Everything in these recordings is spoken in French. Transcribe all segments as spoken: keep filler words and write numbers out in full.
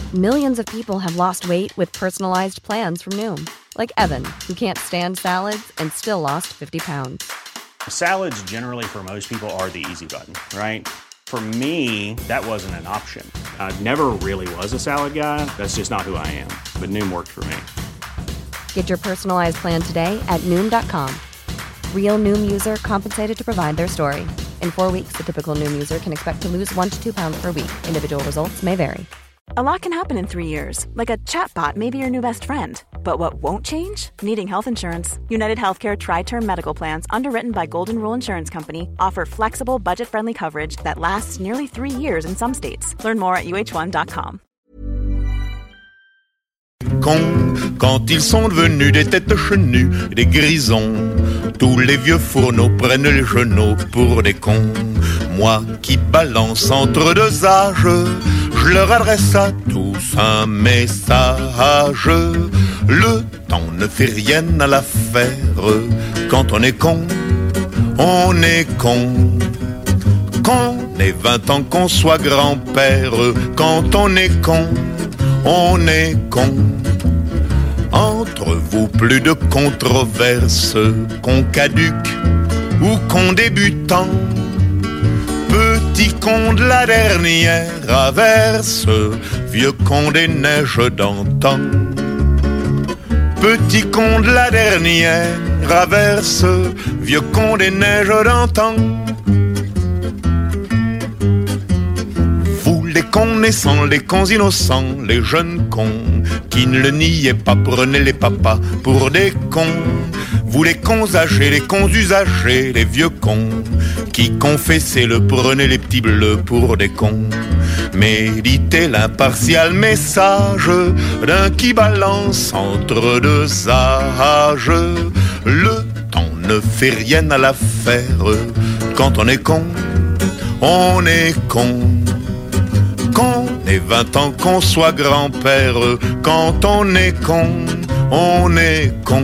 Millions of people have lost weight with personalized plans from Noom. Like Evan, who can't stand salads and still lost fifty pounds. Salads generally for most people are the easy button, right? For me, that wasn't an option. I never really was a salad guy. That's just not who I am. But Noom worked for me. Get your personalized plan today at Noom dot com. Real Noom user compensated to provide their story. In four weeks, the typical Noom user can expect to lose one to two pounds per week. Individual results may vary. A lot can happen in three years, like a chatbot may be your new best friend. But what won't change? Needing health insurance. United Healthcare Tri-Term Medical Plans, underwritten by Golden Rule Insurance Company, offer flexible, budget-friendly coverage that lasts nearly three years in some states. Learn more at U H one dot com. Cons, quand ils sont devenus des têtes chenues, des grisons, tous les vieux fourneaux prennent les genoux pour des cons. Moi qui balance entre deux âges, je leur adresse à tous un message. Le temps ne fait rien à l'affaire. Quand on est con, on est con. Qu'on ait vingt ans, qu'on soit grand-père. Quand on est con, on est con. Entre vous, plus de controverses. Qu'on caduque ou qu'on débutant. Petit con de la dernière averse, vieux con des neiges d'antan. Petit con de la dernière averse, vieux con des neiges d'antan. Vous les cons naissants, les cons innocents, les jeunes cons qui ne le niaient pas, prenez les papas pour des cons. Vous les cons âgés, les cons usagés, les vieux cons qui confessaient le prenez les petits bleus pour des cons. Méditez l'impartial message d'un qui balance entre deux âges. Le temps ne fait rien à l'affaire. Quand on est con, on est con. Qu'on ait vingt ans, qu'on soit grand-père. Quand on est con, on est con.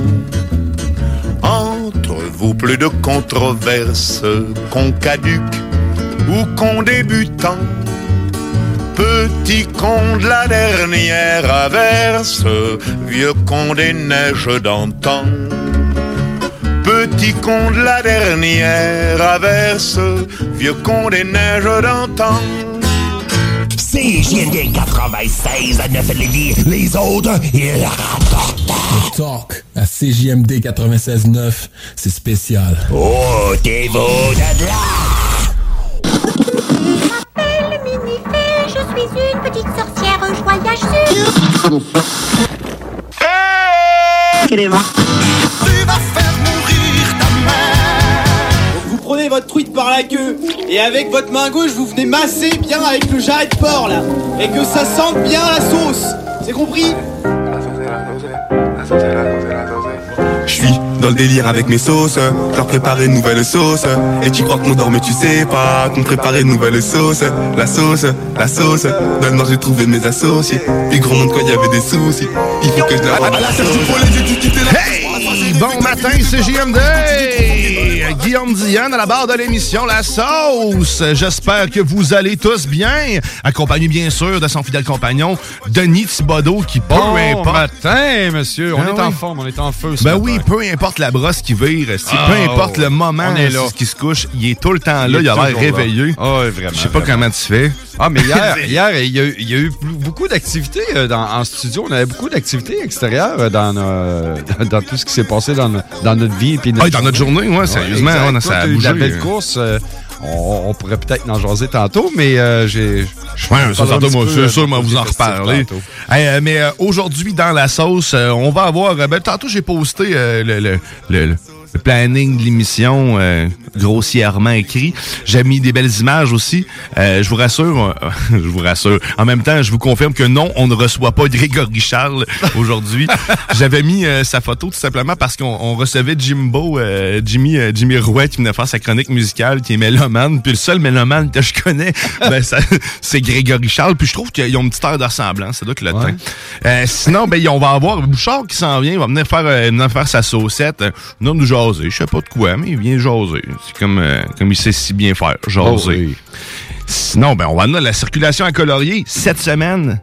Entre vous, plus de controverses. Qu'on caduque ou qu'on débutant. Petit con de la dernière averse, vieux con des neiges d'antan. Petit con de la dernière averse, vieux con des neiges d'antan. C J M D quatre-vingt-seize à neuf Lévis, les autres, ils rapportent. Le talk à C J M D quatre-vingt-seize neuf, c'est spécial. Oh, t'es beau de là! Je suis une petite sorcière joyeuse. Hey tu vas faire mourir ta mère. Vous prenez votre truite par la queue et avec votre main gauche vous venez masser bien avec le jarret de porc là et que ça sente bien la sauce. C'est compris? Je suis dans le délire avec mes sauces, leur préparer une nouvelle sauce. Et tu crois qu'on dort mais tu sais pas qu'on préparait une nouvelle sauce. La sauce, la sauce, dans le nord j'ai trouvé mes associés. Puis gros monde quand il y avait des soucis, il faut que je leur rende la sauce. Hey, bon matin C J M D. Guillaume Diane à la barre de l'émission La Sauce. J'espère que vous allez tous bien. Accompagné bien sûr de son fidèle compagnon Denis Thibodeau qui peu bon importe. matin monsieur, on ah, est oui. en forme, on est en feu. Ben matin. Oui, peu importe la brosse qui vire, si oh, peu importe le moment qui se couche, il est tout le temps là, il, il a l'air réveillé. Oh, oui, vraiment. Je sais pas vraiment. comment tu fais. Ah mais hier, hier il y, a eu, il y a eu beaucoup d'activités dans, en studio. On avait beaucoup d'activités extérieures dans, euh, dans, dans tout ce qui s'est passé dans, dans notre vie. Puis notre ah, dans notre journée, ouais, sérieusement, ouais, ouais, ça a bougé. La belle course, euh, on, on pourrait peut-être en jaser tantôt, mais euh, j'ai... Ouais, ça, tantôt, moi, c'est sûr, moi, vous en reparler. Hey, euh, mais euh, aujourd'hui, dans la sauce, euh, on va avoir... Euh, ben, tantôt, j'ai posté euh, le... le, le, le Le planning de l'émission euh, grossièrement écrit. J'ai mis des belles images aussi. Euh, je vous rassure, euh, je vous rassure. En même temps, je vous confirme que non, on ne reçoit pas Grégory Charles aujourd'hui. J'avais mis euh, sa photo tout simplement parce qu'on on recevait Jimbo, euh, Jimmy, euh, Jimmy Rouet qui venait faire sa chronique musicale, qui est mélomane. Puis le seul mélomane que je connais, ben ça, c'est Grégory Charles. Puis je trouve qu'ils ont une petite heure de ressemblance. C'est là que le ouais. temps. Euh, sinon, ben on va avoir Bouchard qui s'en vient, il va venir faire, euh, venir faire sa saucette. Non, nous jaser. Je sais pas de quoi, mais il vient jaser. C'est comme, euh, comme il sait si bien faire, jaser. Oh, oui. Sinon, ben, on va aller à la circulation à colorier. Cette semaine,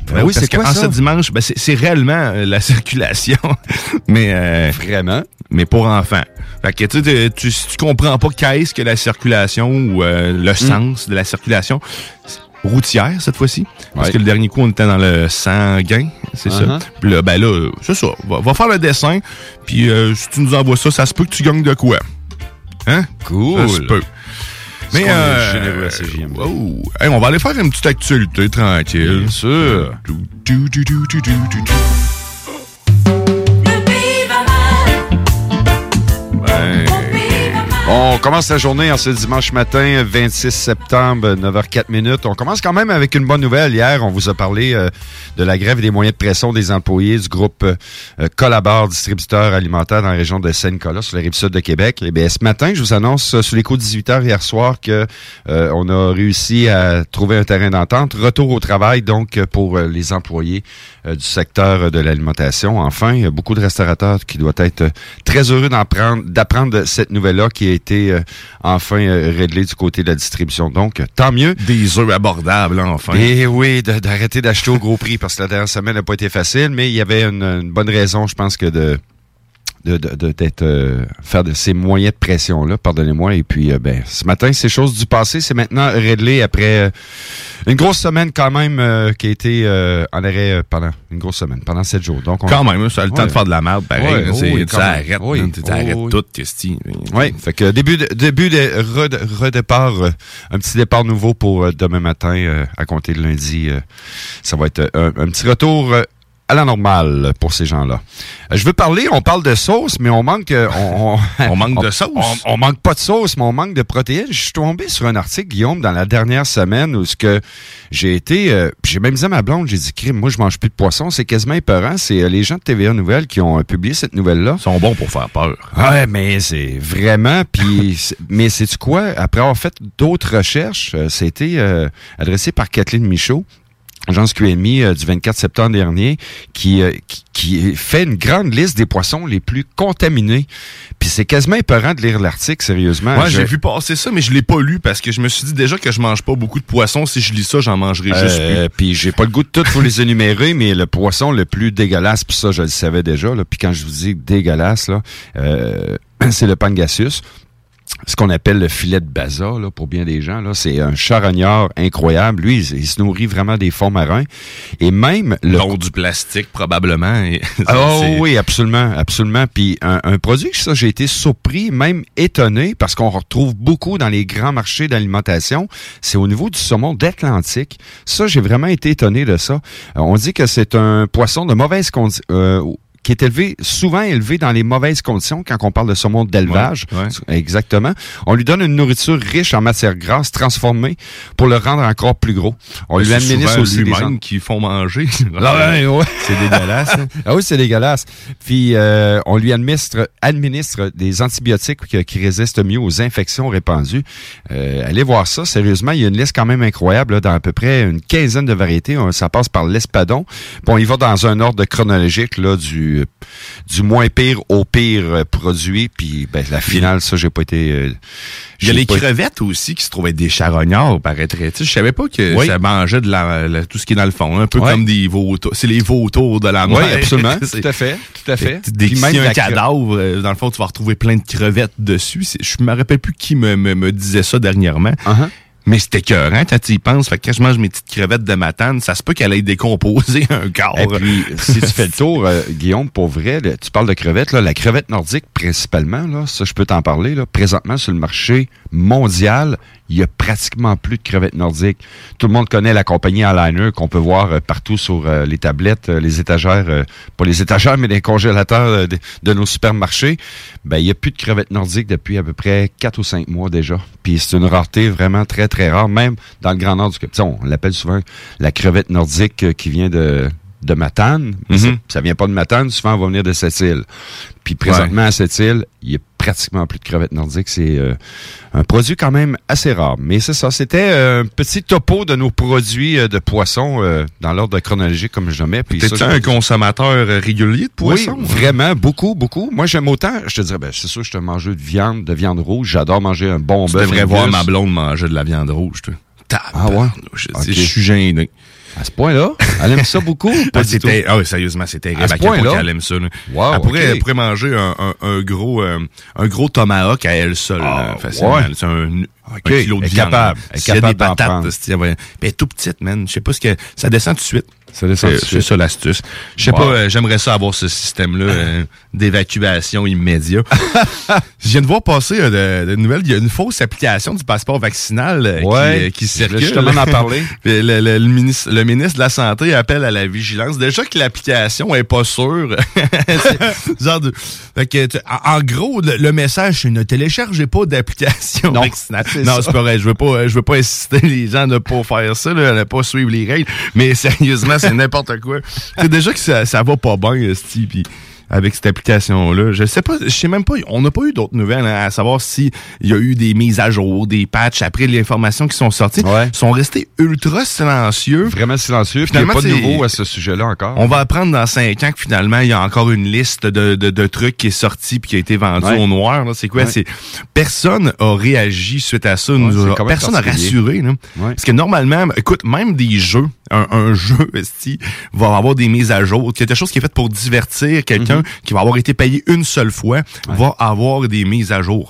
Ben oui, c'est quoi ça? Ce dimanche, ben c'est, c'est réellement euh, la circulation, mais euh, vraiment, mais pour enfants. Fait que tu sais, tu, si tu comprends pas qu'est-ce que la circulation ou euh, le mm. sens de la circulation routière cette fois-ci, parce ouais. que le dernier coup on était dans le sanguin, c'est uh-huh. ça. Puis là, ben là, c'est ça. Va, va faire le dessin, puis euh, si tu nous envoies ça, ça se peut que tu gagnes de quoi, hein? Cool. Ça se peut. Mais euh, généreux à C J M D. Oh, hey, on va aller faire une petite actualité tranquille. Bien sûr. Du, du, du, du, du, du, du. Ben, on commence la journée en ce dimanche matin, vingt-six septembre, neuf heures quatre minutes. On commence quand même avec une bonne nouvelle. Hier, on vous a parlé euh, de la grève et des moyens de pression des employés du groupe euh, Collabor, distributeur alimentaire dans la région de Saint-Nicolas, sur la Rive-Sud de Québec. Et bien, ce matin, je vous annonce, euh, sous les coups de dix-huit heures hier soir, que euh, on a réussi à trouver un terrain d'entente. Retour au travail, donc, pour euh, les employés euh, du secteur de l'alimentation. Enfin, il y a beaucoup de restaurateurs qui doivent être euh, très heureux d'en prendre, d'apprendre cette nouvelle-là qui a été euh, enfin euh, réglée du côté de la distribution. Donc, tant mieux. Des œufs abordables, enfin. Et oui, de, d'arrêter d'acheter au gros prix, parce que la dernière semaine n'a pas été facile, mais il y avait une, une bonne raison, je pense, que de... de, de, de d'être, euh, faire de ces moyens de pression-là, pardonnez-moi. Et puis, euh, ben, ce matin, c'est chose du passé. C'est maintenant réglé après euh, une grosse semaine quand même euh, qui a été euh, en arrêt euh, pendant une grosse semaine, pendant sept jours. Donc, on... Quand même, ça a le ouais. temps de faire de la merde, pareil. Ouais, là, oh, c'est, oui, ça arrête, oui, hein, tu oh, arrêtes oui. tout, Christy. Oui, fait que début de, début de red, redépart, euh, un petit départ nouveau pour euh, demain matin, euh, à compter de lundi. Euh, ça va être euh, un, un petit retour... Euh, à la normale pour ces gens-là. Euh, je veux parler, on parle de sauce, mais on manque... Euh, on, on, on manque on, de sauce? On, on manque pas de sauce, mais on manque de protéines. Je suis tombé sur un article, Guillaume, dans la dernière semaine où ce que j'ai été... Euh, j'ai même dit à ma blonde, j'ai dit, crime, moi je mange plus de poisson, c'est quasiment épeurant. C'est euh, les gens de T V A Nouvelles qui ont euh, publié cette nouvelle-là. Ils sont bons pour faire peur. Ouais, mais c'est vraiment... Puis, c'est, mais sais-tu quoi? Après avoir fait d'autres recherches, euh, c'était euh, adressé par Kathleen Michaud, agence Q M I euh, du vingt-quatre septembre dernier, qui, euh, qui qui fait une grande liste des poissons les plus contaminés. Puis c'est quasiment épeurant de lire l'article, sérieusement. Ouais, je... j'ai vu passer ça, mais je l'ai pas lu parce que je me suis dit déjà que je mange pas beaucoup de poissons. Si je lis ça, j'en mangerai euh, juste plus. Puis j'ai pas le goût de tout pour les énumérer, mais le poisson le plus dégueulasse, puis ça, je le savais déjà. Là, puis quand je vous dis dégueulasse, là, euh, c'est le Pangasius. Ce qu'on appelle le filet de basa, là, pour bien des gens, là, c'est un charognard incroyable. Lui, il, il se nourrit vraiment des fonds marins. Et même... le Donc du plastique, probablement. Oh oui, absolument, absolument. Puis un, un produit que ça, j'ai été surpris, même étonné, parce qu'on retrouve beaucoup dans les grands marchés d'alimentation, c'est au niveau du saumon d'Atlantique. Ça, j'ai vraiment été étonné de ça. On dit que c'est un poisson de mauvaise condition... Euh, qui est élevé, souvent élevé dans les mauvaises conditions quand on parle de saumon d'élevage. Ouais, ouais. Exactement. On lui donne une nourriture riche en matière grasse transformée pour le rendre encore plus gros. On Mais lui c'est administre aussi lui-même des gens qui font manger. Ah ouais, ouais. C'est dégueulasse. Hein? Ah oui, c'est dégueulasse. Puis euh, on lui administre, administre des antibiotiques qui, qui résistent mieux aux infections répandues. Euh, allez voir ça, sérieusement, il y a une liste quand même incroyable là, dans à peu près une quinzaine de variétés. Ça passe par l'espadon. Bon, il va dans un ordre chronologique là du du moins pire au pire produit, puis ben, la finale, ça, j'ai pas été... Euh, il y a les pas... crevettes aussi qui se trouvaient des charognards, paraîtrait. Je savais pas que oui. ça mangeait de la, la, tout ce qui est dans le fond, un peu ouais. comme des vautours. C'est les vautours de la mer. Oui, absolument, tout à fait, tout à fait. Dès qu'il y a un cadavre, cre... dans le fond, tu vas retrouver plein de crevettes dessus. C'est, je me rappelle plus qui me, me, me disait ça dernièrement. Uh-huh. Mais c'était écœurant quand tu y penses. Fait que quand je mange mes petites crevettes de matane, ça se peut qu'elle ait décomposé un corps. Et puis, si tu fais le tour, euh, Guillaume, pour vrai, là, tu parles de crevettes, là, la crevette nordique principalement, là, ça je peux t'en parler, là, présentement sur le marché mondial, il y a pratiquement plus de crevettes nordiques. Tout le monde connaît la compagnie Aligner qu'on peut voir euh, partout sur euh, les tablettes, euh, les étagères, euh, pas les étagères, mais les congélateurs euh, de, de nos supermarchés. Ben, il n'y a plus de crevettes nordiques depuis à peu près quatre ou cinq mois déjà. Puis c'est une rareté vraiment très, très rare, même dans le Grand Nord du Québec. On l'appelle souvent la crevette nordique euh, qui vient de... de Matane, mm-hmm. ça, ça vient pas de Matane, souvent on va venir de cette île. Puis présentement ouais. à cette île, il y a pratiquement plus de crevettes nordiques, c'est euh, un produit quand même assez rare. Mais c'est ça, c'était euh, un petit topo de nos produits euh, de poissons euh, dans l'ordre chronologique comme je le mets. Puis t'es-tu un consommateur régulier de poissons? Oui, vraiment, beaucoup, beaucoup. Moi j'aime autant, je te dirais, ben c'est sûr je suis un mangeur de viande, de viande rouge, j'adore manger un bon bœuf. Tu devrais voir ma blonde manger de la viande rouge, toi. Ah ouais? Je, okay. je suis gêné. À ce point-là? Elle aime ça beaucoup? Pas ah, du c'était, tout. ah oui, sérieusement, c'est terrible. À ce À quel point point-là? qu'elle aime ça. Là. Wow, elle, pourrait, okay. elle pourrait manger un, un, un gros euh, un gros tomahawk à elle seule, Ah, là, facilement. ouais. C'est un, OK. un kilo de Elle est viande. capable. là. Elle est S'il y a capable des d'en patates, prendre. c'est, ouais. Puis elle est tout petite, man. Je sais pas ce que... Ça descend tout de suite. Ça descend C'est, tout de c'est suite. ça l'astuce. Je sais Wow. pas, euh, j'aimerais ça avoir ce système-là euh, d'évacuation immédiat. Je viens de voir passer euh, de, de nouvelles. Il y a une fausse application du passeport vaccinal euh, Ouais. qui, euh, qui Je voulais circule. justement en parler. le, le, le, le ministre, le ministre de la Santé appelle à la vigilance. Déjà que l'application est pas sûre. C'est genre de, fait que, tu- en, en gros, le, le message, c'est ne téléchargez pas d'application Non, vaccinale. c'est Non, ça. c'est pas vrai. Je veux pas, je veux pas inciter les gens à ne pas faire ça, là, à ne pas suivre les règles. Mais sérieusement, c'est n'importe quoi. C'est déjà que ça, ça va pas bien, esti, puis avec cette application-là. Je sais pas, je sais même pas, on n'a pas eu d'autres nouvelles, hein, à savoir si il y a eu des mises à jour, des patchs après les informations qui sont sorties. Ouais. Ils sont restés ultra silencieux. Vraiment silencieux. Puis il n'y a Finalement, pas de c'est- nouveau à ce sujet-là encore. On va apprendre dans cinq ans que finalement, il y a encore une liste de, de, de trucs qui est sortie puis qui a été vendue Ouais. au noir. Là. C'est quoi? Ouais. C'est personne a réagi suite à ça. Nous c'est a- quand même personne n'a particulier. rassuré. Là. Ouais. Parce que normalement, écoute, même des jeux, un, un jeu esti, va avoir des mises à jour. Quelque chose qui est fait pour divertir quelqu'un qui va avoir été payé une seule fois va avoir des mises à jour.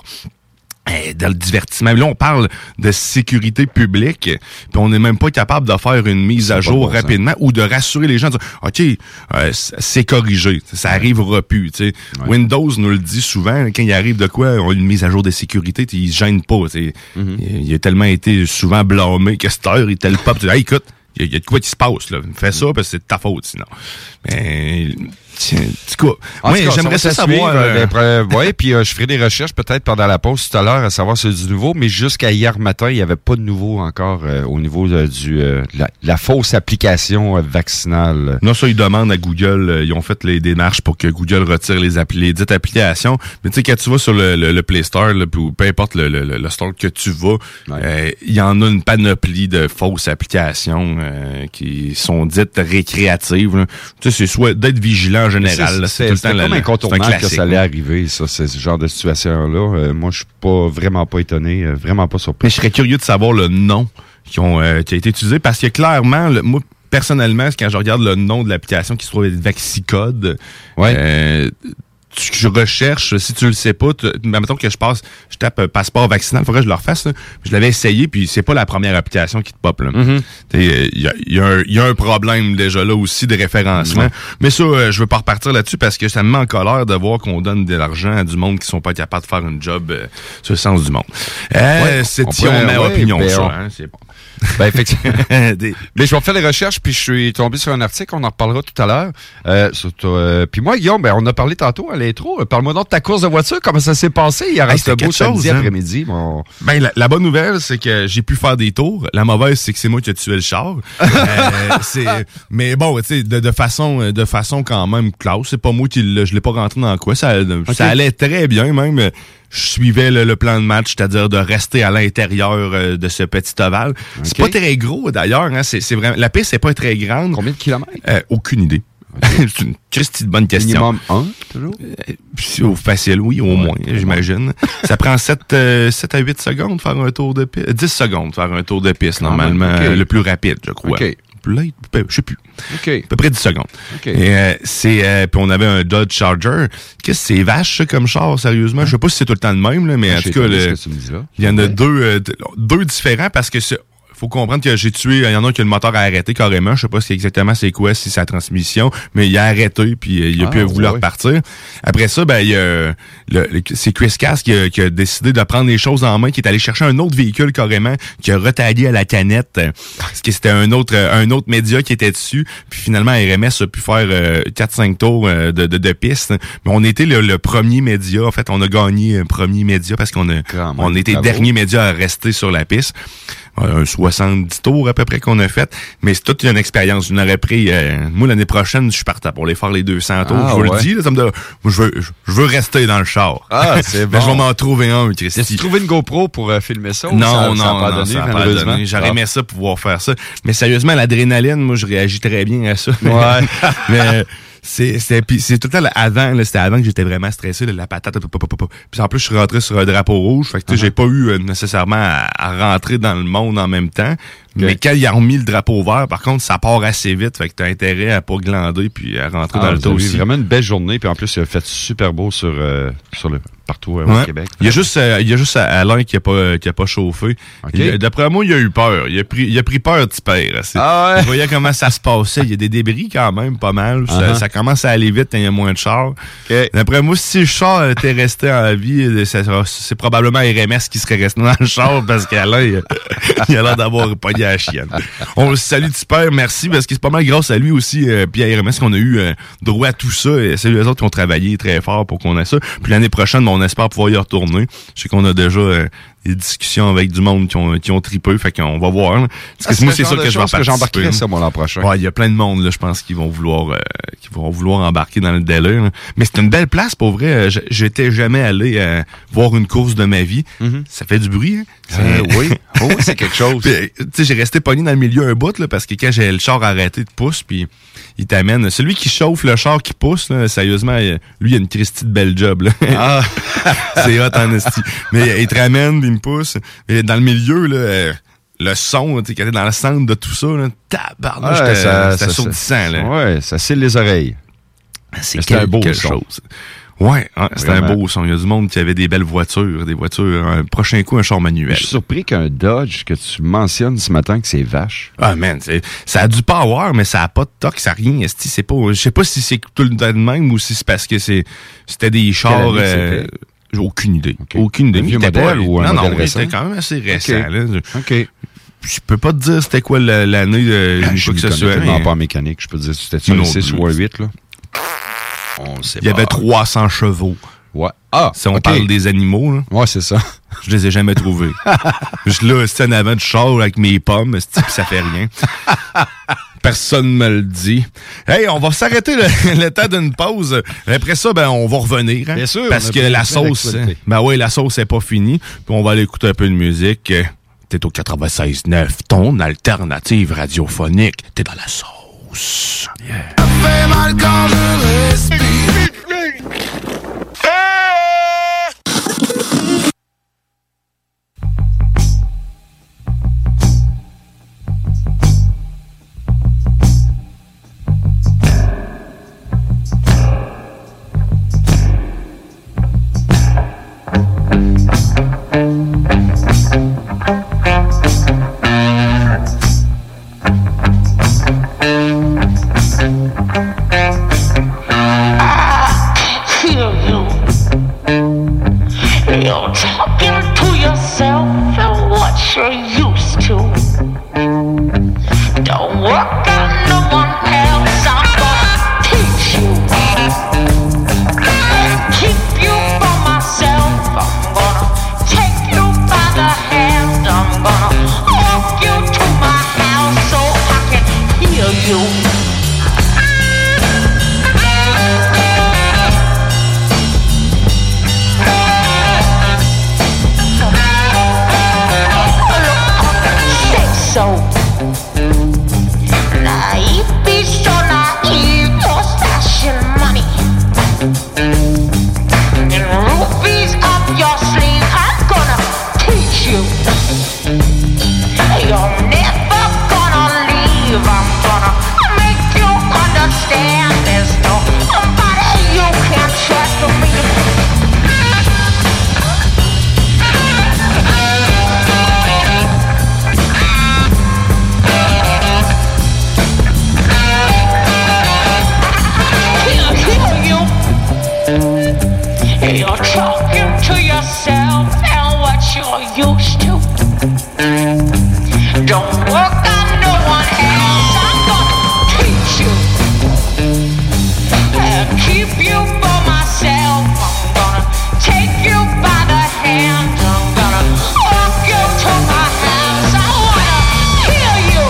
Eh, dans le divertissement. Là, on parle de sécurité publique, puis on n'est même pas capable de faire une mise C'est à pas jour bon, ça. rapidement ou de rassurer les gens, de dire, OK, euh, c- c'est corrigé, ça arrivera plus. Tu sais. Ouais. Windows nous le dit souvent, quand il arrive de quoi, on a une mise à jour de sécurité, tu sais, il se gêne pas. Tu sais. Mm-hmm. il, il a tellement été souvent blâmé que cette heure, il te le pop, tu dis, hey, écoute, il y, a- il y a de quoi qui se passe, là. Fais ça parce que c'est de ta faute, sinon. Mais, tiens, en tout cas, En moi, tout cas, j'aimerais ça va savoir... suivre, euh, euh, ben, ouais, puis euh, je ferai des recherches peut-être pendant la pause tout à l'heure à savoir si c'est du nouveau, mais jusqu'à hier matin, il n'y avait pas de nouveau encore euh, au niveau de, du, euh, de la, la fausse application euh, vaccinale. Non, ça, ils demandent à Google, euh, ils ont fait les démarches pour que Google retire les, appli- les dites applications. Mais tu sais, quand tu vas sur le, le, le Play Store, là, ou peu importe le, le, le store que tu vas, euh, il y en a une panoplie de fausses applications euh, qui sont dites récréatives. là. Tu sais, c'est soit d'être vigilant en général. là, C'est tout le c'est temps comme la- incontournable c'est un que classique, ça allait là. arriver, ça, c'est ce genre de situation-là. Euh, moi, je suis pas vraiment pas étonné, euh, vraiment pas surpris. Mais je serais curieux de savoir le nom qui, ont, euh, qui a été utilisé parce que clairement, le, moi, personnellement, quand je regarde le nom de l'application qui se trouve être Vaxicode, Ouais. euh, tu- je recherche, si tu le sais pas, tu, mettons que je passe, je tape euh, passeport vaccinal, il faudrait que je le refasse. Là. Je l'avais essayé, puis c'est pas la première application qui te pop. Là. Mm-hmm. Il y, a, y, a un- y a un problème déjà là aussi de référencement. Ouais. Mais ça, euh, je veux pas repartir là-dessus parce que ça me met en colère de voir qu'on donne de l'argent à du monde qui sont pas capables de faire une job euh, sur le sens du monde. Euh, Ouais, c'est on si pourrait- on met ouais, opinion ben, ça, on- hein, c'est bon. Ben, effectivement. Des- Mais je vais faire les recherches, puis je suis tombé sur un article, on en reparlera tout à l'heure. Euh, sur ta- euh, puis moi, Guillaume, ben, on a parlé tantôt à l'intro. Euh, Parle-moi donc de ta course de voiture, comment ça s'est passé hier à Hey, ce c'était beau quelque samedi chose, hein. après-midi. Mon... Ben, la, la bonne nouvelle, c'est que j'ai pu faire des tours. La mauvaise, c'est que c'est moi qui ai tué le char. Euh, c'est, mais bon, tu sais, de, de façon, de façon quand même classe. C'est pas moi qui l'ai, je l'ai pas rentré dans quoi. Ça, ça allait très bien, même. Je suivais le, le plan de match, c'est-à-dire de rester à l'intérieur euh, de ce petit ovale. C'est Ok. pas très gros, d'ailleurs. Hein, c'est, c'est vraiment, la piste, c'est pas très grande. Combien de kilomètres? Euh, aucune idée. C'est une Christie de bonne question. Minimum un, toujours? Puis, au facile, oui, au moins, j'imagine. Ça prend sept à huit secondes de faire un tour de piste. dix secondes de faire un tour de piste, Quand normalement. même, ok. euh, Le plus rapide, je crois. Ok. Là, je sais plus. OK. À peu près dix secondes. OK. Et euh, c'est euh, puis on avait un Dodge Charger. Qu'est-ce que c'est vache, ça, comme char, sérieusement? Je sais pas si c'est tout le temps le même, là, mais en Je tout sais cas, pas le- ce que tu me dis là. il y en a Ouais. deux, euh, d- deux différents parce que c'est- faut comprendre que j'ai tué, il y en a un qui a le moteur a arrêté carrément, je sais pas si exactement c'est quoi, si c'est la transmission, mais il a arrêté puis euh, il a Ah, pu vouloir ouais. repartir. Après ça, ben il y a le, le- c'est Chris Cass qui a, qui a décidé de prendre les choses en main, qui est allé chercher un autre véhicule carrément, qui a retaillé à la canette, euh, parce que c'était un autre euh, un autre média qui était dessus, puis finalement R M S a pu faire euh, quatre cinq tours euh, de, de, de piste. Mais on était le, le premier média, en fait, on a gagné un premier média parce qu'on a Quand même, on était bravo. dernier média à rester sur la piste. Un soixante-dix tours à peu près qu'on a fait. Mais c'est toute une expérience. Je n'aurais pris... Euh, moi, l'année prochaine, je suis partant pour aller faire les deux cents tours. Ah, je vous ouais. le dis. Là, ça me donne- moi, je veux, je, je veux rester dans le char. Ah, c'est Ben, bon. je vais m'en trouver un, As-tu Christy. trouvé une GoPro pour euh, filmer ça? ou Non, ça, non, ça a non, pas non, donné, ça a pas malheureusement? donné. J'aurais Ah. aimé ça pouvoir faire ça. Mais sérieusement, l'adrénaline, moi, je réagis très bien à ça. Ouais. Mais c'est c'est puis c'est tout le temps là, avant là, c'était avant que j'étais vraiment stressé là, la patate pop, pop, pop, pop. Puis en plus je suis rentré sur un drapeau rouge, fait que tu sais, Uh-huh. j'ai pas eu euh, nécessairement à, à rentrer dans le monde monde en même temps. Okay. Mais quand ils ont mis le drapeau vert, par contre, ça part assez vite. Fait que t'as intérêt à pas glander puis à rentrer ah, dans le tas aussi. Vraiment une belle journée. Puis en plus, il a fait super beau sur, euh, sur le partout euh, ouais. au Québec. Il y a juste, euh, il y a juste Alain qui a pas, qui a pas chauffé. Okay. Il, d'après moi, il a eu peur. Il a pris, il a pris peur, petit père. Ah ouais. Il voyait comment ça se passait. Il y a des débris quand même, pas mal. Uh-huh. Ça, ça commence à aller vite quand il y a moins de chars. Okay. D'après moi, si le char était resté en vie, ça, c'est probablement R M S qui serait resté dans le char parce qu'Alain, il, il a l'air d'avoir pogné à la chienne. On le salue, petit père. Merci parce que c'est pas mal grâce à lui aussi, euh, puis à R M S qu'on a eu euh, droit à tout ça. Et c'est les autres qui ont travaillé très fort pour qu'on ait ça. Puis l'année prochaine, bon, on espère pouvoir y retourner. Je sais qu'on a déjà euh, des discussions avec du monde qui ont, qui ont tripé, fait qu'on va voir. Là. Parce que ah, moi, c'est sûr que je vais participer. J'embarquerai ça, moi, l'an prochain. Ouais, il y a plein de monde, là, je pense, qui vont vouloir euh, qui vont vouloir embarquer dans le délai. Là. Mais c'est une belle place, pour vrai. J'étais jamais allé euh, voir une course de ma vie. Mm-hmm. Ça fait du bruit, hein? Euh, oui. Oh, c'est quelque chose. Tu sais, j'ai resté pogné dans le milieu un bout, là, parce que quand j'ai le char arrêté de pouce, puis il t'amène. Celui qui chauffe le char qui pousse, là, sérieusement, lui, il a une Christie de belle job, là. Ah. C'est hot en esti. Mais il te ramène, il me pousse. Et dans le milieu, là, euh, le son, tu sais, quand t'es dans le centre de tout ça, là, tabarnouche, ouais, c'était assourdissant, là. Ouais, ça scelle les oreilles. C'est quelque, un beau quelque chose. Ouais, hein, c'était un beau son. Il y a du monde qui avait des belles voitures, des voitures, un prochain coup, un char manuel. Je suis surpris qu'un Dodge que tu mentionnes ce matin que c'est vache. Ah, man, c'est, ça a du power, mais ça a pas de torque, ça a rien. C'est pas, je sais pas si c'est tout le temps de même ou si c'est parce que c'est, c'était des chars, euh, j'ai aucune idée. Okay. Aucune idée. Un vieux modèle pas, ou un non, modèle non, récent? C'était quand même assez récent, okay. là. OK. Je peux pas te dire c'était quoi l'année de, ah, je que ça soit. Non, pas en mécanique. Je peux te dire c'était sur le six ou un huit, là. On sait Il y pas. avait trois cents chevaux. Ouais. Ah, si on okay. parle des animaux, là. Ouais, c'est ça. Je les ai jamais trouvés. Je suis là, c'est en avant du char avec mes pommes, pis ça fait rien. Personne me le dit. Hey, on va s'arrêter le, le temps d'une pause. Après ça, ben, on va revenir. Hein, Bien sûr. Parce que la sauce, ben oui, la sauce est pas finie. Puis on va aller écouter un peu de musique. T'es au quatre-vingt-seize neuf, ton alternative radiophonique. T'es dans la sauce. Yeah. Ça fait mal quand je respire. You're talking to yourself and what you're used to. Don't work on no one else, I'm gonna teach you. Keep you for myself, I'm gonna take you by the hand. I'm gonna walk you to my house so I can hear you. So naive, be so naive, you're stashing money and rupees up your sleeve. I'm gonna teach you. You're never gonna leave. I'm gonna make you understand. There's nobody you can trust me. You're talking to yourself and what you're used to. Don't work on no one else. I'm gonna teach you and keep you for myself. I'm gonna take you by the hand. I'm gonna walk you to my house. I wanna hear you.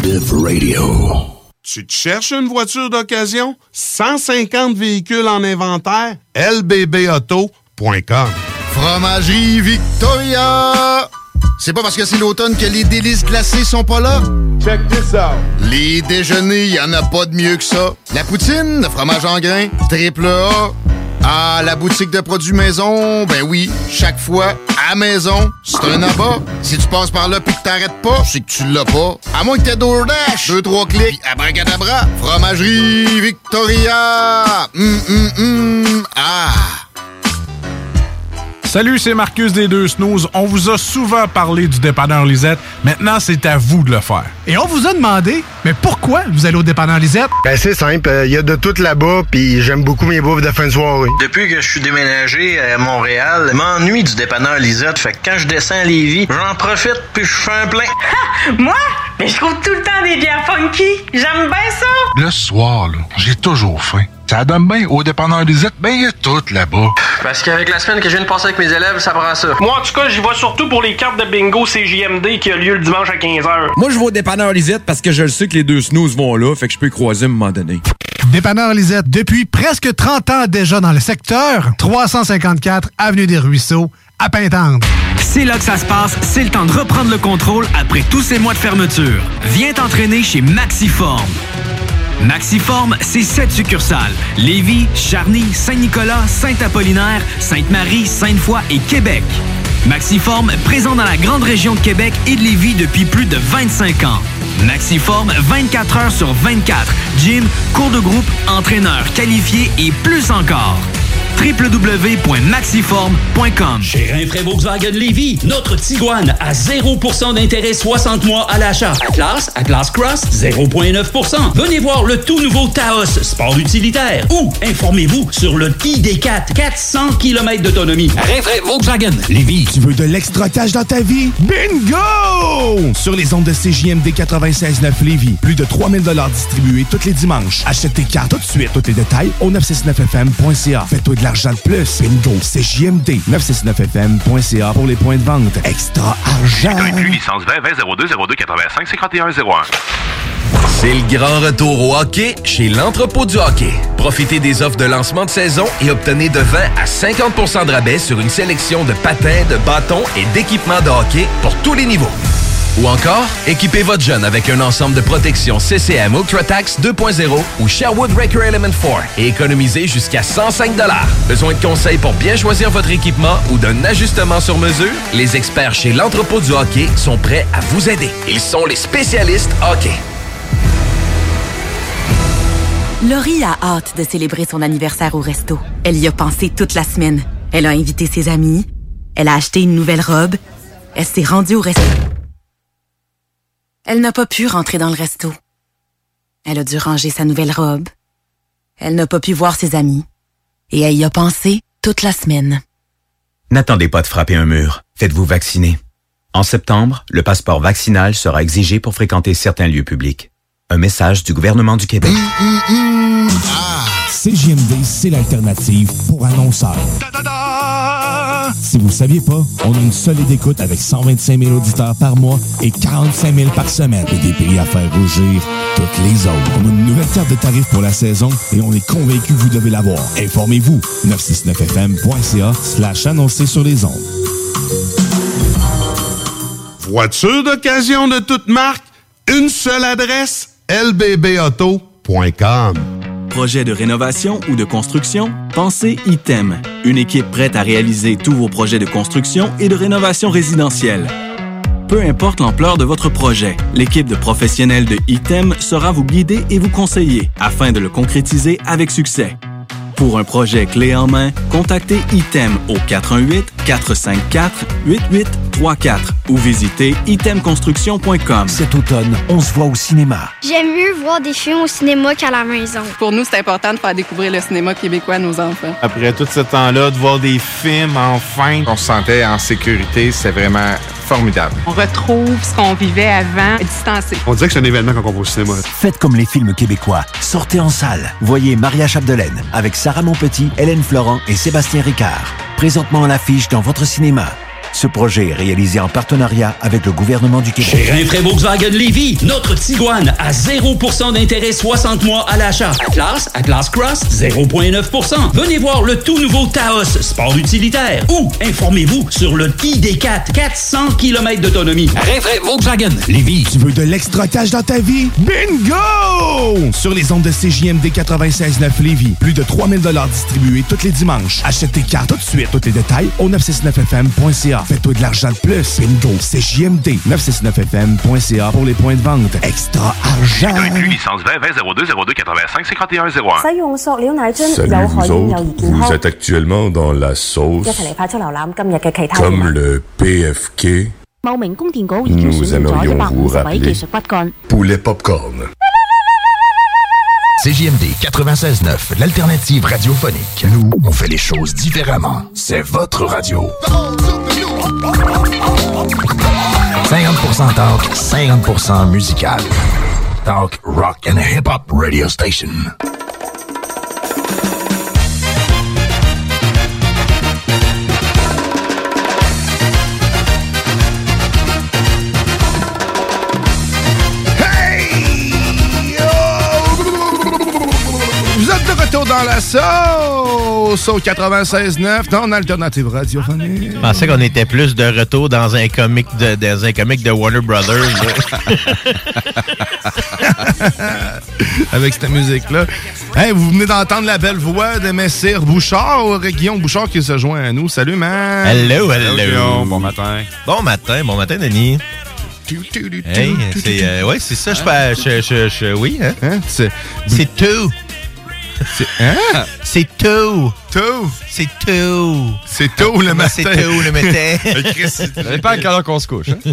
Alternative Radio. Tu te cherches une voiture d'occasion? cent cinquante véhicules en inventaire? L B B auto point com. Fromagerie Victoria! C'est pas parce que c'est l'automne que les délices glacées sont pas là? Check this out! Les déjeuners, y en a pas de mieux que ça. La poutine, le fromage en grains, triple A. Ah, la boutique de produits maison, ben oui, chaque fois, à maison, c'est un abat. Si tu passes par là pis que t'arrêtes pas, c'est que tu l'as pas. À moins que t'aies DoorDash, deux, trois clics, pis abracadabra. Fromagerie Victoria! Hum, hum, hum, ah! Salut, c'est Marcus des Deux Snooze. On vous a souvent parlé du dépanneur Lisette. Maintenant, c'est à vous de le faire. Et on vous a demandé, mais pourquoi vous allez au dépanneur Lisette? Ben c'est simple, il euh, y a de tout là-bas, puis j'aime beaucoup mes bouffes de fin de soirée. Depuis que je suis déménagé à Montréal, je m'ennuie du dépanneur Lisette. Fait que quand je descends à Lévis, j'en profite puis je fais un plein. Ha! Moi? Mais je trouve tout le temps des bières funky. J'aime bien ça. Le soir, là, j'ai toujours faim. Ça donne bien. Au dépanneur Lisette, ben il y a tout là-bas. Parce qu'avec la semaine que je viens de passer avec mes élèves, ça prend ça. Moi, en tout cas, j'y vais surtout pour les cartes de bingo C J M D qui a lieu le dimanche à quinze heures. Moi, je vais au dépanneur Lisette parce que je le sais que les deux snooze vont là, fait que je peux y croiser à un moment donné. Dépanneur Lisette, depuis presque trente ans déjà dans le secteur, trois cent cinquante-quatre Avenue des Ruisseaux, à Pintendre. C'est là que ça se passe, c'est le temps de reprendre le contrôle après tous ces mois de fermeture. Viens t'entraîner chez Maxiform. Maxiform, c'est sept succursales. Lévis, Charny, Saint-Nicolas, Saint-Apollinaire, Sainte-Marie, Sainte-Foy et Québec. Maxiform, présent dans la grande région de Québec et de Lévis depuis plus de vingt-cinq ans. Maxiform, vingt-quatre heures sur vingt-quatre. Gym, cours de groupe, entraîneur qualifié et plus encore. w w w point maxiform point com. Chez Rinfraie Volkswagen Lévis, notre Tiguan à zéro pour cent d'intérêt soixante mois à l'achat. Atlas, Atlas Cross, zéro virgule neuf pour cent. Venez voir le tout nouveau Taos, sport utilitaire. Ou informez-vous sur le I D quatre, quatre cents kilomètres d'autonomie. Rinfraie Volkswagen Lévis. Tu veux de l'extra cash dans ta vie? Bingo! Sur les ondes de C J M D quatre-vingt-seize neuf Lévis, plus de trois mille dollars distribués tous les dimanches. Achète tes cartes tout de suite. Tous les détails au neuf cent soixante-neuf F M point C A. Fais-toi de l'argent de plus. Bingo! C J M D neuf cent soixante-neuf F M point C A pour les points de vente. Extra argent! Inclus licence vingt vingt zéro deux zéro deux quatre-vingt-cinq cinquante et un zéro un. C'est le grand retour au hockey chez l'Entrepôt du hockey. Profitez des offres de lancement de saison et obtenez de vingt à cinquante pour cent de rabais sur une sélection de patins, de bâtons et d'équipements de hockey pour tous les niveaux. Ou encore, équipez votre jeune avec un ensemble de protection C C M UltraTax deux point zéro ou Sherwood Record Element quatre et économisez jusqu'à cent cinq dollars. Besoin de conseils pour bien choisir votre équipement ou d'un ajustement sur mesure? Les experts chez l'Entrepôt du hockey sont prêts à vous aider. Ils sont les spécialistes hockey. Laurie a hâte de célébrer son anniversaire au resto. Elle y a pensé toute la semaine. Elle a invité ses amis. Elle a acheté une nouvelle robe. Elle s'est rendue au resto. Elle n'a pas pu rentrer dans le resto. Elle a dû ranger sa nouvelle robe. Elle n'a pas pu voir ses amis. Et elle y a pensé toute la semaine. N'attendez pas de frapper un mur. Faites-vous vacciner. En septembre, le passeport vaccinal sera exigé pour fréquenter certains lieux publics. Un message du gouvernement du Québec. Mmh, mmh, mmh. Ah. C J M D, c'est l'alternative pour annonceurs. Si vous ne saviez pas, on a une solide écoute avec cent vingt-cinq mille auditeurs par mois et quarante-cinq mille par semaine. Et des prix à faire rougir toutes les autres. On a une nouvelle carte de tarifs pour la saison et on est convaincu que vous devez l'avoir. Informez-vous. neuf cent soixante-neuf F M point C A slash annoncer sur les ondes. Voiture d'occasion de toute marque, une seule adresse, L B B auto point com. Projet de rénovation ou de construction? Pensez Item, une équipe prête à réaliser tous vos projets de construction et de rénovation résidentielle. Peu importe l'ampleur de votre projet, l'équipe de professionnels de Item sera vous guider et vous conseiller afin de le concrétiser avec succès. Pour un projet clé en main, contactez Item au quatre un huit, quatre cinq quatre, huit huit trois quatre ou visitez item construction point com. Cet automne, on se voit au cinéma. J'aime mieux voir des films au cinéma qu'à la maison. Pour nous, c'est important de faire découvrir le cinéma québécois à nos enfants. Après tout ce temps-là, de voir des films, enfin, on se sentait en sécurité, c'est vraiment formidable. On retrouve ce qu'on vivait avant, distancé. On dirait que c'est un événement quand on va au cinéma. Faites comme les films québécois. Sortez en salle. Voyez Maria Chapdelaine avec Sarah Monpetit, Hélène Florent et Sébastien Ricard. Présentement à l'affiche dans votre cinéma. Ce projet est réalisé en partenariat avec le gouvernement du Québec. Chez Rinfraie Volkswagen Lévy, notre Tiguan à zéro pour cent d'intérêt soixante mois à l'achat. Atlas, Atlas Cross, zéro virgule neuf pour cent. Venez voir le tout nouveau Taos, sport utilitaire. Ou informez-vous sur le I D quatre, quatre cents kilomètres d'autonomie. Rinfraie Volkswagen Lévy. Tu veux de l'extra cash dans ta vie? Bingo! Sur les ondes de C J M D quatre-vingt-seize neuf Lévis, plus de trois mille dollars distribués tous les dimanches. Achète tes cartes tout de suite. Tous les détails au neuf cent soixante-neuf F M point C A. Fais-toi de l'argent de plus. Bingo! C J M D neuf cent soixante-neuf F M point C A pour les points de vente. Extra argent! licence vingt vingt zéro deux zéro deux quatre-vingt-cinq cinquante et un zéro un. Salut vous autres, vous êtes actuellement dans la sauce comme le P F K. Nous aimerions vous rappeler poulet popcorn. C J M D quatre-vingt-seize neuf, l'alternative radiophonique. Nous, on fait les choses différemment. C'est votre radio. cinquante pour cent talk, cinquante pour cent musical. Talk, rock and hip-hop radio station. Vous êtes de retour dans la sauce au quatre-vingt-seize neuf dans Alternative radiophonique. Je pensais qu'on était plus de retour dans un comic de, dans un comic de Warner Brothers. Avec cette musique-là. Hey, vous venez d'entendre la belle voix de Messire Bouchard, Guillaume Bouchard qui se joint à nous. Salut, man! Hello, hello! Guillaume, bon matin. Bon matin, bon matin, Denis. Hey, c'est, euh, ouais, c'est ça, je fais. Je, je, je, oui, hein? hein? C'est, c'est tout. C'est, hein? C'est tout. Tout. C'est tout. C'est tout le matin. C'est tout le matin. Ça dépend à quelle heure qu'on se couche. Hein?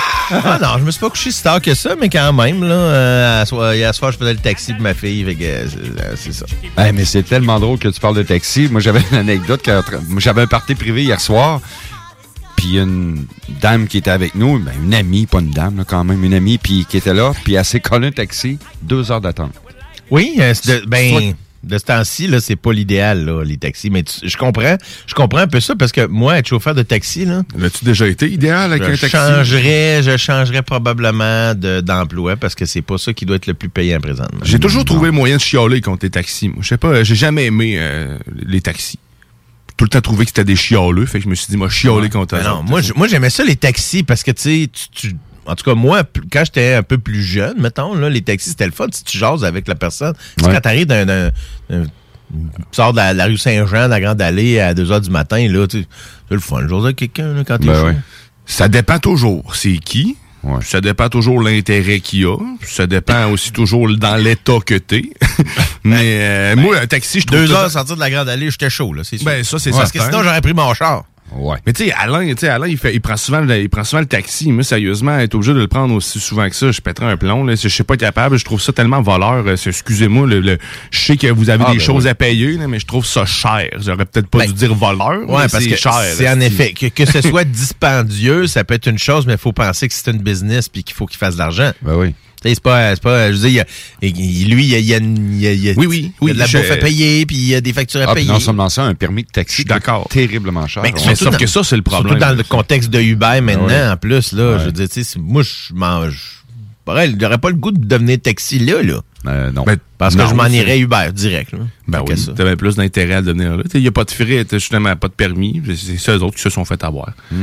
Ah non, je me suis pas couché si tard que ça, mais quand même, là, euh, à soir, hier soir, je faisais le taxi pour ma fille, fait que, euh, c'est, c'est ça. Hey, mais c'est tellement drôle que tu parles de taxi. Moi, j'avais une anecdote. Quand, moi, j'avais un party privé hier soir. Puis il y a une dame qui était avec nous, ben, une amie, pas une dame, là, quand même, une amie, puis qui était là, puis elle s'est collée un taxi, deux heures d'attente. Oui, euh, c'est de, ben, de ce temps-ci, là, c'est pas l'idéal, là, les taxis, mais tu, je comprends, je comprends un peu ça, parce que moi, être chauffeur de taxi, là... L'as-tu déjà été idéal avec je un taxi? Changerais, je changerais probablement de, d'emploi, parce que c'est pas ça qui doit être le plus payant présentement. J'ai toujours trouvé moyen de chialer contre les taxis. Moi, je sais pas, j'ai jamais aimé euh, les taxis. Tout le temps trouvé que c'était des chialeux, fait que je me suis dit, moi, chialer contre eux. Non, moi, moi, j'aimais ça, les taxis, parce que, tu sais, tu, tu, en tout cas, moi, quand j'étais un peu plus jeune, mettons, là, les taxis, c'était le fun, si tu jases avec la personne. Ouais. Quand t'arrives d'un, d'un, d'un tu sors de la, la rue Saint-Jean, de la Grande Allée, à deux heures du matin, là, tu c'est le fun, jaser avec quelqu'un, là, quand t'es ben chaud. Ouais. Ça dépend toujours, c'est qui. Ouais. Ça dépend toujours l'intérêt qu'il y a. Ça dépend aussi toujours dans l'état que t'es. Mais euh, ben, moi, un taxi, je trouve... Deux heures sortir de la Grande Allée, j'étais chaud, là, c'est sûr. Ben, ça, c'est ouais, Parce que sinon, j'aurais pris mon char. Ouais. Mais tu sais, Alain, tu sais, Alain, il fait, il prend souvent, le, il prend souvent le taxi. Moi, sérieusement, être obligé de le prendre aussi souvent que ça, je pèterais un plomb, là. Je suis pas capable. Je trouve ça tellement voleur. Excusez-moi, le, le, je sais que vous avez ah, des ben choses ouais. à payer, là, mais je trouve ça cher. J'aurais peut-être pas ben, dû dire voleur. Ouais, parce c'est que cher. C'est là, en c'est... effet, que, que ce soit dispendieux, ça peut être une chose, mais il faut penser que c'est une business puis qu'il faut qu'il fasse de l'argent. Ben oui. C'est pas, c'est pas, je veux dire, il y a, lui, il y a, il y a, il y a, il y a, oui, oui, il y a de la je... bouffe à payer, puis il y a des factures à ah, payer. Non seulement ça, un permis de taxi, d'accord, terriblement cher. Mais, mais sauf dans, que ça, c'est le problème. Surtout dans le contexte de Uber maintenant, ouais. en plus, là, ouais. je veux dire, tu sais, moi, je mange, pareil, j'aurais pas le goût de devenir taxi là, là. Euh, non. Ben, parce non, que je m'en irais Uber direct, là. Ben oui, t'avais plus d'intérêt à devenir là. Il n'y a pas de frais, t'as justement pas de permis. C'est ceux autres qui se sont fait avoir. Mm.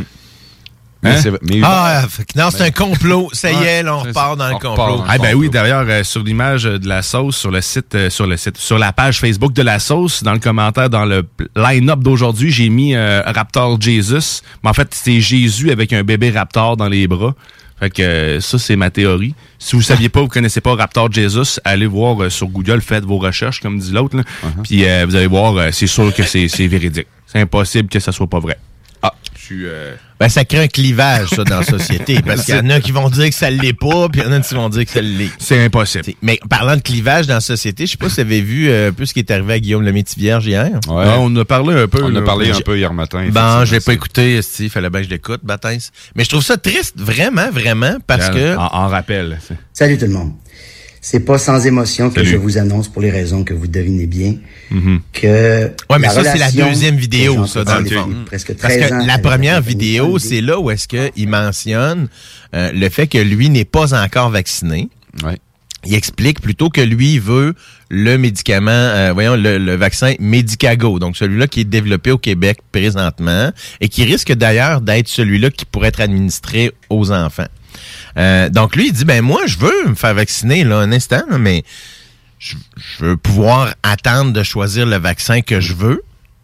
Hein? Mais ah, non, c'est un complot. Ça y est, là, on repart dans le complot. Ah, ben oui, d'ailleurs, euh, sur l'image de la sauce, sur le site, euh, sur le site, sur la page Facebook de la sauce, dans le commentaire, dans le line-up d'aujourd'hui, j'ai mis euh, Raptor Jesus. Mais en fait, c'est Jésus avec un bébé Raptor dans les bras. Fait que euh, ça, c'est ma théorie. Si vous ne saviez pas, vous connaissez pas Raptor Jesus, allez voir euh, sur Google, faites vos recherches, comme dit l'autre. Là. Uh-huh. Puis euh, vous allez voir, euh, c'est sûr que c'est, c'est véridique. C'est impossible que ça soit pas vrai. Ah, je suis... Euh... Ben, ça crée un clivage, ça, dans la société. Parce qu'il y en a qui vont dire que ça l'est pas, puis il y en a qui vont dire que ça l'est. C'est impossible. C'est... Mais parlant de clivage dans la société, je sais pas si vous avez vu euh, un peu ce qui est arrivé à Guillaume Lemaitre-Vierge hier. Ouais. Non, on a parlé un peu. On là, a parlé un peu hier matin. Bon, je l'ai pas écouté, il fallait bien que je l'écoute, Baptiste. Mais je trouve ça triste, vraiment, vraiment, parce Bien, que... En, en rappel. Salut tout le monde. C'est pas sans émotion que Salut. je vous annonce, pour les raisons que vous devinez bien, mm-hmm. que ouais, mais la ça, c'est la relation deuxième vidéo, que ça, dans le fond. Presque Parce treize que ans la avec première la vidéo, compagnie c'est là où est-ce qu'il mentionne euh, le fait que lui n'est pas encore vacciné. Ouais. Il explique plutôt que lui veut le médicament, euh, voyons, le, le vaccin Medicago, donc celui-là qui est développé au Québec présentement et qui risque d'ailleurs d'être celui-là qui pourrait être administré aux enfants. Euh, donc lui, il dit, ben moi, je veux me faire vacciner là un instant, là, mais je, je veux pouvoir attendre de choisir le vaccin que je veux.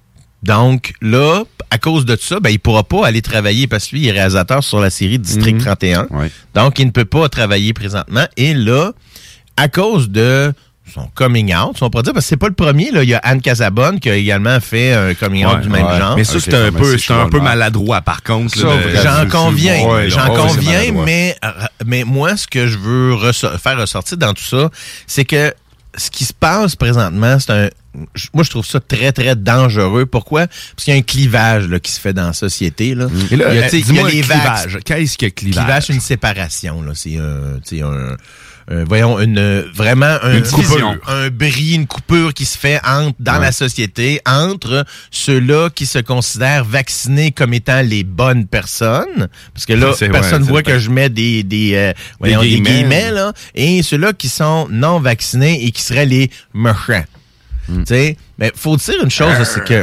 Donc là, à cause de ça, ben il pourra pas aller travailler parce que lui, il est réalisateur sur la série District mm-hmm. trente et un. Ouais. Donc, il ne peut pas travailler présentement. Et là, à cause de son coming out, si on pourrait dire, parce que c'est pas le premier, là, il y a Anne Casabonne qui a également fait un coming out ouais, du même ouais. genre. Mais ça, c'est un peu, c'est un peu maladroit, par contre. Ça, là, j'en le, conviens, ouais, j'en ouais, conviens, mais, mais moi, ce que je veux ressort, faire ressortir dans tout ça, c'est que ce qui se passe présentement, c'est un... Moi, je trouve ça très, très dangereux. Pourquoi? Parce qu'il y a un clivage là, qui se fait dans la société. Là. Et là, il y a, dis-moi il y a les clivage. vagues. Qu'est-ce que clivage? Clivage, c'est une séparation. Là. C'est un... un Euh, voyons, une vraiment un, une coupure. un bris, une coupure qui se fait entre dans ouais. la société entre ceux-là qui se considèrent vaccinés comme étant les bonnes personnes, parce que là, c'est, personne ouais, voit que je mets des des, euh, voyons, des guillemets, des guillemets là, et ceux-là qui sont non vaccinés et qui seraient les méchants. Mm. Tu sais, mais faut dire une chose, là, c'est que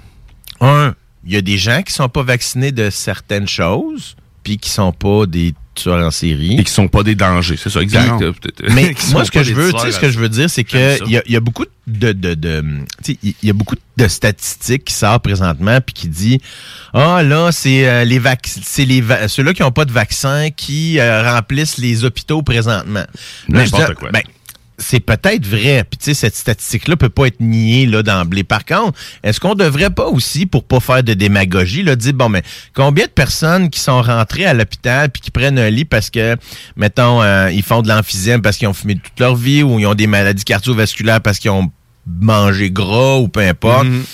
un, il y a des gens qui sont pas vaccinés de certaines choses, puis qui sont pas des tueurs en série. Et qui sont pas des dangers, c'est ça, exact. Mais moi, ce que je veux, tu sais, ce que je veux dire, c'est que il y a, y a beaucoup de, de, de tu sais, il y a beaucoup de statistiques qui sortent présentement puis qui dit, ah là, c'est euh, les vac, c'est les va- ceux-là qui ont pas de vaccin qui euh, remplissent les hôpitaux présentement. N'importe quoi. Ben, c'est peut-être vrai, puis tu sais, cette statistique-là peut pas être niée là d'emblée. Par contre, est-ce qu'on devrait pas aussi, pour pas faire de démagogie, là, dire, bon, mais combien de personnes qui sont rentrées à l'hôpital puis qui prennent un lit parce que, mettons, euh, ils font de l'emphysème parce qu'ils ont fumé toute leur vie ou ils ont des maladies cardiovasculaires parce qu'ils ont mangé gras ou peu importe. Mm-hmm.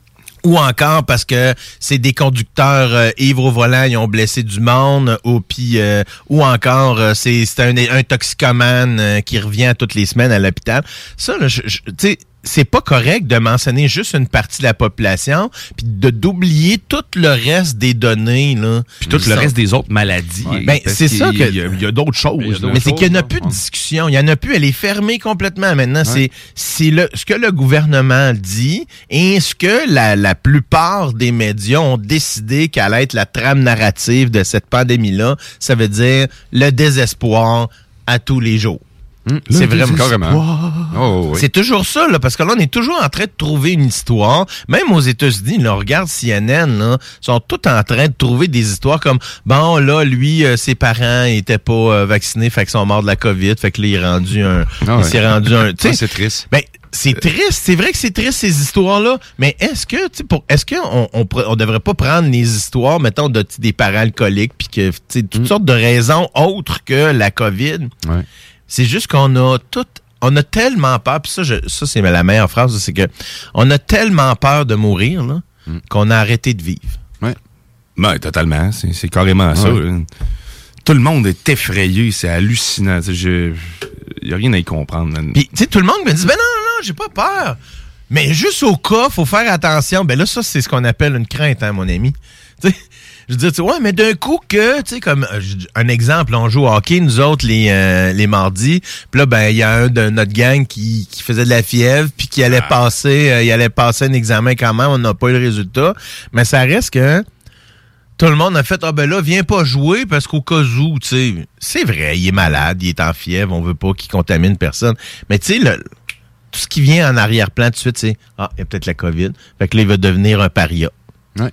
Ou encore parce que c'est des conducteurs euh, ivres au volant, ils ont blessé du monde, ou puis euh, ou encore euh, c'est c'est un, un toxicomane euh, qui revient toutes les semaines à l'hôpital. Ça, là, je, je, tu sais, c'est pas correct de mentionner juste une partie de la population, puis de d'oublier tout le reste des données là, puis tout le sont... reste des autres maladies. Ouais. Ben c'est ça que il y a, il y a d'autres choses. Il y a d'autres mais c'est choses, qu'il n'y en a là. plus de discussion, il y en a plus, elle est fermée complètement maintenant. Ouais. C'est c'est le ce que le gouvernement dit et ce que la la plupart des médias ont décidé qu'elle allait être la trame narrative de cette pandémie-là. Ça veut dire le désespoir à tous les jours. Mmh, c'est vraiment carrément. Oh, oui. C'est toujours ça, là, parce que là, on est toujours en train de trouver une histoire. Même aux États-Unis, là, on regarde C N N, là, sont tous en train de trouver des histoires comme, bon, là, lui, euh, ses parents étaient pas euh, vaccinés, fait qu'ils sont morts de la COVID, fait que là, il est rendu un... Ah, il s'est rendu un... Tu sais, c'est triste. Ben, c'est triste, c'est vrai que c'est triste ces histoires-là, mais est-ce que, tu sais, pour, est-ce qu'on on, on devrait pas prendre les histoires, mettons, de des parents alcooliques, puis que, tu sais, toutes mm. sortes de raisons autres que la COVID? Ouais. C'est juste qu'on a tout, on a tellement peur, puis ça, je, ça c'est la meilleure phrase, c'est que on a tellement peur de mourir là, mm. qu'on a arrêté de vivre. Ouais, ben, totalement, c'est, c'est carrément ouais. ça. Là. Tout le monde est effrayé, c'est hallucinant. Il n'y a rien à y comprendre. Puis, tu sais, tout le monde me dit, ben non, non, j'ai pas peur. Mais juste au cas, faut faire attention. Ben là, ça, c'est ce qu'on appelle une crainte, hein, mon ami. Tu sais, je veux dire, tu sais, ouais, mais d'un coup que, tu sais, comme un exemple, on joue au hockey, nous autres, les euh, les mardis, puis là, ben, il y a un de notre gang qui, qui faisait de la fièvre, puis qui allait ah. passer, euh, il allait passer un examen quand même, on n'a pas eu le résultat, mais ça reste que tout le monde a fait, ah ben là, viens pas jouer parce qu'au cas où, tu sais, c'est vrai, il est malade, il est en fièvre, on veut pas qu'il contamine personne, mais tu sais, le tout ce qui vient en arrière-plan tout de suite, c'est, ah, il y a peut-être la COVID, fait que là, il va devenir un paria. Ouais.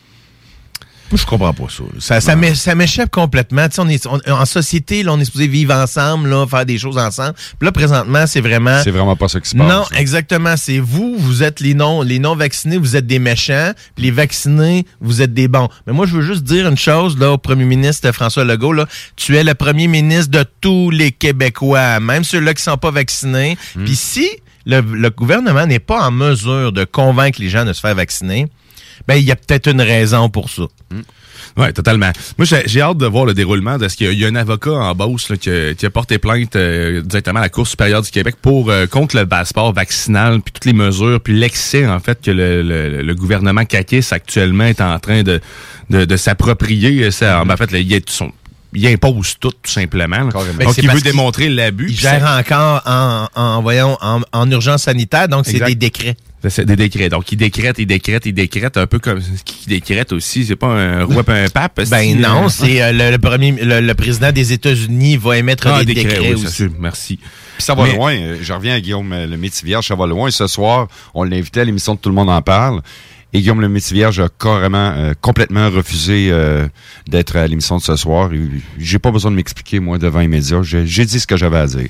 Je comprends pas ça. Ça, ça, m'é, ça m'échappe complètement. Tu sais, on est on, en société, là, on est supposé vivre ensemble, là, faire des choses ensemble. Puis là, présentement, c'est vraiment... C'est vraiment pas ça qui se passe. Non, ça. exactement. C'est vous, vous êtes les non, les non vaccinés, vous êtes des méchants. Puis les vaccinés, vous êtes des bons. Mais moi, je veux juste dire une chose, là, au premier ministre François Legault, là. Tu es le premier ministre de tous les Québécois, même ceux-là qui sont pas vaccinés. Mmh. Puis si le, le gouvernement n'est pas en mesure de convaincre les gens de se faire vacciner, ben, il y a peut-être une raison pour ça. Mmh. Oui, totalement. Moi, j'ai, j'ai hâte de voir le déroulement de ce qu'il y a, il y a un avocat en Beauce là, qui, a, qui a porté plainte euh, directement à la Cour supérieure du Québec pour euh, contre le passeport vaccinal, puis toutes les mesures, puis l'excès, en fait, que le, le, le gouvernement caquiste actuellement est en train de, de, de s'approprier. Ça, en fait, là, il y a son il impose tout, tout simplement. Donc, il veut démontrer l'abus. Il gère ça... encore en, en, voyons, en, en urgence sanitaire, donc exact. C'est des décrets. C'est des décrets. Donc, il décrète, il décrète, il décrète, un peu comme ce qui décrète aussi. C'est pas un roi et un pape. Ben non, c'est euh, le, le, premier, le, le président des États-Unis va émettre ah, des décrets, décrets oui, aussi. Merci. Puis ça va Mais... loin. Je reviens à Guillaume le Métivierge, ça va loin. Ce soir, on l'invitait à l'émission de Tout le monde en parle. Et Guillaume le Métivierge a carrément, euh, complètement refusé euh, d'être à l'émission de ce soir. J'ai pas besoin de m'expliquer, moi, devant les médias. J'ai, j'ai dit ce que j'avais à dire.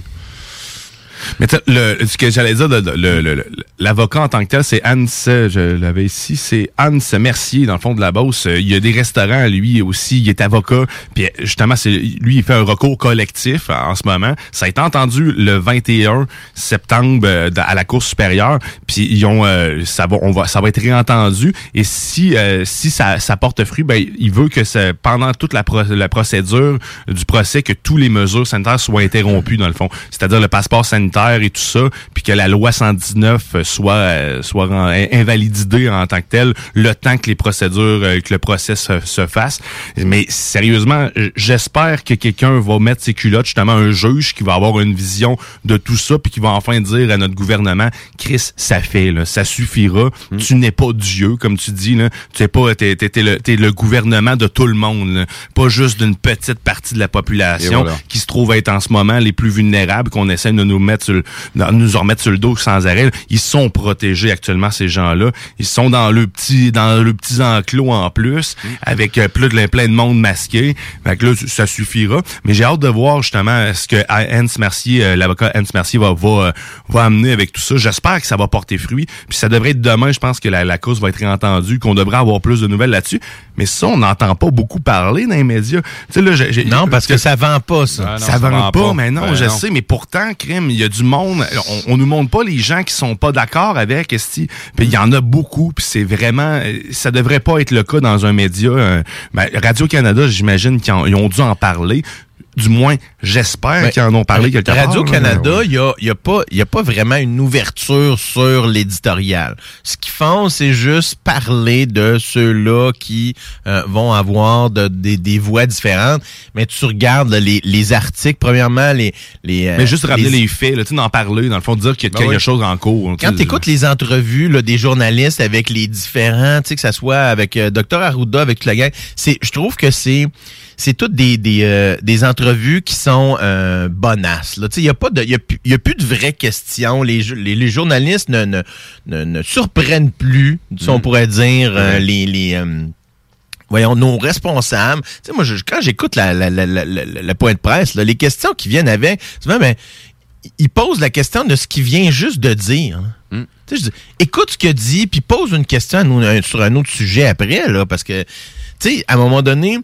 Mais le, ce que j'allais dire, le, le, le, l'avocat en tant que tel, c'est Hans, je l'avais ici, c'est Hans Mercier, dans le fond de la Beauce. Il y a des restaurants, lui aussi, il est avocat. Puis justement, c'est lui, il fait un recours collectif en ce moment. Ça a été entendu le vingt et un septembre à la Cour supérieure. Puis ils ont, euh, ça va, on va, ça va être réentendu. Et si, euh, si ça, ça porte fruit, ben, il veut que ça, pendant toute la, pro, la procédure du procès, que tous les mesures sanitaires soient interrompues dans le fond. C'est-à-dire le passeport sanitaire et tout ça, puis que la loi cent dix-neuf soit euh, soit en, invalidée en tant que telle, le temps que les procédures, euh, que le procès se, se fasse. Mais sérieusement, j'espère que quelqu'un va mettre ses culottes, justement un juge qui va avoir une vision de tout ça, puis qui va enfin dire à notre gouvernement, Chris, ça fait, là, ça suffira. Mm. Tu n'es pas Dieu, comme tu dis, là. Tu es pas, t'es, t'es, t'es, le, t'es le gouvernement de tout le monde, là. Pas juste d'une petite partie de la population voilà. qui se trouve être en ce moment les plus vulnérables, qu'on essaie de nous mettre sur le, nous en remettre sur le dos sans arrêt. Ils sont protégés actuellement, ces gens-là. Ils sont dans le petit, dans le petit enclos en plus, mmh. avec euh, plein, de, plein de monde masqué. Fait que là, ça suffira. Mais j'ai hâte de voir justement ce que Hans Mercier, euh, l'avocat Hans Mercier va, va, euh, va amener avec tout ça. J'espère que ça va porter fruit. Puis ça devrait être demain, je pense que la, la cause va être réentendue, qu'on devrait avoir plus de nouvelles là-dessus. Mais ça, on n'entend pas beaucoup parler dans les médias. Tu sais, là, j'ai, non, parce que, que ça vend pas, ça. Ah non, ça, ça vend, vend pas, pas, mais non, ben je non. sais. Mais pourtant, crime, il y a du monde. On, on nous montre pas les gens qui sont pas d'accord avec esti. Puis il y en a beaucoup, puis c'est vraiment, ça devrait pas être le cas dans un média. Euh, ben, Radio-Canada, j'imagine qu'ils ont, ils ont dû en parler. Du moins, j'espère ben, qu'ils en ont parlé quelque part. Radio-Canada, il ouais. y a, y a pas, y a pas vraiment une ouverture sur l'éditorial. Ce qu'ils font, c'est juste parler de ceux-là qui euh, vont avoir de, de, des voix différentes. Mais tu regardes là, les, les articles, premièrement, les... les Mais juste rappeler les, les faits, là, tu sais, d'en parler, dans le fond, dire qu'il y a ben quelque oui. chose en cours. Quand tu écoutes les entrevues là, des journalistes avec les différents, tu sais, que ça soit avec euh, docteur Arruda, avec toute la gang, c'est, je trouve que c'est... c'est toutes des des euh, des entrevues qui sont euh, bonasses. Là, tu sais, il y a pas de, il y a, y a plus de vraies questions. Les les, les journalistes ne, ne ne ne surprennent plus, si on pourrait dire euh, les les euh, voyons, nos responsables. Tu sais, moi, je, quand j'écoute la la la la, la, la point de presse, là, les questions qui viennent avec, souvent, ben, ils posent la question de ce qu'il vient juste de dire. Mm. Tu sais, je dis, écoute ce qu'il dit, puis pose une question à nous, sur un autre sujet après, là, parce que, tu sais, à un moment donné,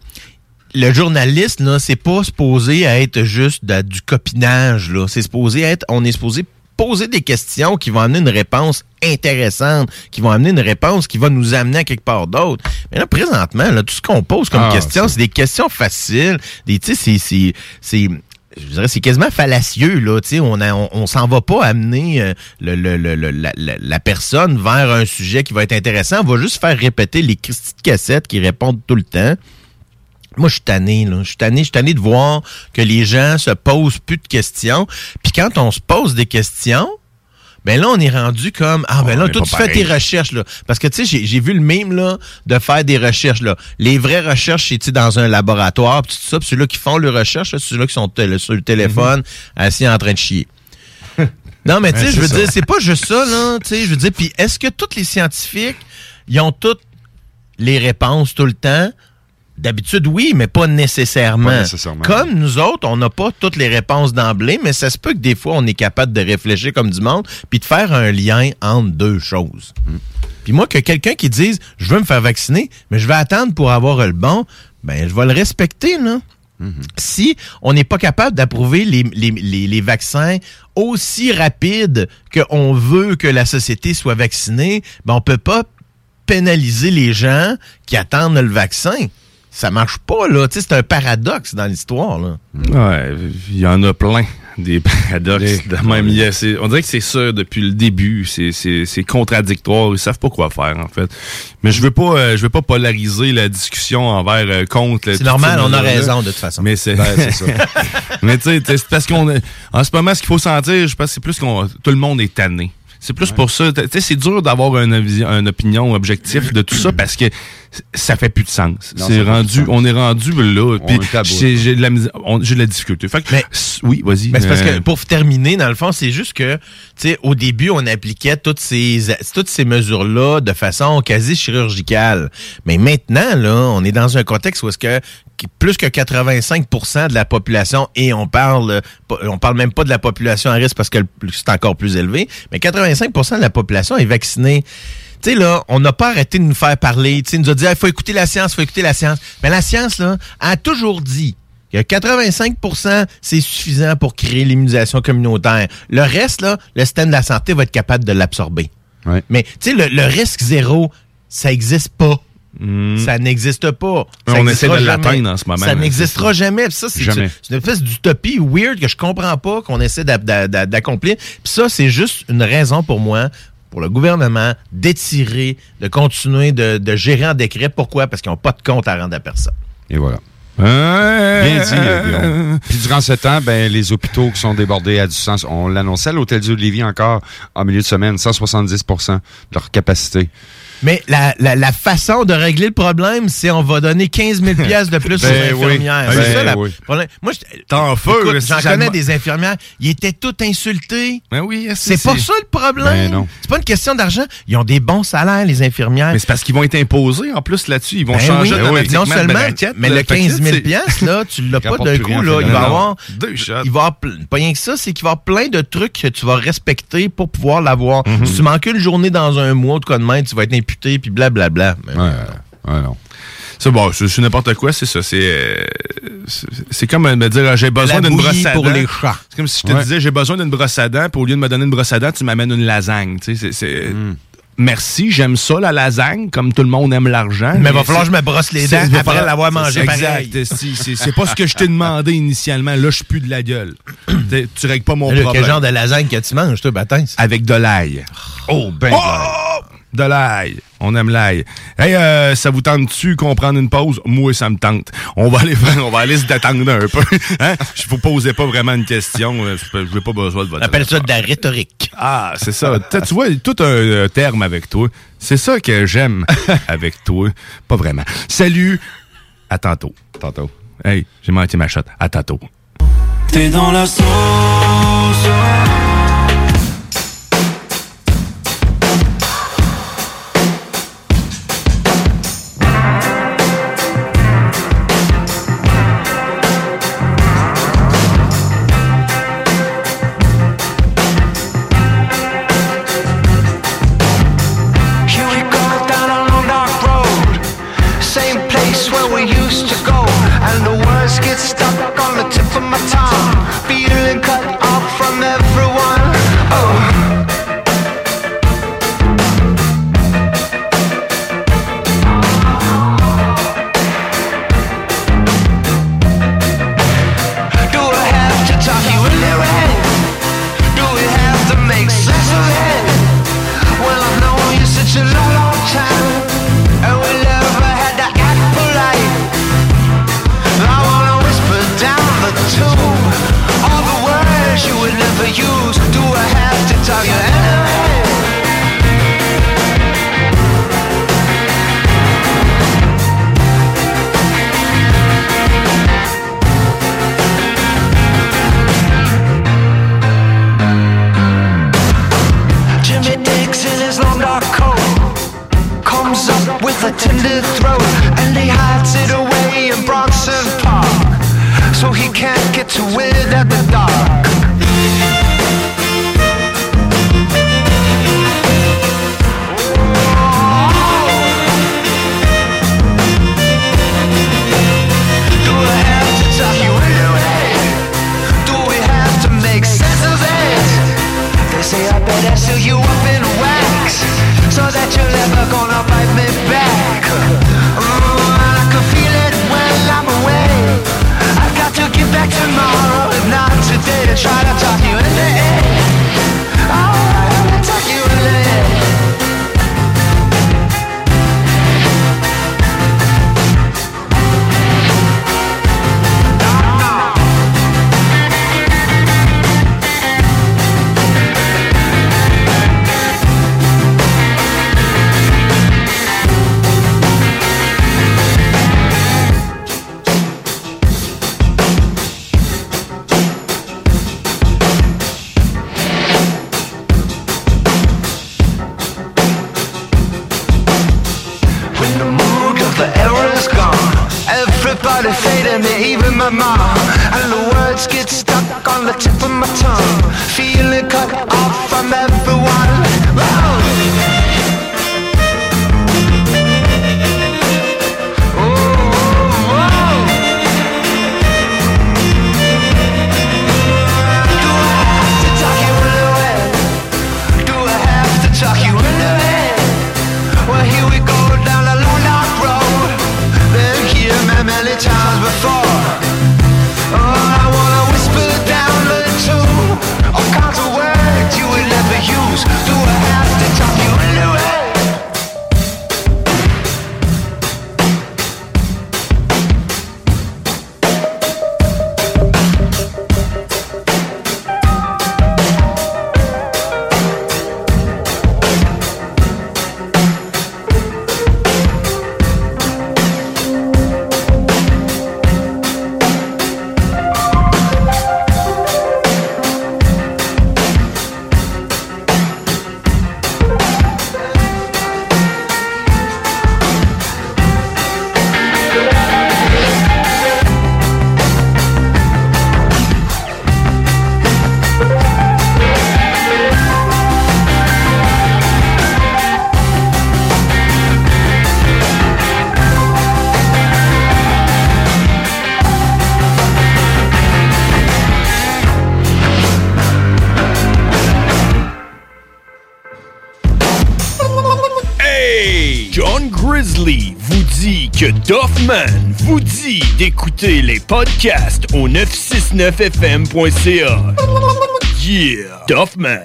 le journaliste, là, c'est pas supposé être juste de, du copinage, là. C'est supposé être, on est supposé poser des questions qui vont amener une réponse intéressante, qui vont amener une réponse qui va nous amener à quelque part d'autre. Mais là, présentement, là, tout ce qu'on pose comme ah, question, c'est... c'est des questions faciles. Des, tu sais, c'est, c'est, c'est, je dirais, c'est quasiment fallacieux, là. Tu sais, on, a, on, on s'en va pas amener euh, le, le, le, le, la, la personne vers un sujet qui va être intéressant. On va juste faire répéter les petites cassettes qui répondent tout le temps. Moi, je suis tanné, là. Je suis tanné, je suis tanné de voir que les gens se posent plus de questions. Puis quand on se pose des questions, ben là, on est rendu comme, ah, ben là, toi, tu fais tes recherches, là. Parce que, tu sais, j'ai, j'ai vu le mème, là, de faire des recherches, là. Les vraies recherches, c'est, dans un laboratoire, puis tout ça, puis ceux-là qui font leurs recherches, là, c'est ceux-là qui sont t- sur le téléphone, mm-hmm. assis en train de chier. Non, mais tu sais, ouais, je veux ça. dire, c'est pas juste ça, là. Tu sais, je veux dire, puis est-ce que tous les scientifiques, ils ont toutes les réponses tout le temps? D'habitude, oui, mais pas nécessairement. Pas nécessairement. Comme nous autres, on n'a pas toutes les réponses d'emblée, mais ça se peut que des fois, on est capable de réfléchir comme du monde puis de faire un lien entre deux choses. Mm. Puis moi, que quelqu'un qui dise « Je veux me faire vacciner, mais je vais attendre pour avoir le bon », ben je vais le respecter, là. Mm-hmm. Si on n'est pas capable d'approuver les, les, les, les vaccins aussi rapides qu'on veut que la société soit vaccinée, ben on peut pas pénaliser les gens qui attendent le vaccin. ça marche pas, là. Tu sais, c'est un paradoxe dans l'histoire, là. Ouais, il y en a plein, des paradoxes. De même, il y a, c'est, on dirait que c'est ça depuis le début. C'est, c'est, c'est contradictoire. Ils savent pas quoi faire, en fait. Mais je veux pas, euh, je veux pas polariser la discussion envers euh, contre. C'est normal, on a raison, de toute façon. Mais c'est, ben, c'est ça. Mais tu sais, c'est parce qu'on, en ce moment, ce qu'il faut sentir, je pense que c'est plus qu'on, tout le monde est tanné. C'est plus ouais. pour ça. Tu sais, c'est dur d'avoir une, une opinion objective de tout ça parce que ça fait plus de sens. Non, c'est rendu, on est rendu là. Puis j'ai, j'ai de la, on, j'ai de la difficulté. Fait que, mais, oui, vas-y. Mais c'est parce que pour terminer, dans le fond, c'est juste que, tu sais, au début, on appliquait toutes ces, toutes ces mesures-là de façon quasi chirurgicale. Mais maintenant, là, on est dans un contexte où est-ce que plus que quatre-vingt-cinq pour cent de la population, et on parle, on parle même pas de la population à risque parce que c'est encore plus élevé, mais quatre-vingt-cinq pour cent de la population est vaccinée. Tu sais, là, on n'a pas arrêté de nous faire parler. Tu sais, il nous a dit, il faut écouter la science, il faut écouter la science. Mais la science, là, a toujours dit que quatre-vingt-cinq pour cent, c'est suffisant pour créer l'immunisation communautaire. Le reste, là, le système de la santé va être capable de l'absorber. Ouais. Mais, tu sais, le, le risque zéro, ça n'existe pas. Mmh. Ça n'existe pas. Ça on essaie de l'atteindre en ce moment. Ça n'existera jamais. Puis ça, c'est, jamais. c'est une espèce d'utopie weird que je comprends pas qu'on essaie d'a, d'a, d'a, d'accomplir. Puis ça, c'est juste une raison pour moi, pour le gouvernement, d'étirer, de continuer de, de gérer en décret. Pourquoi? Parce qu'ils n'ont pas de compte à rendre à personne. Et voilà. Bien dit, Guillaume. Puis durant ce temps, ben, les hôpitaux qui sont débordés à distance, on l'annonçait à l'Hôtel Dieu de Lévis encore en milieu de semaine, cent soixante-dix pour cent de leur capacité. Mais la, la, la façon de régler le problème, c'est on va donner quinze mille piastres de plus ben aux infirmières. Oui. C'est ben ça le oui. problème. Moi, t'en feu. Écoute, j'en connais m- des infirmières. Ils étaient tous insultés. Ben oui, c'est, c'est pas ça le problème. Ben non. C'est pas une question d'argent. Ils ont des bons salaires, les infirmières. Mais c'est parce qu'ils vont être imposés en plus là-dessus. Ils vont ben changer oui, automatiquement non seulement, de braquette, mais le quinze mille piastres, là, tu l'as pas d'un coup. Là, il va y avoir deux shots. Il va avoir, pas rien que ça, c'est qu'il va y avoir plein de trucs que tu vas respecter pour pouvoir l'avoir. Mm-hmm. Si tu manques une journée dans un mois, de quoi de même, tu vas être imputé, puis blablabla. Ouais. Ouais, non. C'est bon, c'est, c'est n'importe quoi, c'est ça. C'est, euh, c'est, c'est comme me dire, j'ai besoin d'une brosse à dents. pour les chats. C'est comme si je te ouais. disais, j'ai besoin d'une brosse à dents, puis au lieu de me donner une brosse à dents, tu m'amènes une lasagne. Tu sais, c'est, c'est... Mm. Merci, j'aime ça, la lasagne, comme tout le monde aime l'argent. Mais il va falloir que je me brosse les dents après falloir, l'avoir mangé pareil. Exact. C'est, c'est, c'est pas ce que je t'ai demandé initialement. Là, je suis plus de la gueule. Tu règles pas mon le, problème. Quel genre de lasagne que tu manges, toi, bâtin? Avec de l'ail. Oh, ben oh! De l'ail. On aime l'ail. Hey, euh, ça vous tente-tu comprendre une pause? Moi, ça me tente. On va aller faire, on va aller se détendre un peu. Hein? Je vous posais pas vraiment une question. Je n'ai pas besoin de votre... On appelle ça de la rhétorique. Ah, c'est ça. Tu vois, tout un euh, terme avec toi. C'est ça que j'aime avec toi. Pas vraiment. Salut. À tantôt. Tantôt. Hey, j'ai manqué ma shot. À tantôt. T'es dans la sauce. So that you're never gonna bite me back. Oh, I can feel it when my mom, and the words get stuck on the tip of my tongue. Feeling cut off from everyone. Whoa. Talk you into it. Well, here we go down a long dark road. Been here many times before. Oh, I wanna whisper down the tune all kinds of words you would never use. Do I have to talk you into it? Vous dit que Duffman vous dit d'écouter les podcasts au neuf cent soixante-neuf F M point C A. Yeah, Duffman.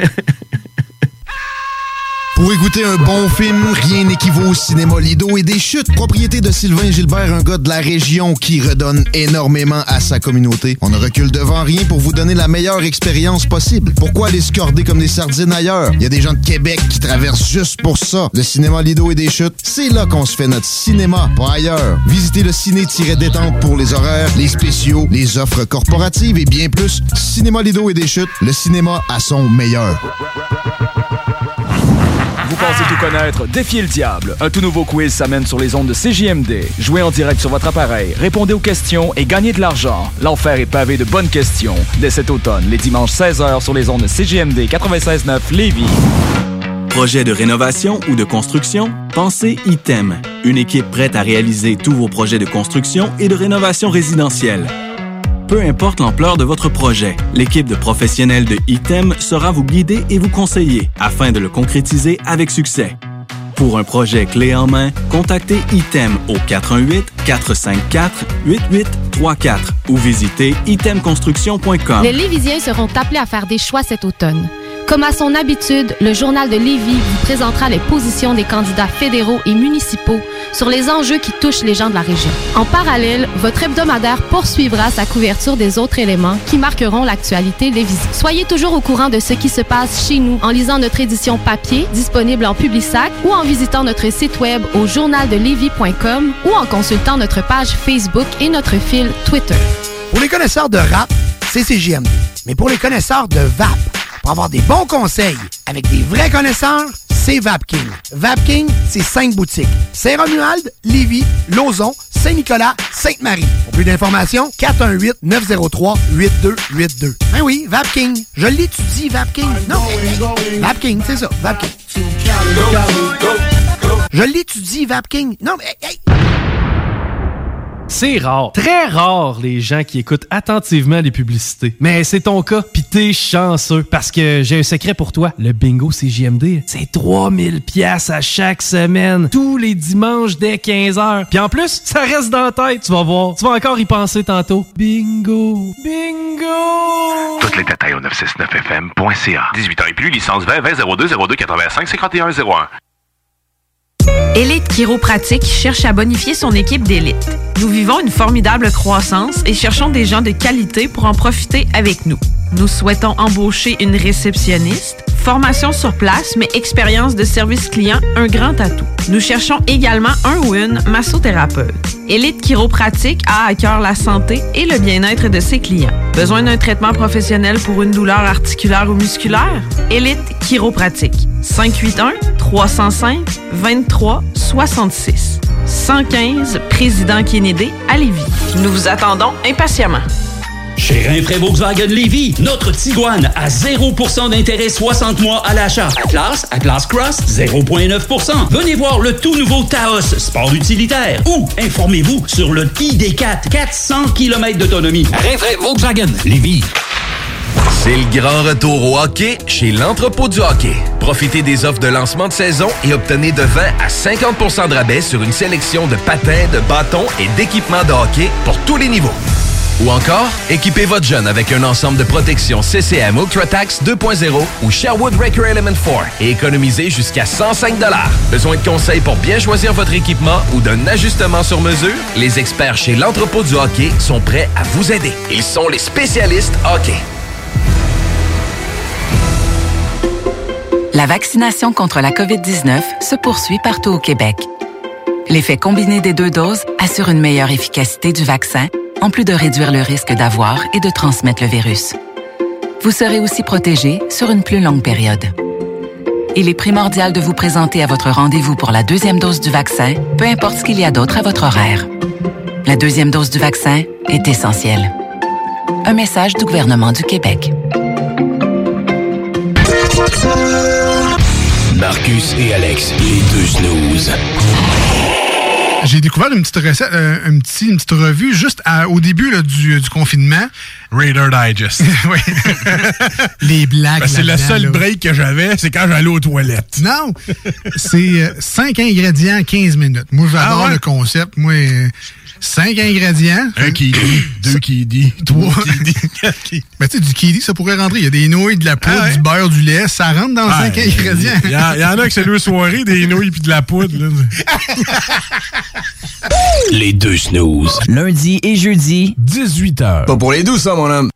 Pour écouter un bon film, rien n'équivaut au cinéma Lido et des chutes. Propriété de Sylvain Gilbert, un gars de la région qui redonne énormément à sa communauté. On ne recule devant rien pour vous donner la meilleure expérience possible. Pourquoi aller se corder comme des sardines ailleurs? Il y a des gens de Québec qui traversent juste pour ça. Le cinéma Lido et des chutes, c'est là qu'on se fait notre cinéma, pas ailleurs. Visitez le ciné-détente pour les horaires, les spéciaux, les offres corporatives et bien plus. Cinéma Lido et des chutes, le cinéma à son meilleur. Vous pensez tout connaître? Défiez le diable. Un tout nouveau quiz s'amène sur les ondes de C J M D. Jouez en direct sur votre appareil, répondez aux questions et gagnez de l'argent. L'enfer est pavé de bonnes questions. Dès cet automne, les dimanches seize heures sur les ondes de C J M D quatre-vingt-seize neuf Lévis. Projet de rénovation ou de construction? Pensez Item. Une équipe prête à réaliser tous vos projets de construction et de rénovation résidentielle. Peu importe l'ampleur de votre projet, l'équipe de professionnels de Item sera vous guider et vous conseiller afin de le concrétiser avec succès. Pour un projet clé en main, contactez Item au quatre un huit, quatre cinq quatre, huit huit trois quatre ou visitez item construction point com. Les Lévisiens seront appelés à faire des choix cet automne. Comme à son habitude, le Journal de Lévis vous présentera les positions des candidats fédéraux et municipaux sur les enjeux qui touchent les gens de la région. En parallèle, votre hebdomadaire poursuivra sa couverture des autres éléments qui marqueront l'actualité lévisienne. Soyez toujours au courant de ce qui se passe chez nous en lisant notre édition papier, disponible en Publisac, ou en visitant notre site web au journal de lévis point com ou en consultant notre page Facebook et notre fil Twitter. Pour les connaisseurs de rap, c'est C J M D. Mais pour les connaisseurs de V A P, pour avoir des bons conseils avec des vrais connaisseurs, c'est Vapking. Vapking, c'est cinq boutiques. Saint-Romuald, Lévis, Lauson, Saint-Nicolas, Sainte-Marie. Pour plus d'informations, quatre un huit, neuf zéro trois, huit deux huit deux. Ben oui, Vapking. Je l'étudie, Vapking. Non, mais, Vapking, c'est ça, Vapking. Je l'étudie, Vapking. Non, mais... Hey. C'est rare, très rare, les gens qui écoutent attentivement les publicités. Mais c'est ton cas, pis t'es chanceux, parce que j'ai un secret pour toi. Le bingo C J M D, c'est trois mille piastres à chaque semaine, tous les dimanches dès quinze heures. Puis en plus, ça reste dans la tête, tu vas voir. Tu vas encore y penser tantôt. Bingo, bingo! Toutes les détails au neuf cent soixante-neuf F M point C A. dix-huit ans et plus, licence vingt vingt zéro deux zéro deux quatre-vingt-cinq cinquante et un zéro un. Élite Chiropratique cherche à bonifier son équipe d'élite. Nous vivons une formidable croissance et cherchons des gens de qualité pour en profiter avec nous. Nous souhaitons embaucher une réceptionniste, formation sur place, mais expérience de service client, un grand atout. Nous cherchons également un ou une massothérapeute. Élite Chiropratique a à cœur la santé et le bien-être de ses clients. Besoin d'un traitement professionnel pour une douleur articulaire ou musculaire? Élite Chiropratique. cinq huit un, trois zéro cinq, deux trois six six. cent quinze Président Kennedy à Lévis. Nous vous attendons impatiemment. Chez Rinfraie Volkswagen Lévis, notre Tiguan à zéro pour cent d'intérêt soixante mois à l'achat. Atlas, Atlas Cross, zéro virgule neuf pour cent. Venez voir le tout nouveau Taos, sport utilitaire. Ou informez-vous sur le I D quatre, quatre cents kilomètres d'autonomie. Rinfraie Volkswagen Lévis. C'est le grand retour au hockey chez l'Entrepôt du hockey. Profitez des offres de lancement de saison et obtenez de vingt à cinquante pour cent de rabais sur une sélection de patins, de bâtons et d'équipements de hockey pour tous les niveaux. Ou encore, équipez votre jeune avec un ensemble de protection C C M UltraTax deux point zéro ou Sherwood Record Element quatre et économisez jusqu'à cent cinq dollars. Besoin de conseils pour bien choisir votre équipement ou d'un ajustement sur mesure? Les experts chez l'Entrepôt du hockey sont prêts à vous aider. Ils sont les spécialistes hockey. La vaccination contre la covid dix-neuf se poursuit partout au Québec. L'effet combiné des deux doses assure une meilleure efficacité du vaccin, en plus de réduire le risque d'avoir et de transmettre le virus. Vous serez aussi protégé sur une plus longue période. Il est primordial de vous présenter à votre rendez-vous pour la deuxième dose du vaccin, peu importe ce qu'il y a d'autre à votre horaire. La deuxième dose du vaccin est essentielle. Un message du gouvernement du Québec. Marcus et Alex, les deux snooze. J'ai découvert une petite recette, euh, un petit, une petite revue juste à, au début là, du, du confinement. Raider Digest. Oui. Les blagues. Ben, c'est le seul là. break que j'avais, c'est quand j'allais aux toilettes. Non! C'est cinq euh, ingrédients, quinze minutes. Moi, j'adore ah ouais? le concept. Moi, euh, cinq ingrédients. Un qui dit, deux qui dit, trois qui dit, quatre qui dit. Ben, tu sais, du kiwi, ça pourrait rentrer. Il y a des nouilles, de la poudre, ah ouais? du beurre, du lait. Ça rentre dans ah, cinq ingrédients. Il y, y en a que c'est deux soirées, des nouilles puis de la poudre. Là. Les deux snooze. Lundi et jeudi, dix-huit heures. Pas pour les douze, ça, mon homme.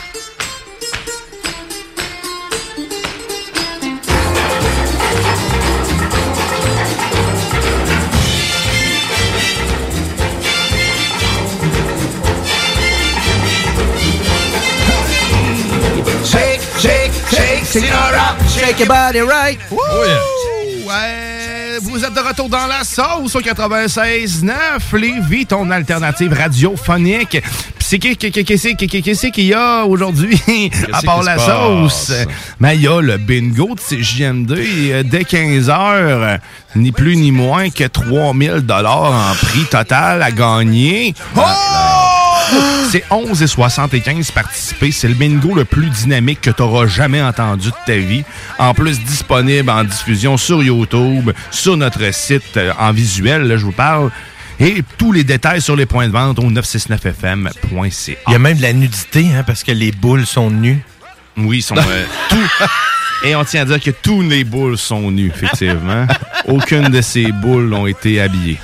Shake, shake, shake, c'est up, shake your body right. Oh yeah. Ouais, vous êtes de retour dans la sauce au quatre-vingt-seize neuf Lévis, ton alternative radiophonique. Puis c'est qu'est-ce qu'il y a aujourd'hui à part la sauce? Mais il y a le bingo de C J M D dès quinze heures, ni plus ni moins que trois mille dollars en prix total à gagner. Oh! C'est onze et soixante-quinze participés. C'est le bingo le plus dynamique que tu auras jamais entendu de ta vie. En plus, disponible en diffusion sur YouTube, sur notre site euh, en visuel, là, je vous parle. Et tous les détails sur les points de vente au neuf cent soixante-neuf F M point C A. Il y a même de la nudité, hein, parce que les boules sont nues. Oui, ils sont euh, tout. Et on tient à dire que tous les boules sont nues, effectivement. Aucune de ces boules n'ont été habillées.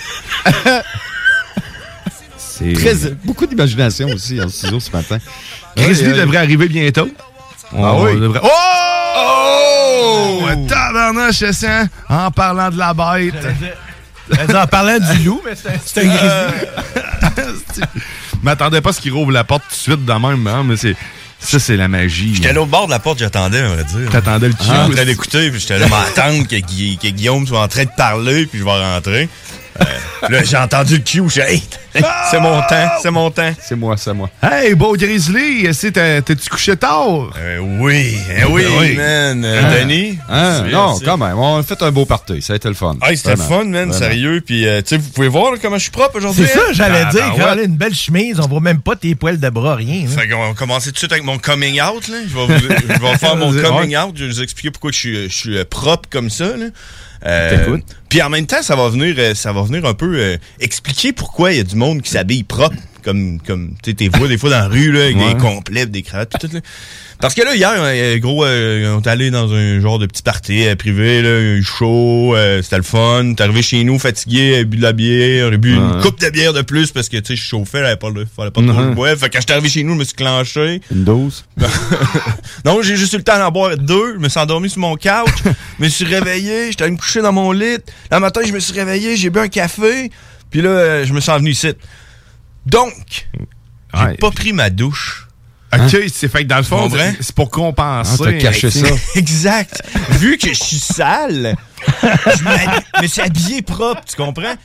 C'est Très, beaucoup d'imagination aussi en studio ce matin. Grizzly euh, devrait arriver bientôt. On ah oui. Devrait... Oh! Oh! Tabarnache, hein? En parlant de la bête. En parlant du loup, mais c'est un grizzly. Je m'attendais pas à ce qu'il rouvre la porte tout de suite de même, hein, mais c'est... Ça, c'est la magie. J'étais à l'autre bord de la porte, j'attendais, on va dire. T'attendais le cul. Ah, en train d'écouter, puis j'étais là, m'attendre que, Gu- que Guillaume soit en train de parler, puis je vais rentrer. Euh, là, j'ai entendu le cue, j'ai hey, c'est mon temps, c'est mon temps. C'est moi, c'est moi. Hey, beau Grizzly, t'es-tu couché tard? Euh, oui, euh, oui, oui, man. Euh, ah. Denis? Ah, non, quand même, on a fait un beau party, ça a été le fun. Hey, c'était le fun, man, vraiment. Sérieux. Puis, euh, tu sais, vous pouvez voir là, comment je suis propre aujourd'hui. C'est ça, j'allais ah, dire, ben, quand ouais. une belle chemise, on voit même pas tes poils de bras, rien. Fait qu'on va commencer tout de suite avec mon coming out, là. Je vais, vous, je vais faire mon coming out, je vais vous expliquer pourquoi je suis, je suis propre comme ça, là. Euh, puis en même temps, ça va venir, ça va venir un peu euh, expliquer pourquoi il y a du monde qui s'habille propre, comme, comme tu sais, t'es vois des fois dans la rue là, avec ouais. des complets, des cravates, pis tout là. Parce que là hier, euh, gros, euh, on est allé dans un genre de petit party euh, privé, là, il y a eu chaud, euh, c'était le fun. T'es arrivé chez nous fatigué, euh, bu de la bière, j'ai bu ouais. une coupe de bière de plus parce que tu sais, je chauffais, là, pas le, fallait pas trop le boire. Fait que quand j'étais arrivé chez nous, je me suis clenché. Une dose. Non, j'ai juste eu le temps d'en boire deux. Je me suis endormi sur mon couch. Je me suis réveillé. J'étais allé me coucher dans mon lit. Le matin, je me suis réveillé. J'ai bu un café. Puis là, je me suis envenu ici. Donc, j'ai ouais. pas pris ma douche. OK, hein? C'est fait que dans le fond, c'est, c'est pour compenser. Ah, t'as caché ça. Exact. Vu que je suis sale, je me suis habillé propre, tu comprends?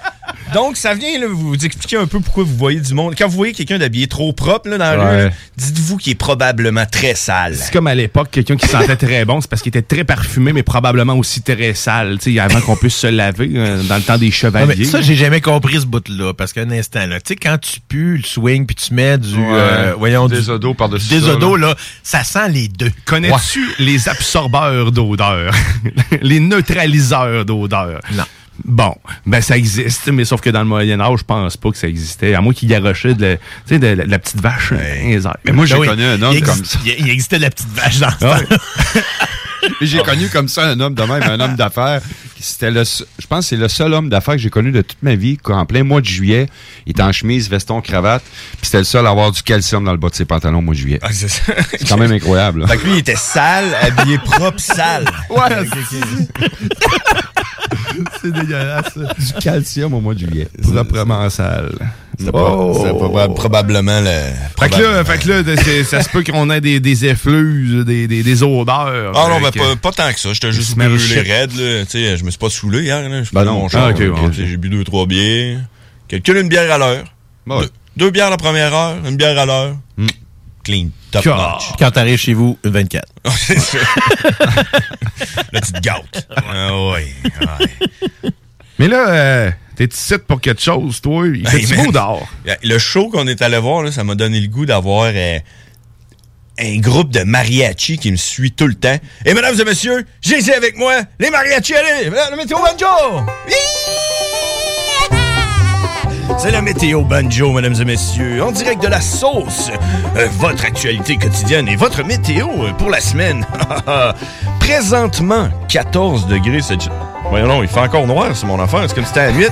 Donc, ça vient là, vous expliquer un peu pourquoi vous voyez du monde. Quand vous voyez quelqu'un d'habillé trop propre là, dans la Ouais. rue, là, dites-vous qu'il est probablement très sale. C'est comme à l'époque, quelqu'un qui sentait très bon, c'est parce qu'il était très parfumé, mais probablement aussi très sale, tu sais, avant qu'on puisse se laver euh, dans le temps des Ouais, chevaliers. mais ça, j'ai jamais compris ce bout-là. Parce qu'un instant, là, tu sais, quand tu pues le swing puis tu mets du, Ouais. euh, voyons, Des du odos par-dessus ça, désodo, là, ça sent les deux. Connais-tu les absorbeurs d'odeur? Les neutraliseurs d'odeur? Non. Bon, ben ça existe, mais sauf que dans le Moyen-Âge, je pense pas que ça existait. À moins qu'ils garochaient de, la- tu sais, de, la- de la petite vache. Ouais. dans les airs. Mais moi, j'ai Ben oui. connu un homme il comme existe- ça. Il, il existait de la petite vache dans ce Ouais. temps. J'ai connu comme ça un homme de même, un homme d'affaires. C'était le, se- je pense que c'est le seul homme d'affaires que j'ai connu de toute ma vie, qu'en plein mois de juillet, il était en chemise, veston, cravate, puis c'était le seul à avoir du calcium dans le bas de ses pantalons au mois de juillet. Ah, c'est ça. C'est quand même incroyable. là. Fait que lui, il était sale, habillé propre, sale. Ouais, c'est dégueulasse. Du calcium au mois de juillet. Proprement sale. C'est Oh. pas- c'est proba- probablement le... Fait que là, fait que là c'est- ça se peut qu'on ait des, des effluves, des, des, des odeurs. Ah non, euh, mais que- pas, pas tant que ça. J'étais juste smell brûlé shit. raide, là. Tu sais, je me suis pas saoulé hier, là. Je Ben non. mon char. Ah, ok, là. bon, Tu sais, ok. J'ai bu deux, trois bières. Quelqu'un une bière à l'heure. Ouais. Deux, deux bières la première heure, une bière à l'heure. Mm. Clean. Top Car- notch. Quand t'arrives chez vous, vingt-quatre. C'est ça. Là, tu te gâtes. Ah ouais. ouais. Mais là, euh, t'es ici pour quelque chose, toi. Il fait Hey, du man. beau dehors. Le show qu'on est allé voir, là, ça m'a donné le goût d'avoir euh, un groupe de mariachi qui me suit tout le temps. Et mesdames et messieurs, j'ai ici avec moi les mariachis. Allez, le météo banjo! C'est la météo banjo, mesdames et messieurs, en direct de la sauce. Euh, votre actualité quotidienne et votre météo euh, pour la semaine. Présentement, quatorze degrés Celsius. Voyons non, il fait encore noir, c'est mon affaire. C'est comme si c'était à la nuit.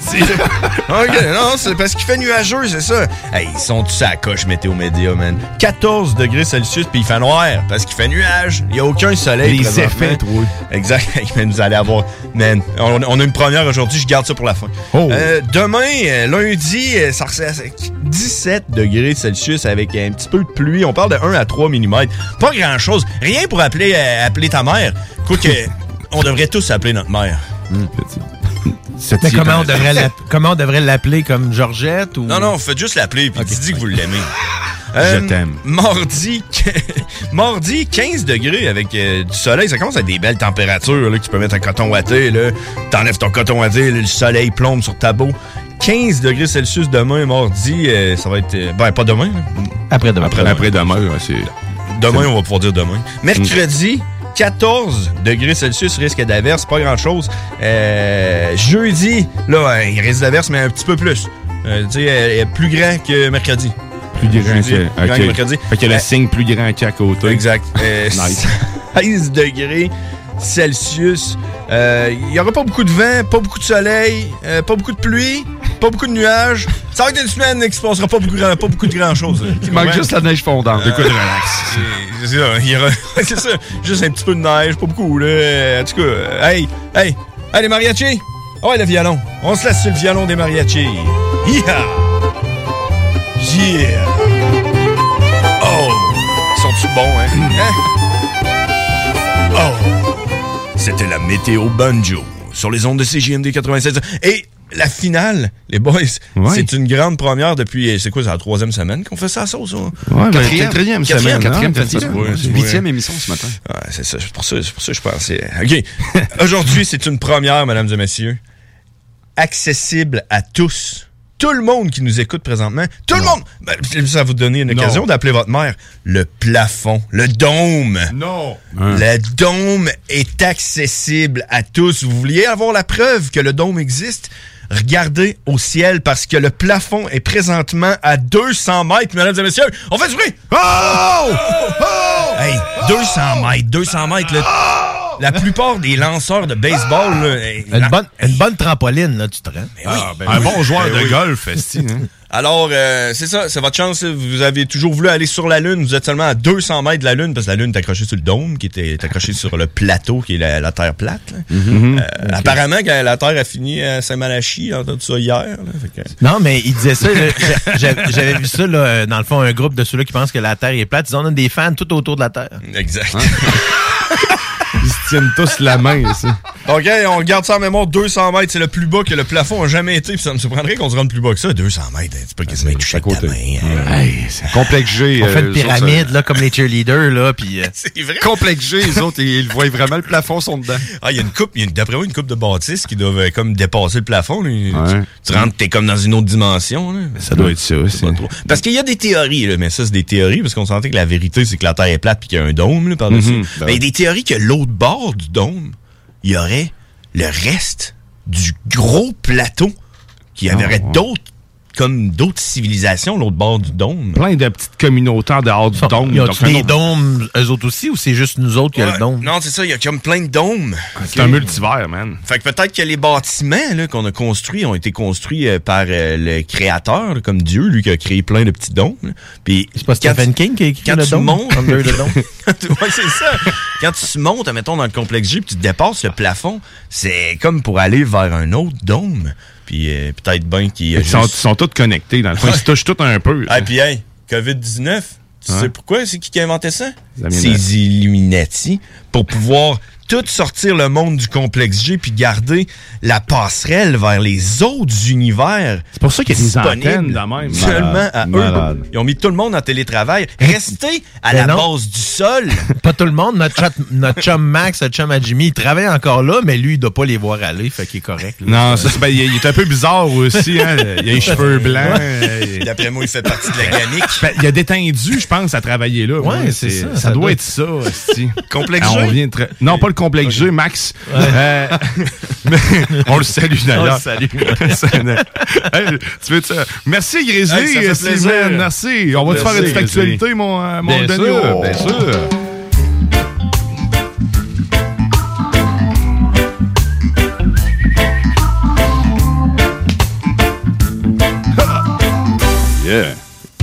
OK, non, c'est parce qu'il fait nuageux, c'est ça. Hey, ils sont tous à la coche météo média, man. quatorze degrés Celsius, puis il fait noir parce qu'il fait nuage. Il n'y a aucun soleil. Les présentement. effets, toi. Exact. Man, vous allez avoir... Man, on, on a une première aujourd'hui, je garde ça pour la fin. Oh. Euh, demain, euh, lundi, euh, ça ressemble à dix-sept degrés Celsius avec un petit peu de pluie. On parle de un à trois millimètres. Pas grand-chose. Rien pour appeler, euh, appeler ta mère. Quoique, on devrait tous appeler notre mère. Mais comment on, devrait l'app- comment on devrait l'appeler, comme Georgette ou... Non, non, faites juste l'appeler puis Okay. dis que vous l'aimez. Je t'aime. Mardi, mardi, quinze degrés avec euh, du soleil. Ça commence à être des belles températures là, que tu peux mettre un coton watté. Là. T'enlèves ton coton watté, là, le soleil plombe sur ta peau. quinze degrés Celsius demain, mardi. Euh, ça va être... euh, ben, pas demain. Là. Après-demain. Après, Après demain, ouais, c'est... Demain, on va pouvoir dire demain. Mercredi, quatorze degrés Celsius, risque d'averse, pas grand-chose. Euh, jeudi, là, euh, il risque d'averse, mais un petit peu plus. Euh, tu sais, euh, plus grand que mercredi. Plus grand, Jeudi, c'est... plus grand que OK. mercredi. Fait qu'il y a Euh, le signe plus grand qu'à côté. Exact. Euh, Nice. seize degrés Celsius. Euh, Il n'y aura pas beaucoup de vent, pas beaucoup de soleil, euh, pas beaucoup de pluie, pas beaucoup de nuages. Ça va être une semaine qui ne se passera pas beaucoup, pas beaucoup de grand-chose. Il manque juste la neige fondante. Écoute, relax. C'est c'est ça. Il y aura... c'est ça. Juste un petit peu de neige, pas beaucoup. Là. En tout cas, euh, hey, hey, hey, les mariachis. Ah ouais, le violon. On se laisse sur le violon des mariachis. Yeah! Yeah! Oh! Ils sont-tu bons, hein? Hein? Oh! C'était la météo banjo sur les ondes de C J M D quatre-vingt-seize. Et la finale, les boys, Ouais. c'est une grande première depuis, c'est quoi, c'est la troisième semaine qu'on fait ça à sauce, hein? Ouais, ben, Quatrième. quatrième Quatrième, semaine. Quatrième, hein, quatrième. Ouais, c'est Huitième vrai. émission ce matin. Ouais, c'est ça, c'est pour ça, c'est pour ça que je pensais. OK. Aujourd'hui, c'est une première, mesdames et messieurs. Accessible à tous. Tout le monde qui nous écoute présentement. Tout le monde! Ben, ça va vous donner une occasion Non. d'appeler votre mère. Le plafond, le dôme. Non! Le dôme est accessible à tous. Vous vouliez avoir la preuve que le dôme existe? Regardez au ciel parce que le plafond est présentement à deux cents mètres, mesdames et messieurs. On fait du bruit! Oh! Oh! Hey, deux cents mètres, deux cents mètres, là. La plupart des lanceurs de baseball, là, hey, Une bonne, une bonne trampoline, là, tu te rends. oui. Un bon joueur Ben de oui. golf, esti, hein? Alors, euh, c'est ça, c'est votre chance. Vous avez toujours voulu aller sur la Lune. Vous êtes seulement à deux cents mètres de la Lune, parce que la Lune est accrochée sur le dôme, qui était accroché sur le plateau, qui est la, la Terre plate. Mm-hmm. Euh, okay. Apparemment, quand la Terre a fini à Saint-Malachie, j'ai entendu ça hier. Là, fait que... Non, mais il disait ça. J'avais vu ça, là, dans le fond, un groupe de ceux-là qui pensent que la Terre est plate. Ils en ont des fans tout autour de la Terre. Exact. Ils se tiennent tous la main, ça. OK, on garde ça en mémoire. deux cents mètres, c'est le plus bas que le plafond a jamais été. Puis ça me surprendrait qu'on se rende plus bas que ça. deux cents mètres, c'est pas quasiment touché avec ta main. Hein. Hey, c'est complexe G. On fait une euh, pyramide, autres, là, comme les cheerleaders, là. Puis, euh... c'est vrai. Complexe G, les autres, ils, ils voient vraiment le plafond, sont dedans. Ah, il y a une coupe, il y a d'après moi, une coupe de bâtisses qui doivent euh, comme dépasser le plafond. Là. Ouais. Tu, tu rentres, t'es comme dans une autre dimension. Là. Ça doit être ça aussi. Parce qu'il y a des théories, là, mais ça, c'est des théories, parce qu'on sentait que la vérité, c'est que la Terre est plate puis qu'il y a un dôme là, par-dessus. Mm-hmm. Ben mais il y a des théories que l'autre bord du dôme, il y aurait le reste du gros plateau, qui y avait oh, d'autres comme d'autres civilisations l'autre bord du dôme. Plein de petites communautés dehors du dôme. Il y a des autre... dômes, eux autres aussi, ou c'est juste nous autres qui ouais, a le dôme? Non, c'est ça, il y a comme plein de dômes. C'est okay. un multivers, man. Fait que peut-être que les bâtiments là, qu'on a construits ont été construits euh, par euh, le créateur, là, comme Dieu, lui qui a créé plein de petits dômes. Puis c'est pas Stephen King qui a écrit quand le tu dôme? Montes, Under the dome. Ouais, c'est ça. Quand tu montes, mettons, dans le complexe G, puis tu dépasses le plafond, c'est comme pour aller vers un autre dôme. Puis euh, peut-être bien qu'ils... Ils juste... sont, sont tous connectés, dans le fond. Ils se touchent tous un peu. Ah, puis hey, covid dix-neuf, tu ouais. sais pourquoi? C'est qui qui a inventé ça? C'est les Illuminati. Pour pouvoir tout sortir le monde du complexe G puis garder la passerelle vers les autres univers. C'est pour ça qu'il y a des antennes de même. Seulement Malade. à Malade. eux. Ils ont mis tout le monde en télétravail. Restez à la non. base du sol. Pas tout le monde. Notre, chat, notre chum Max, notre chum à Jimmy, il travaille encore là, mais lui, il doit pas les voir aller. Fait qu'il est correct. Là. Non, ça, ben, il, il est un peu bizarre aussi. Hein. Il a les cheveux blancs. Ouais. D'après moi, il fait partie de la gamique. Ben, il a détendu, je pense, à travailler là. Ouais, c'est, c'est ça. Ça, ça doit, doit être ça aussi. Complexe ah, G? On vient tra... Non, pas le complexe G, Max. Ouais. Euh, on le salue d'ailleurs. On le salue. Hey, tu veux ça? Merci Grizzly, hey, Steven. Merci. On va te faire une petite actualité, mon, mon bien Denis. Sûr, bien sûr. Yeah.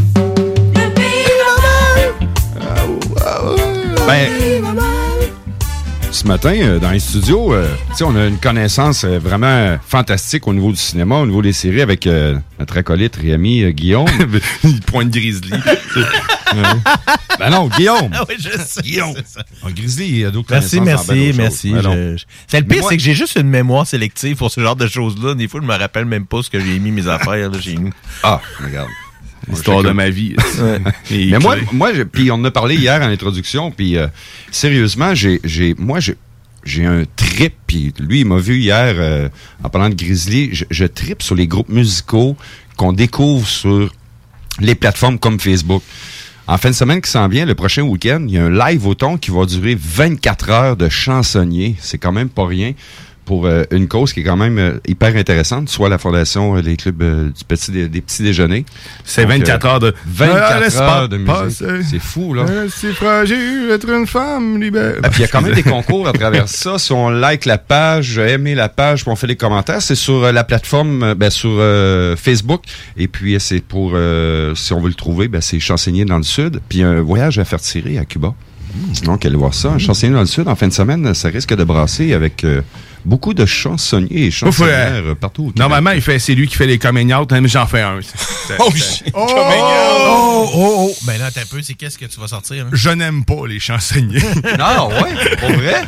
Ben, ce matin, euh, dans les studios, euh, on a une connaissance euh, vraiment euh, fantastique au niveau du cinéma, au niveau des séries, avec euh, notre acolyte et ami euh, Guillaume. Il pointe Grizzly. euh, ben non, Guillaume. Ah oui, je sais. Guillaume. Oh, Grizzly, il y a d'autres merci, connaissances. Merci, merci, merci. Je... Je... C'est le pire, moi... c'est que j'ai juste une mémoire sélective pour ce genre de choses-là. Des fois, je me rappelle même pas ce que j'ai mis mes affaires là, chez nous. Ah, regarde. L'histoire de ma vie. Ouais. Mais moi, moi puis on en a parlé hier en introduction, puis euh, sérieusement, j'ai, j'ai, moi, j'ai, j'ai un trip, puis lui, il m'a vu hier euh, en parlant de Grizzly, je, je trippe sur les groupes musicaux qu'on découvre sur les plateformes comme Facebook. En fin de semaine qui s'en vient, le prochain week-end, il y a un live au ton qui va durer vingt-quatre heures de chansonniers. C'est quand même pas rien pour euh, une cause qui est quand même euh, hyper intéressante, soit la fondation euh, des clubs euh, du petit dé- des petits déjeuners. C'est donc, vingt-quatre euh, heures de vingt-quatre ah, heures de musique. Passer. C'est fou, là. C'est fragile d'être une femme libérée. Ah, puis il y a quand même des concours à travers ça. Si on like la page, aimer la page, puis on fait les commentaires, c'est sur euh, la plateforme, euh, ben, sur euh, Facebook. Et puis, euh, c'est pour, euh, si on veut le trouver, ben, c'est Chansonnier dans le Sud. Puis un voyage à faire tirer à Cuba. Mmh. Donc, allez voir ça. Un Chansonnier dans le Sud, en fin de semaine, ça risque de brasser avec... Euh, beaucoup de chansonniers et chansonnières euh, partout au Québec. Normalement, il fait, c'est lui qui fait les coming out, mais j'en fais un. Oh, shit! Oh, oh, oh, oh! Ben là, t'as un peu, c'est qu'est-ce que tu vas sortir? Hein? Je n'aime pas les chansonniers. Non, ouais, pour vrai?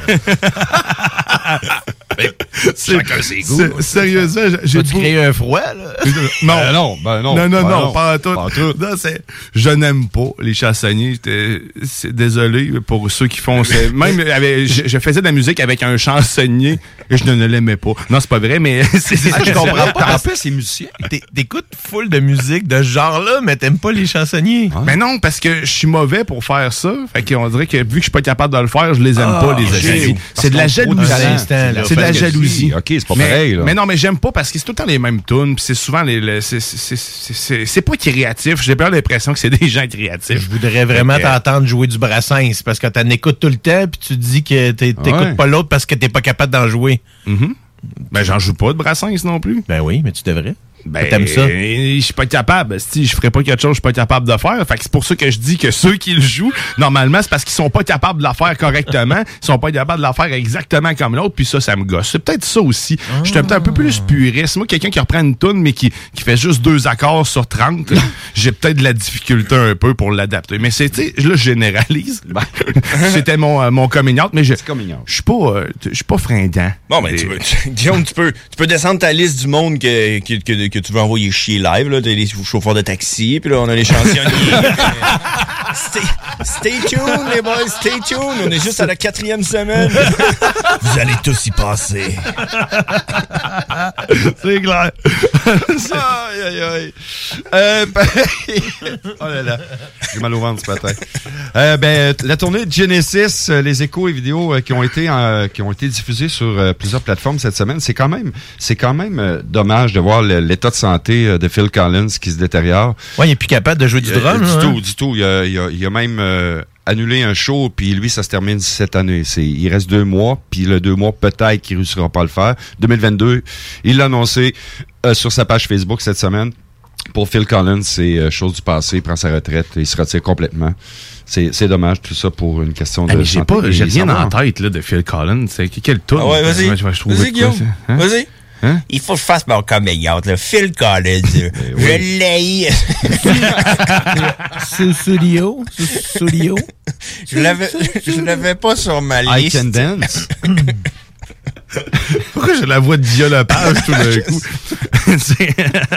c'est, Chacun ses goûts. C'est, sérieusement, j'ai... Vas-tu créer un froid, là? Non. Ben non, ben non. Non, non, ben non, non, pas à tout. Pas à tout. Non, c'est... Je n'aime pas les chansonniers. C'est... Désolé pour ceux qui font... C'est... Même, avec... je, je faisais de la musique avec un chansonnier et je ne l'aimais pas. Non, c'est pas vrai, mais... c'est, c'est ah, je comprends pas. En plus, c'est musicien. T'écoutes full de musique de ce genre-là, mais t'aimes pas les chansonniers. Ah. Mais non, parce que je suis mauvais pour faire ça. Fait qu'on dirait que vu que je suis pas capable de le faire, je les aime ah, pas, les chansonniers. C'est de la jalousie. C'est de la jalousie. OK, c'est pas mais, pareil, là. Mais non, mais j'aime pas parce que c'est tout le temps les mêmes tunes, puis c'est souvent les... les c'est, c'est, c'est, c'est, c'est pas créatif. J'ai pas l'impression que c'est des gens créatifs. Je voudrais vraiment que... t'entendre jouer du Brassens, parce que t'en écoutes tout le temps, puis tu dis que t'écoutes ouais. pas l'autre parce que t'es pas capable d'en jouer. Mm-hmm. Ben, j'en joue pas de Brassens non plus. Ben oui, mais tu devrais. Ben, t'aimes ça? Je suis pas capable. Si je ferais pas quelque chose, je suis pas capable de faire. Fait que c'est pour ça que je dis que ceux qui le jouent, normalement, c'est parce qu'ils sont pas capables de la faire correctement. Ils sont pas capables de la faire exactement comme l'autre. Puis ça, ça me gosse. C'est peut-être ça aussi. Oh. Je suis peut-être un peu plus puriste. Moi, quelqu'un qui reprend une toune, mais qui, qui fait juste deux accords sur trente, j'ai peut-être de la difficulté un peu pour l'adapter. Mais c'est, tu sais, là, je généralise. C'était mon, euh, mon coming out, mais je je suis pas, euh, je suis pas fringant. Bon, ben, tu peux, tu, Guillaume, tu peux, tu peux descendre ta liste du monde que, que, que, que tu veux envoyer chier live, là. T'as les chauffeurs de taxi, puis là, on a les chansonniers. stay, stay tuned, les boys, stay tuned. On est juste à la quatrième semaine. Vous allez tous y passer. C'est clair. Aïe, aïe, aïe. Euh, ben, oh là là. J'ai mal au ventre ce matin. Euh, ben, la tournée de Genesis, les échos et vidéos euh, qui ont été euh, qui ont été diffusés sur euh, plusieurs plateformes cette semaine, c'est quand même c'est quand même euh, dommage de voir le, l'état de santé euh, de Phil Collins qui se détériore. Ouais, il est plus capable de jouer du drum. Euh, du hein? tout, du tout. Il a, il a, il a même euh, annulé un show, puis lui, ça se termine cette année. C'est, il reste deux mois, puis le deux mois, peut-être qu'il réussira pas à le faire. deux mille vingt-deux, il l'a annoncé euh, sur sa page Facebook cette semaine. Pour Phil Collins, c'est euh, chose du passé, il prend sa retraite, il se retire complètement. C'est, c'est dommage tout ça pour une question de ah, mais j'ai santé. pas, j'ai rien en tête là, de Phil Collins. C'est quelle toune? Ah ouais, vas-y. Moi, je, je vas-y, Guillaume. Hein? Vas-y. Hein? Il faut que je fasse mon coming out, là. Phil Collins. Je l'ai. C'est studio. Studio. Je l'avais, je l'avais pas sur ma liste. I Can Dance. Pourquoi j'ai la voix de Dia Lepage tout d'un coup? C'est...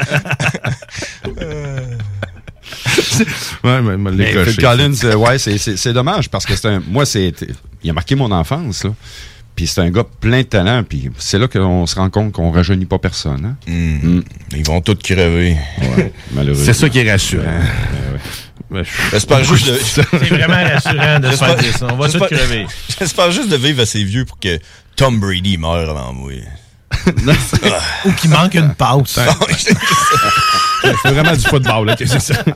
ouais, mais, mais, mais Phil Collins, euh, ouais, c'est, c'est, c'est dommage parce que c'est un, moi, c'est, il a marqué mon enfance, là. Puis c'est un gars plein de talent, puis c'est là qu'on se rend compte qu'on rajeunit pas personne. Hein? Mmh. Mmh. Ils vont tous crever. Ouais, malheureusement. C'est ça qui est rassurant. Ouais, ouais. Ouais. J'espère juste de... C'est vraiment rassurant de se faire dire ça. On va tous crever. J'espère juste de vivre assez vieux pour que Tom Brady meure avant moi. Ou qu'il manque une passe. C'est vraiment du football, là, que c'est ça.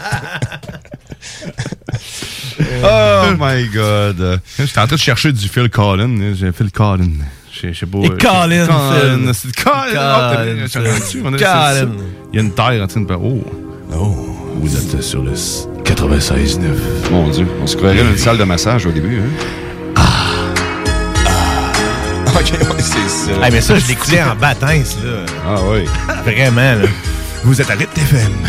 Oh my God. J'étais en train de chercher du Phil Collins. J'ai Phil Collins. Je sais pas. Et Collins. Collins. C'est Collins. Collins. Il y a une terre en train de... Oh. Oh. Vous êtes sur le quatre-vingt-seize neuf. Mon Dieu. On se croirait dans une salle de massage au début. Hein? Ah. Ah. OK, ouais, c'est ça. Ah, mais ça, je l'écoutais en bâtisse, là. Ah oui. Vraiment, là. Vous êtes à Rit F M.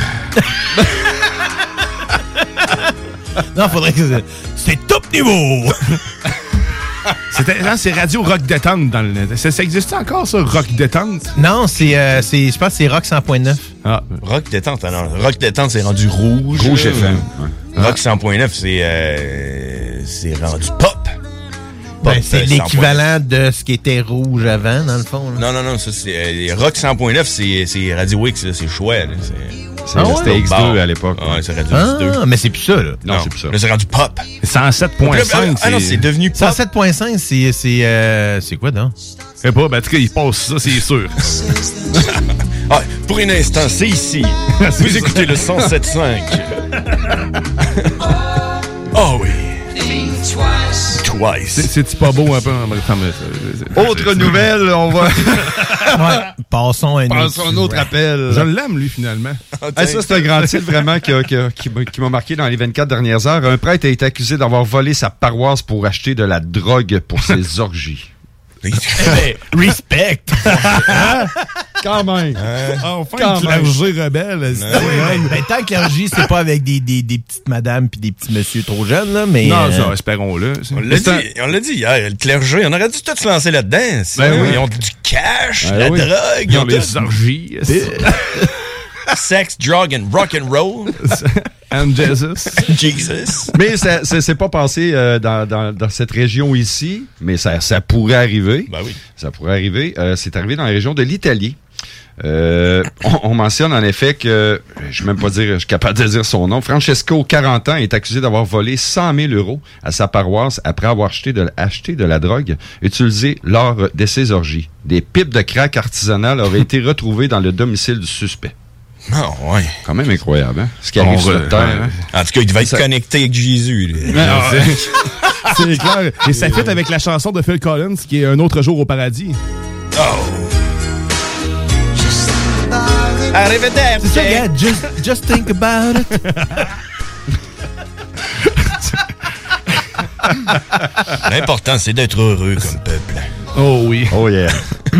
Non, faudrait que c'est top niveau. C'était, genre, c'est Radio Rock Détente dans le net. Ça, ça existe encore, ça, Rock Détente? Non, c'est, euh, c'est, je pense que c'est Rock cent point neuf. Ah, Rock Détente, alors. Rock Détente, c'est rendu rouge. Rouge F M. Ouais. Rock cent point neuf, c'est, euh, c'est rendu pop. Ben, c'est l'équivalent de ce qui était rouge avant, dans le fond. Là. Non, non, non, ça, c'est, euh, Rock cent point neuf, c'est, c'est Radio X, là, c'est chouette, là, c'est... C'est, ah ouais? C'était X deux bon. À l'époque. Ouais, c'est Radio ah, X deux. Mais c'est plus ça, là. Non, non c'est plus ça. Là, c'est rendu pop. cent sept point cinq. Ah non, c'est devenu pop. cent sept point cinq, c'est, c'est, euh, c'est quoi, donc? Je sais pas, ben, en tout cas, il passe ça, c'est sûr. Ah, pour un instant, c'est ici. Vous écoutez le cent sept cinq. Oh oui. Twice. C'est, c'est-tu pas beau un peu? Autre nouvelle, on va... ouais, passons à un Passons autre, un autre appel. Je l'aime, lui, finalement. Ah, ça, c'est un grand titre, vraiment, qui, qui, qui, qui m'a marqué dans les vingt-quatre dernières heures. Un prêtre a été accusé d'avoir volé sa paroisse pour acheter de la drogue pour ses orgies. Respect! Quand même. Euh, enfin, quand clergé rebelle. Ouais, ben, tant que clergé, c'est pas avec des, des, des petites madames puis des petits messieurs trop jeunes, là, mais... Non, euh... ça, espérons-le. On l'a, dit, on l'a dit hier, le clergé, on aurait dû tous se lancer là-dedans. Ben oui. Ils ont du cash, ben la oui. drogue. Ils ont des orgies. Sex, drug and rock and roll. And Jesus. Jesus. Mais ça, ça s'est pas passé euh, dans, dans, dans cette région ici, mais ça, ça pourrait arriver. Ben oui. Ça pourrait arriver. Euh, c'est arrivé dans la région de l'Italie. Euh, on, on mentionne en effet que, je ne vais même pas dire, je suis capable de dire son nom, Francesco, quarante ans, est accusé d'avoir volé cent mille euros à sa paroisse après avoir acheté de, acheté de la drogue utilisée lors de ses orgies. Des pipes de crack artisanales auraient été retrouvées dans le domicile du suspect. Ah, ouais. Quand même incroyable, hein? Ce qui arrive sur le terre. Hein? En tout cas, il devait être ça... connecté avec Jésus. Ah, c'est... c'est clair. Et ça fit avec la chanson de Phil Collins, qui est Un autre jour au paradis. Oh! Arrivederci. C'est ça, gars. Just, just think about it. L'important, c'est d'être heureux comme peuple. Oh oui. Oh yeah.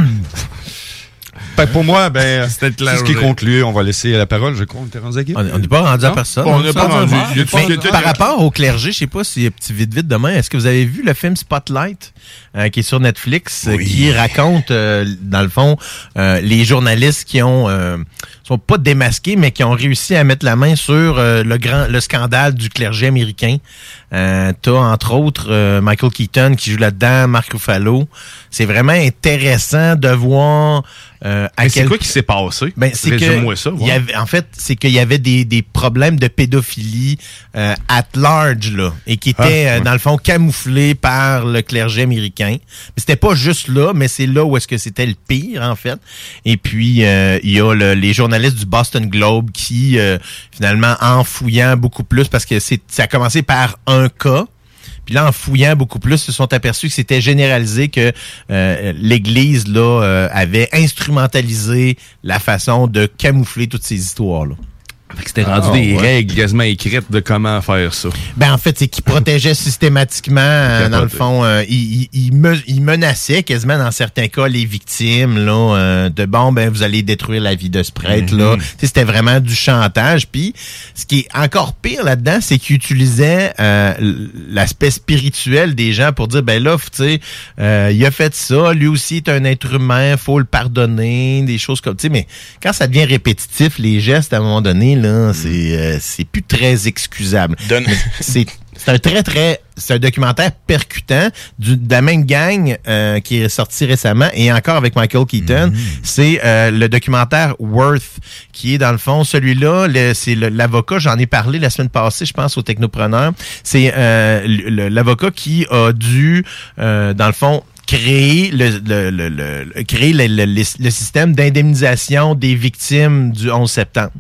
Fait que pour moi, ben, c'est ce qui conclut. On va laisser la parole. Je crois qu'on était rendu à qui? On n'est pas rendu à personne. On n'est pas rendu. Mais par rapport au clergé, je sais pas si petit vite vite demain, est-ce que vous avez vu le film Spotlight euh, qui est sur Netflix, oui. qui raconte euh, dans le fond euh, les journalistes qui ont euh, sont pas démasqués, mais qui ont réussi à mettre la main sur euh, le grand le scandale du clergé américain. Euh, t'as entre autres euh, Michael Keaton qui joue là-dedans, Mark Ruffalo. C'est vraiment intéressant de voir. Euh, Mais c'est quel... quoi qui s'est passé? Ben, c'est Résume-moi que ça. il y avait, en fait, c'est qu'il y avait des, des problèmes de pédophilie euh, at large là, et qui étaient Ah, ouais. euh, dans le fond camouflés par le clergé américain. Mais c'était pas juste là, mais c'est là où est-ce que c'était le pire en fait. Et puis euh, il y a le, les journalistes du Boston Globe qui euh, finalement en fouillant beaucoup plus parce que c'est ça a commencé par un cas. Puis là, en fouillant beaucoup plus, se sont aperçus que c'était généralisé que euh, l'Église là euh, avait instrumentalisé la façon de camoufler toutes ces histoires-là. Fait que c'était rendu Ah, des ouais. règles quasiment écrites de comment faire ça. Ben en fait, c'est qu'ils protégeaient systématiquement, euh, dans le fond, euh, ils, ils, ils me- ils menaçaient quasiment dans certains cas les victimes là, euh, de bon ben vous allez détruire la vie de ce prêtre là. Mhm. Tu sais, c'était vraiment du chantage. Puis ce qui est encore pire là-dedans, c'est qu'ils utilisaient euh, l- l'aspect spirituel des gens pour dire ben là, tu sais, euh, il a fait ça, lui aussi est un être humain, faut le pardonner, des choses comme tu sais. Mais quand ça devient répétitif, les gestes à un moment donné là, c'est euh, c'est plus très excusable. Donne- C'est c'est un très très c'est un documentaire percutant du, de la même gang euh, qui est sorti récemment et encore avec Michael Keaton. C'est euh, le documentaire Worth qui est dans le fond celui-là. Le, c'est le- l'avocat. J'en ai parlé la semaine passée, je pense, au Technopreneur. C'est euh, le- l'avocat qui a dû euh, dans le fond créer le, le, le, le- créer le, le, le- le système d'indemnisation des victimes du onze septembre.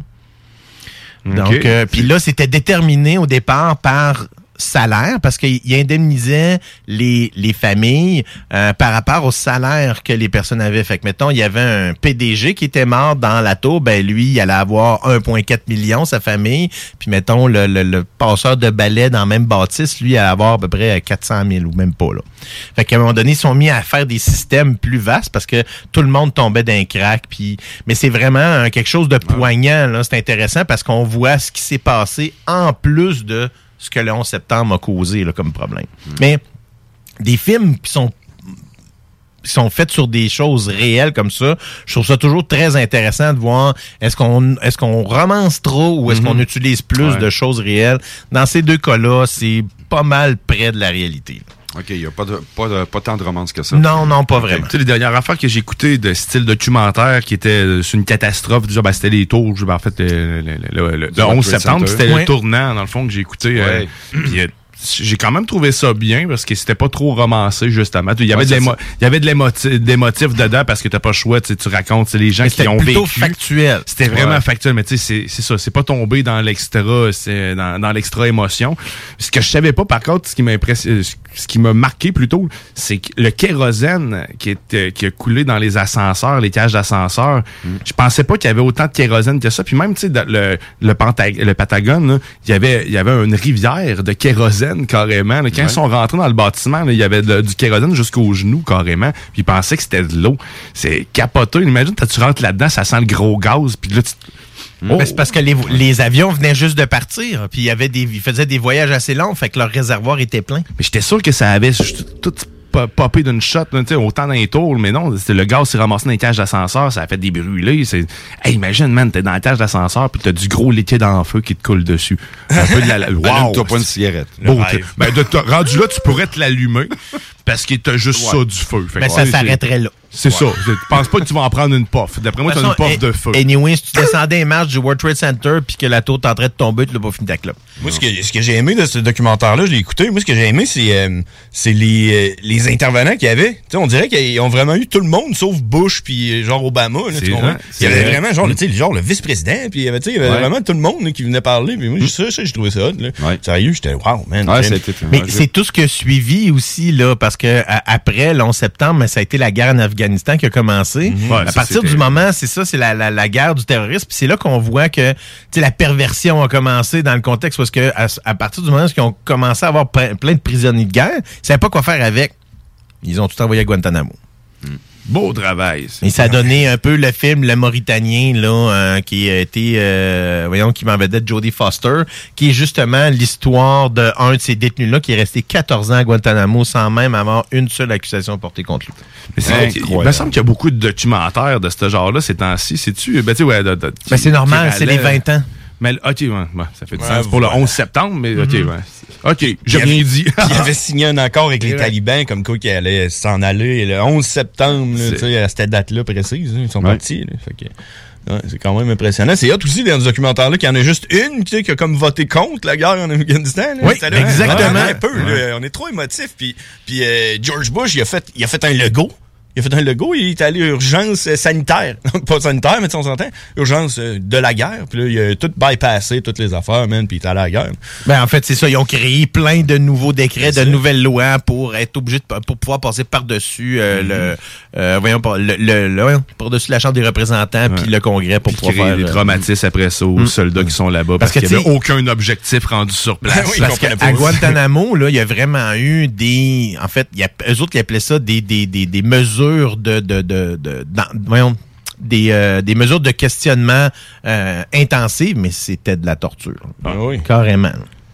Donc, Ok. euh, puis là, c'était déterminé au départ par salaire parce qu'il il indemnisait les, les familles euh, par rapport au salaire que les personnes avaient. Fait que, mettons, il y avait un P D G qui était mort dans la tour, ben lui, il allait avoir un virgule quatre million, sa famille. Puis, mettons, le, le, le passeur de balai dans la même bâtisse, lui, il allait avoir à peu près quatre cent mille ou même pas, là. Fait qu'à un moment donné, ils sont mis à faire des systèmes plus vastes parce que tout le monde tombait d'un crack. Puis, mais c'est vraiment hein, quelque chose de poignant, là. C'est intéressant parce qu'on voit ce qui s'est passé en plus de ce que le onze septembre a causé là, comme problème. Mais des films qui sont qui sont faits sur des choses réelles comme ça, je trouve ça toujours très intéressant de voir est-ce qu'on est-ce qu'on romance trop ou est-ce Mhm. qu'on utilise plus Ouais. de choses réelles. Dans ces deux cas-là, c'est pas mal près de la réalité. OK, il n'y a pas, de, pas, de, pas tant de romance que ça. Non, non, pas vraiment. Tu sais, les dernières affaires que j'ai écoutées de style documentaire qui était euh, sur une catastrophe, déjà, ben, c'était les tours, ben, en fait, le, le, le, le- le onze septembre, c'était Ouais. le tournant, dans le fond, que j'ai écouté. euh, Ouais. puis, euh, j'ai quand même trouvé ça bien parce que c'était pas trop romancé, justement. Il y avait Ouais, de c'est l'émo- ça. il y avait de l'émoti- des motifs dedans parce que t'as pas le choix, tu sais, tu racontes, c'est les gens Mais qui c'était ont plutôt vécu. factuel. C'était vraiment Ouais. factuel, mais tu sais, c'est, c'est ça, c'est pas tombé dans l'extra, c'est dans, dans l'extra émotion. Ce que je savais pas, par contre, ce qui m'a impressionné, ce qui m'a marqué plutôt, c'est que le kérosène qui est, qui a coulé dans les ascenseurs, les cages d'ascenseurs, je pensais pas qu'il y avait autant de kérosène que ça. Puis même, tu sais, dans le, le, Panta- le Patagone, là, il y avait, il y avait une rivière de kérosène carrément. là. Quand Ouais. ils sont rentrés dans le bâtiment, là, il y avait de- du kérosène jusqu'aux genoux carrément. Puis ils pensaient que c'était de l'eau. C'est capoté. Imagine, quand tu rentres là-dedans, ça sent le gros gaz. Puis là, tu... Ben, c'est parce que les, les avions venaient juste de partir, puis il y avait des, ils faisaient des voyages assez longs, fait que leur réservoir était plein. Mais j'étais sûr que ça avait tout po- popé d'une shot, là, tu sais, autant dans les tours, mais non, c'était le gaz s'est ramassé dans les cages d'ascenseur, ça a fait des brûlés. C'est... Hey, imagine, man, t'es dans la cage d'ascenseur, puis t'as du gros liquide en feu qui te coule dessus. Un peu de la... Wow! Allume-toi pas une cigarette. Beau, t'es- ben, de, t'as- rendu là, tu pourrais te l'allumer, parce que t'as juste Ouais. ça du feu. Fait que Ben, ça c'est- s'arrêterait là. C'est ça. Je pense pas que tu vas en prendre une puff. D'après moi, De t'as toute une façon, puff de feu. Anyway, si tu descendais les marches du World Trade Center puis que la tour t'es en train de tomber, tu l'as pas fini ta clope. Moi, ce que, ce que j'ai aimé de ce documentaire-là, je l'ai écouté. Moi, ce que j'ai aimé, c'est euh, c'est les, euh, les intervenants qu'il y avait. Tu sais, on dirait qu'ils ont vraiment eu tout le monde, sauf Bush puis euh, genre Obama. Là, C'est tu comprends? vrai, Il y avait c'est vrai. vraiment genre, tu sais, genre le vice-président, puis il y avait, tu sais, il y avait Ouais. vraiment tout le monde là, qui venait parler. Puis moi, ça, ça j'ai trouvé ça hot. Là. Ouais. Sérieux, j'étais wow, man. Ouais, J'aime- c'était Mais c'est tout ce qui a suivi aussi, là, parce que à- après le onze septembre, ça a été la guerre en Afghanistan. l'Afghanistan qui a commencé. Mm-hmm. Ouais, à ça, partir c'était... du moment, c'est ça, c'est la, la, la guerre du terrorisme. Puis c'est là qu'on voit que la perversion a commencé dans le contexte parce que à, à partir du moment où ils ont commencé à avoir plein, plein de prisonniers de guerre, ils ne savaient pas quoi faire avec. Ils ont tout envoyé à Guantanamo. Mm. Beau travail. Ça. Et ça a donné un peu le film Le Mauritanien, là, euh, qui a été, euh, voyons, qui m'en vedette Jodie Foster, qui est justement l'histoire d'un de ces détenus-là qui est resté quatorze ans à Guantanamo sans même avoir une seule accusation portée contre lui. Mais c'est vrai, il me semble qu'il y a beaucoup de documentaires de ce genre-là ces temps-ci. C'est-tu, ben, tu sais, ouais, de, de, ben, c'est normal, c'est les vingt ans. Mais, OK, ouais, ouais, ça fait du ouais, sens pour voilà. le onze septembre, mais OK, Mm-hmm. ouais. OK, j'ai rien dit. Il avait signé un accord avec les talibans, comme quoi qu'il allait s'en aller le onze septembre, là, tu sais, à cette date-là précise. Ils sont ouais. partis. Là, fait que, ouais, c'est quand même impressionnant. C'est hot aussi dans ce documentaire-là qu'il y en a juste une tu sais, qui a comme voté contre la guerre en Afghanistan. Là, oui, là, exactement. Un peu, là, on est trop émotifs. Puis, puis euh, George Bush, il a fait, il a fait un logo. Il a fait un logo, il est allé à urgence euh, sanitaire. Pas sanitaire, mais on s'entend. Urgence euh, de la guerre. Puis là, il a tout bypassé, toutes les affaires, man, puis il est allé à la guerre. Ben, en fait, c'est ça. Ils ont créé plein de nouveaux décrets, de nouvelles lois pour être obligés de, pour pouvoir passer par-dessus euh, mm-hmm. le, euh, voyons, le, le, le, voyons, par-dessus la Chambre des représentants puis ouais. le Congrès pour puis pouvoir créer faire... des traumatismes euh, après ça aux mm-hmm. soldats qui sont là-bas parce, parce qu'il n'y avait aucun objectif rendu sur place. oui, parce qu'à Guantanamo, là, il y a vraiment eu des... En fait, il y a, eux autres, ils appelaient ça des, des, des, des mesures de... de De, de, dans, voyons, des, euh, des mesures de questionnement euh, intensives, mais c'était de la torture. Ah oui. Carrément.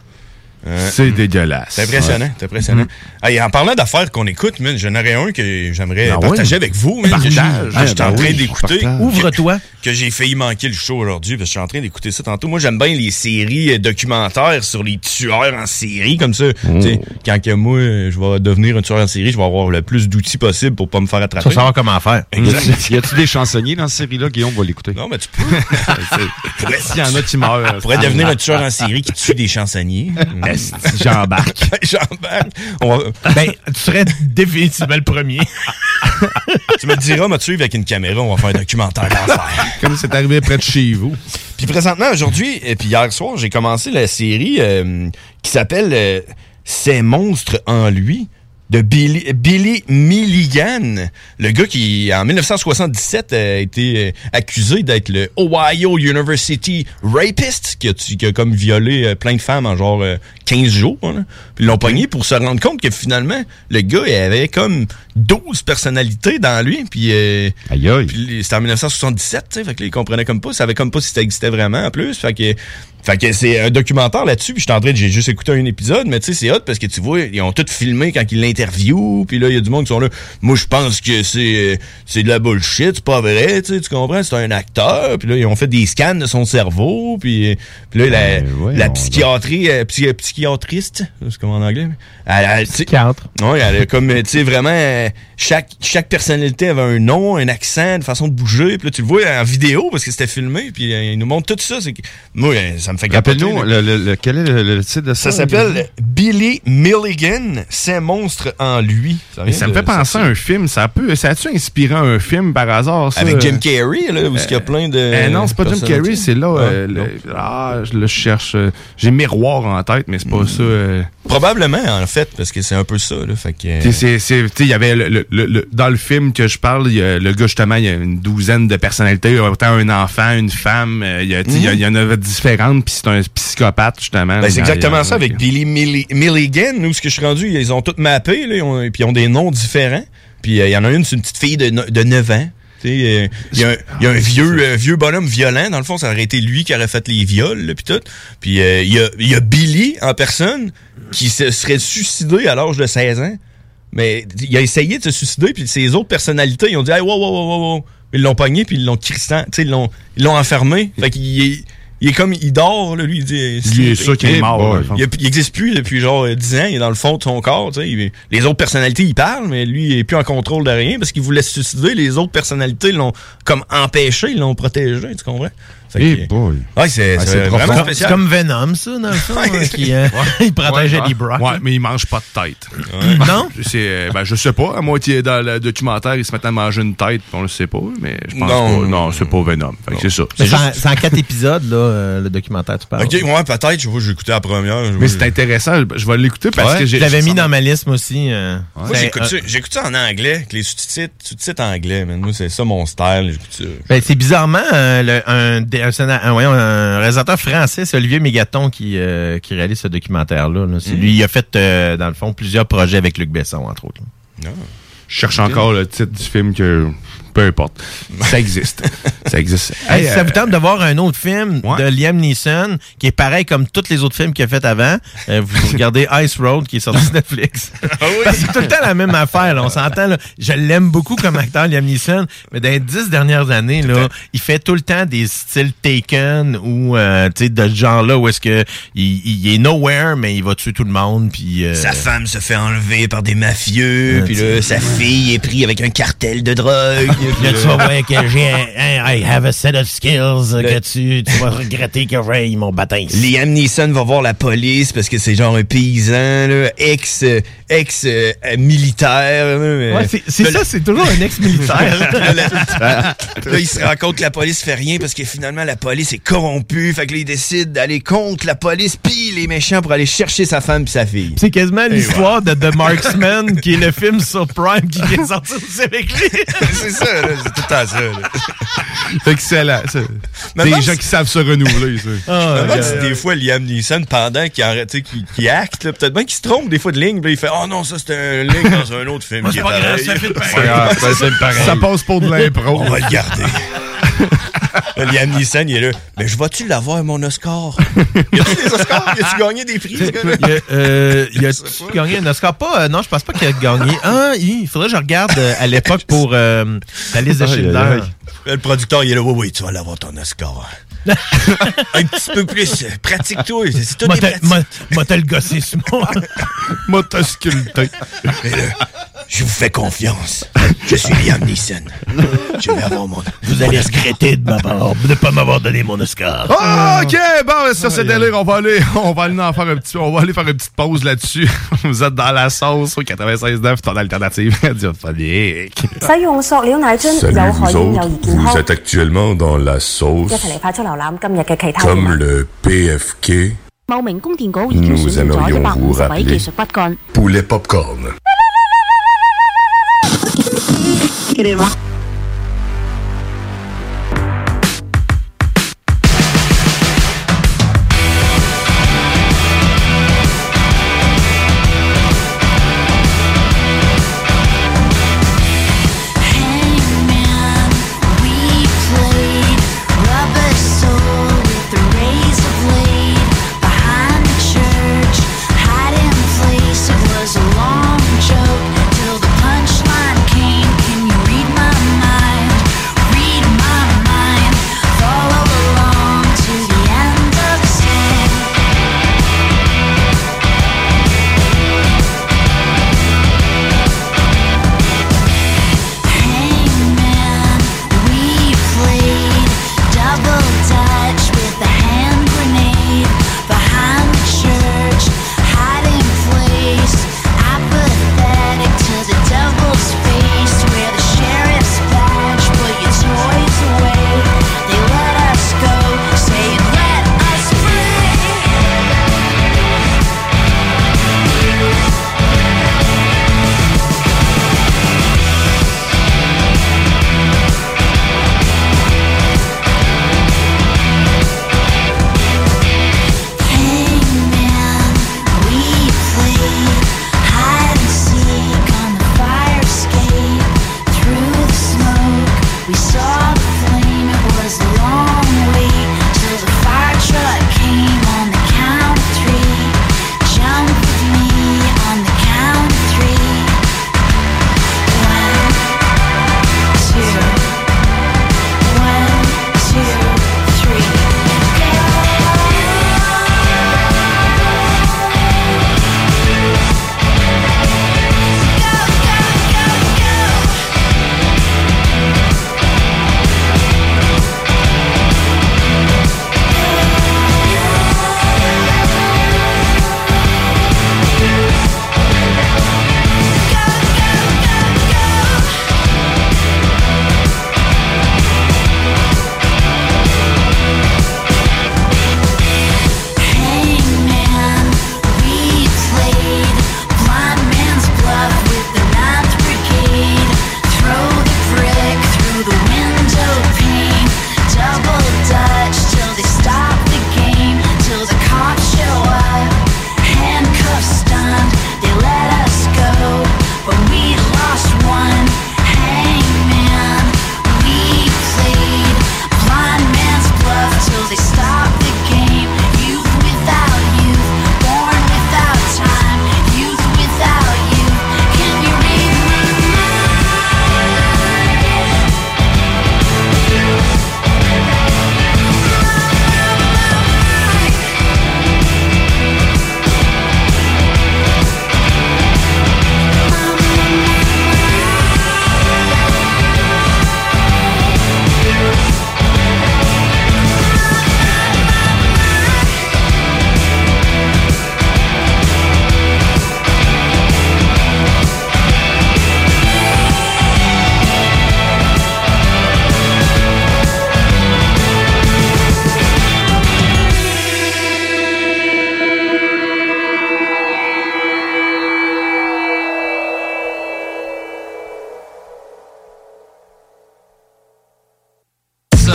Euh, c'est dégueulasse. C'est impressionnant, ouais. c'est impressionnant. Mm-hmm. Hey, en parlant d'affaires qu'on écoute, man, j'en aurais un que j'aimerais ah partager ouais. avec vous. Man, Partage. Que je, je suis en train oui, d'écouter. Ouvre-toi. Que, que j'ai failli manquer le show aujourd'hui parce que je suis en train d'écouter ça tantôt. Moi, j'aime bien les séries documentaires sur les tueurs en série comme ça. Mm. T'sais, quand que moi, je vais devenir un tueur en série, je vais avoir le plus d'outils possible pour pas me faire attraper. Ça savoir comment faire. Exact. Y a-tu des chansonniers dans cette série-là? Guillaume va l'écouter. Non, mais tu peux. S'il y en a qui meurent. Tu pourrais devenir un tueur en série qui tue des chansonniers. J'embarque. J'embarque. On va... Ben, tu serais définitivement le premier. Tu me diras, me suivre avec une caméra, on va faire un documentaire d'enfer. Comme c'est arrivé près de chez vous. Puis présentement, aujourd'hui, et puis hier soir, j'ai commencé la série euh, qui s'appelle euh, Ces monstres en lui. De Billy, Billy Milligan, le gars qui, en dix-neuf cent soixante-dix-sept, a été accusé d'être le Ohio University Rapist, qui a, qui a comme violé plein de femmes en genre quinze jours. Hein. Puis ils l'ont pogné pour se rendre compte que finalement, le gars il avait comme douze personnalités dans lui. Puis, euh, aïe aïe. Puis c'était en dix-neuf cent soixante-dix-sept, tu sais, fait que là, ils comprenaient comme pas, ils savaient comme pas si ça existait vraiment en plus. Fait que... Fait que c'est un documentaire là-dessus, puis je suis en train de, j'ai juste écouté un épisode, mais tu sais, c'est hot parce que tu vois, ils ont tout filmé quand ils l'interviewent, puis là, il y a du monde qui sont là. Moi, je pense que c'est c'est de la bullshit, c'est pas vrai, tu sais, tu comprends? C'est un acteur, puis là, ils ont fait des scans de son cerveau, puis, puis là, la, euh, ouais, la psychiatrie, euh, psy, psychiatriste, c'est comme en anglais, elle, elle, psychiatre. Oui, elle a comme, tu sais, vraiment, euh, chaque, chaque personnalité avait un nom, un accent, une façon de bouger, puis là, tu le vois en vidéo parce que c'était filmé, puis euh, ils nous montrent tout ça. C'est que, moi, ça me fait capoter. Rappelle-nous, le, le, le, quel est le, le titre de ça? Ça s'appelle Billy Milligan, c'est monstre en lui. Ça, ça me fait penser à un film. Ça peut, ça a-tu inspiré un film par hasard, ça? Avec Jim Carrey, là, où il y a plein de... Euh, non, c'est pas Jim Carrey, c'est là... Ah, euh, le, ah, je le cherche. Euh, j'ai Miroir en tête, mais c'est pas mm. ça... Euh... Probablement, en fait, parce que c'est un peu ça, là, fait que... Il y avait, le, le, le, dans le film que je parle, y a, le gars, justement, il y a une douzaine de personnalités, autant un enfant, une femme, il y, mm. y, y en avait différentes, puis c'est un psychopathe, justement. Ben, c'est exactement ça avec Billy Milli- Milligan. Nous, ce que je suis rendu, ils ont tout mappé, là, et puis ils ont des noms différents. Puis il euh, y en a une, c'est une petite fille de, no- de neuf ans. Il euh, y, y a un vieux euh, vieux bonhomme violent. Dans le fond, ça aurait été lui qui aurait fait les viols, puis tout. Puis il euh, y, a, y a Billy, en personne, qui se serait suicidé à l'âge de seize ans. Mais il a essayé de se suicider, puis ses autres personnalités, ils ont dit hey, « wow, wow, wow, wow ». Ils l'ont pogné, puis ils l'ont crissant, ils l'ont, ils l'ont enfermé. Fait qu'il est... Il est comme, il dort, là, lui, il dit... Il est sûr qu'il est mort. Il, il existe plus depuis genre dix ans, il est dans le fond de son corps, tu sais. Il, les autres personnalités, ils parlent, mais lui, il est plus en contrôle de rien parce qu'il voulait se suicider. Les autres personnalités l'ont comme empêché, ils l'ont protégé, tu comprends? Hey boy. Ouais, c'est, Ouais, c'est c'est vraiment profond. spécial. C'est comme Venom, ça, dans le fond, hein, qui euh, il protégeait Ouais, les Brock. Ouais, mais il mange pas de tête. Non? C'est, euh, ben, je sais pas. À moitié dans le documentaire, il se met à manger une tête, on le sait pas, mais je pense Non. pas. Non, c'est pas Venom. Fait que c'est ça. Mais C'est C'est en, juste- c'est en quatre épisodes, là, euh, le documentaire, tu parles. Ok, ouais, peut-être. Je vois, j'ai écouté la première. Mais c'est intéressant. Je vais l'écouter parce Ouais, que j'ai. Je l'avais ça mis me- dans ma liste, moi aussi. euh, Moi, c'est- j'écoute ça, euh, j'écoute ça en anglais, avec les sous-titres, sous-titres anglais, man. Moi, c'est ça mon style, j'écoute ça. Ben, c'est bizarrement euh, le- un, dé- un, scénar- un, voyons, un réalisateur français, c'est Olivier Mégaton qui, euh, qui réalise ce documentaire-là. là. C'est Mm. lui, il a fait, euh, dans le fond, plusieurs projets avec Luc Besson, entre autres. là. Je cherche encore le titre du film que. Peu importe. Ça existe. Ça existe. Hey, Hey, si ça euh, vous tente de voir un autre film ouais. de Liam Neeson, qui est pareil comme tous les autres films qu'il a fait avant, euh, vous regardez Ice Road, qui est sorti sur Netflix. Parce que c'est tout le temps la même affaire, là. On s'entend, là. Je l'aime beaucoup comme acteur, Liam Neeson, mais dans les dix dernières années, là, il fait tout le temps des styles Taken ou, euh, tu sais, de ce genre-là, où est-ce que il, il est nowhere, mais il va tuer tout le monde, puis... euh, Sa femme se fait enlever par des mafieux, Ouais, puis t'sais. là, sa fille est prise avec un cartel de drogue. Là, tu vas voir que j'ai un, un- I have a set of skills, euh, que tu, tu vas regretter que ouais, ils m'ont battu. Liam Neeson va voir la police parce que c'est genre un paysan, là, ex, euh, ex euh, euh, militaire. là, mais- Ouais, c'est c'est Là, ça, c'est toujours un ex-militaire. Là, là, il se rend compte que la police fait rien parce que finalement la police est corrompue. Fait que là, il décide d'aller contre la police pis les méchants pour aller chercher sa femme pis sa fille. C'est quasiment l'histoire de The Marksman, qui est le film sur Prime qui vient de sortir aussi avec lui. C'est ça, là, c'est tout le temps ça. là. C'est excellent. ça. Mais Des même gens si- qui savent se renouveler, ça. Je me demande si des fois Liam Neeson, pendant qu'il arrête, tu sais, qu'il qu'il acte, là, peut-être bien qu'il se trompe des fois de ligne, puis là, il fait « Oh non, ça c'est un ligne dans un autre film qui est pareil. » Ça passe pour de l'impro. On va le garder. Là, Liam Neeson, il est là. Mais je vais-tu l'avoir, mon Oscar? Y a-tu des Oscars? Y a-tu gagné des prix, ce gars-là? Il a, euh, il a gagné un Oscar? Pas, euh, non, je pense pas qu'il a gagné. Ah, il faudrait que je regarde euh, à l'époque pour euh, la liste de Aïe, Schindler. aïe, aïe. Le producteur, il est là. Oui, oui, tu vas l'avoir ton Oscar. Un petit peu plus. euh, Pratique-toi. C'est tout Moi, des t'as- pratiques. moi- moi, t'as le gossé sur moi. Moi, t'as sculpté. Mais là, je vous fais confiance. Je suis Liam Neeson. Je vais avoir mon... Vous allez regretter de m'avoir, de pas m'avoir donné mon Oscar. Ah, OK, bon, sur ce délire, on va aller, on va aller en faire un petit, on va aller faire une petite pause là-dessus. Vous êtes dans la sauce au quatre-vingt-seize neuf, ton alternative radiophonique. 使用塑料奶樽 Salut 有 vous 害健 autres, 又易健 vous 康。 êtes actuellement dans la sauce 一齊嚟快速瀏覽今日嘅其他 comme le P F K. 茂名供電局已經 Nous 選定咗一 aimerions 百 vous 五十位 rappeler 技術骨幹。 poulet popcorn. It was a long joke till the punchline came. Can you read my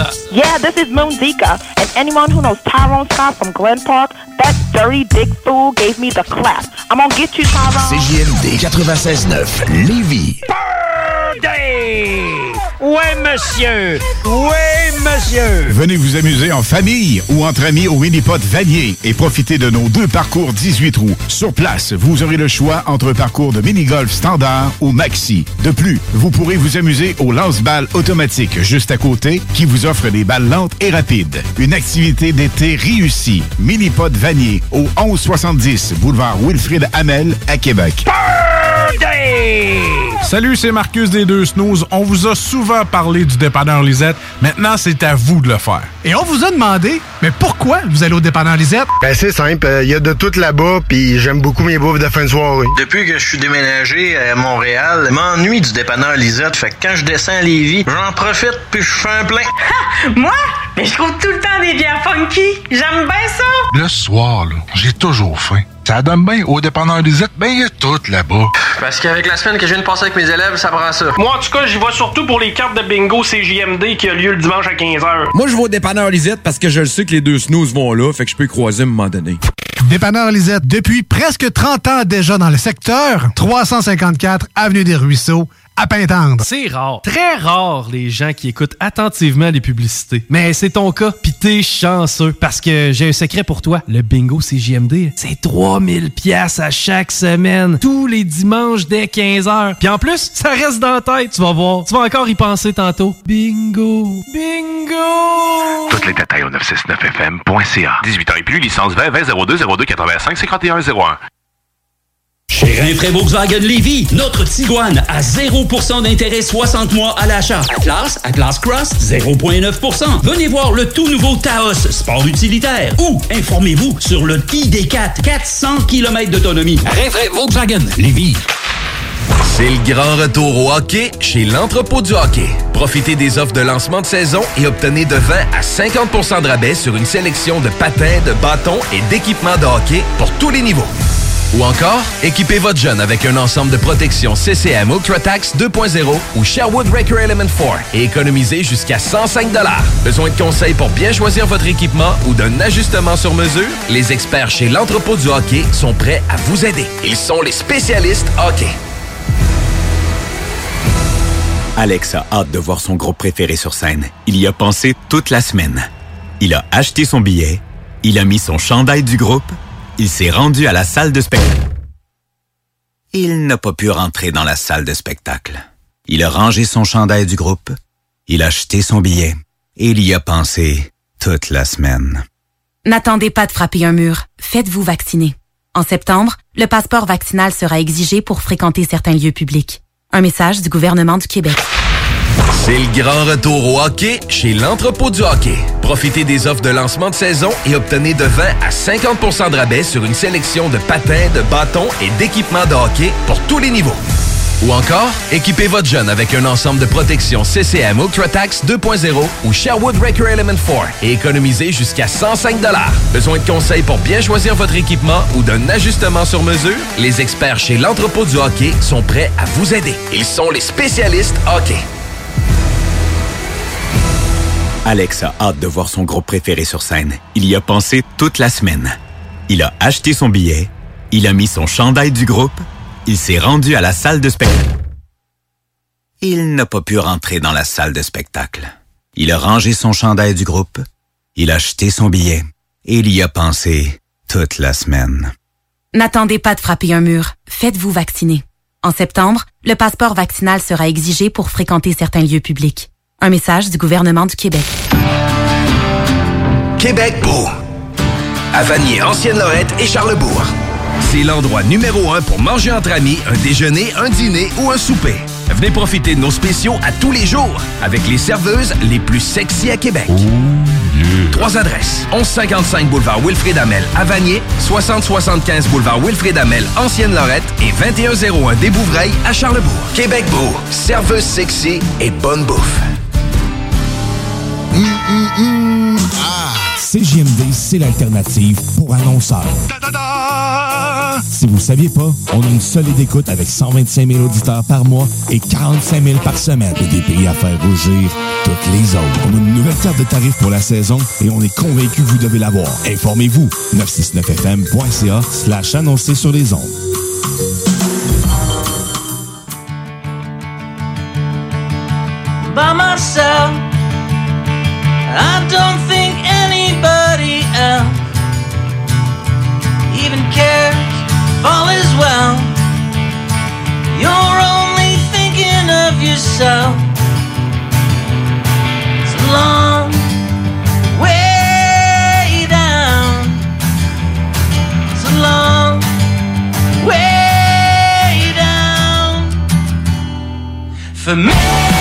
Yeah, this is Moon Zika. And anyone who knows Tyrone Scott from Glen Park, that dirty dick fool gave me the clap. I'm gonna get you, Tyrone. C J M D quatre-vingt-seize neuf, Lévis. Birthday! Ouais, monsieur! Ouais, monsieur! Venez vous amuser en famille ou entre amis au Minipod Vanier et profitez de nos deux parcours dix-huit trous. Sur place, vous aurez le choix entre un parcours de mini-golf standard ou maxi. De plus, vous pourrez vous amuser au lance-balles automatique juste à côté qui vous offre des balles lentes et rapides. Une activité d'été réussie. Minipod Vanier au onze soixante-dix boulevard Wilfrid Hamel à Québec. Birthday! Salut, c'est Marcus des Deux Snooze. On vous a souvent parlé du dépanneur Lisette. Maintenant, c'est à vous de le faire. Et on vous a demandé, mais pourquoi vous allez au dépanneur Lisette? Ben c'est simple, il euh, y a de tout là-bas, puis j'aime beaucoup mes bouffes de fin de soirée. Depuis que je suis déménagé à Montréal, je m'ennuie du dépanneur Lisette, fait que quand je descends à Lévis, j'en profite puis je fais un plein. Ha! Moi? Mais je trouve tout le temps des bières funky. J'aime bien ça. Le soir, là, j'ai toujours faim. Ça donne bien au dépanneur Lisette, ben il y a tout là-bas. Parce qu'avec la semaine que je viens de passer avec mes élèves, ça prend ça. Moi, en tout cas, j'y vais surtout pour les cartes de bingo C J M D qui a lieu le dimanche à quinze heures. Moi, je vais au dépanneur Lisette parce que je le sais que les deux snooze vont là, fait que je peux y croiser à un moment donné. Dépanneur Lisette, depuis presque trente ans déjà dans le secteur, trois cent cinquante-quatre Avenue des Ruisseaux, à Pintendre. C'est rare, très rare, les gens qui écoutent attentivement les publicités. Mais c'est ton cas, pis t'es chanceux, parce que j'ai un secret pour toi. Le bingo C J M D, c'est trois mille piastres à chaque semaine, tous les dimanches dès quinze heures. Puis en plus, ça reste dans la tête, tu vas voir. Tu vas encore y penser tantôt. Bingo, bingo! Toutes les détails au neuf cent soixante-neuf F M point C A. dix-huit ans et plus, licence vingt vingt zéro deux zéro deux quatre-vingt-cinq cinquante et un zéro un. Chez Rinfraie Volkswagen Lévis, notre Tiguan à zéro pour cent d'intérêt soixante mois à l'achat. Atlas, Atlas Cross, zéro virgule neuf pour cent. Venez voir le tout nouveau Taos, sport utilitaire. Ou informez-vous sur le I D quatre, quatre cents kilomètres d'autonomie. Rinfraie Volkswagen Lévis. C'est le grand retour au hockey chez l'Entrepôt du hockey. Profitez des offres de lancement de saison et obtenez de vingt à cinquante pour cent de rabais sur une sélection de patins, de bâtons et d'équipements de hockey pour tous les niveaux. Ou encore, équipez votre jeune avec un ensemble de protection C C M UltraTax deux point zéro ou Sherwood Record Element quatre et économisez jusqu'à cent cinq dollars. Besoin de conseils pour bien choisir votre équipement ou d'un ajustement sur mesure? Les experts chez l'Entrepôt du hockey sont prêts à vous aider. Ils sont les spécialistes hockey. Alex a hâte de voir son groupe préféré sur scène. Il y a pensé toute la semaine. Il a acheté son billet, il a mis son chandail du groupe, il s'est rendu à la salle de spectacle. Il n'a pas pu rentrer dans la salle de spectacle. Il a rangé son chandail du groupe, il a acheté son billet et il y a pensé toute la semaine. N'attendez pas de frapper un mur. Faites-vous vacciner. En septembre, le passeport vaccinal sera exigé pour fréquenter certains lieux publics. Un message du gouvernement du Québec. C'est le grand retour au hockey chez l'Entrepôt du hockey. Profitez des offres de lancement de saison et obtenez de vingt à cinquante pour cent de rabais sur une sélection de patins, de bâtons et d'équipements de hockey pour tous les niveaux. Ou encore, équipez votre jeune avec un ensemble de protection C C M UltraTax deux point zéro ou Sherwood Record Element quatre et économisez jusqu'à cent cinq dollars. Besoin de conseils pour bien choisir votre équipement ou d'un ajustement sur mesure? Les experts chez l'Entrepôt du hockey sont prêts à vous aider. Ils sont les spécialistes hockey. Alex a hâte de voir son groupe préféré sur scène. Il y a pensé toute la semaine. Il a acheté son billet, il a mis son chandail du groupe, il s'est rendu à la salle de spectacle. Il n'a pas pu rentrer dans la salle de spectacle. Il a rangé son chandail du groupe, il a acheté son billet et il y a pensé toute la semaine. N'attendez pas de frapper un mur. Faites-vous vacciner. En septembre, le passeport vaccinal sera exigé pour fréquenter certains lieux publics. Un message du gouvernement du Québec. Québec beau. À Vanier, Ancienne-Lorette et Charlebourg. C'est l'endroit numéro un pour manger entre amis, un déjeuner, un dîner ou un souper. Venez profiter de nos spéciaux à tous les jours avec les serveuses les plus sexy à Québec. Oh, yeah. Trois adresses. onze cinquante-cinq boulevard Wilfrid Hamel à Vanier, soixante soixante-quinze boulevard Wilfrid Hamel, Ancienne-Lorette et vingt et un zéro un des Bouvrailles à Charlebourg. Québec beau. Serveuse sexy et bonne bouffe. Mmh, mmh, mmh. Ah, C J M D, c'est l'alternative pour annonceurs. Si vous ne saviez pas, on a une solide écoute avec cent vingt-cinq mille auditeurs par mois et quarante-cinq mille par semaine et des prix à faire rougir toutes les autres. On a une nouvelle carte de tarifs pour la saison et on est convaincu que vous devez l'avoir. Informez-vous, neuf cent soixante-neuf F M point C A slash annoncer sur les ondes. By myself, I don't think anybody else even cares if all is well. You're only thinking of yourself. It's a long way down. It's a long way down for me.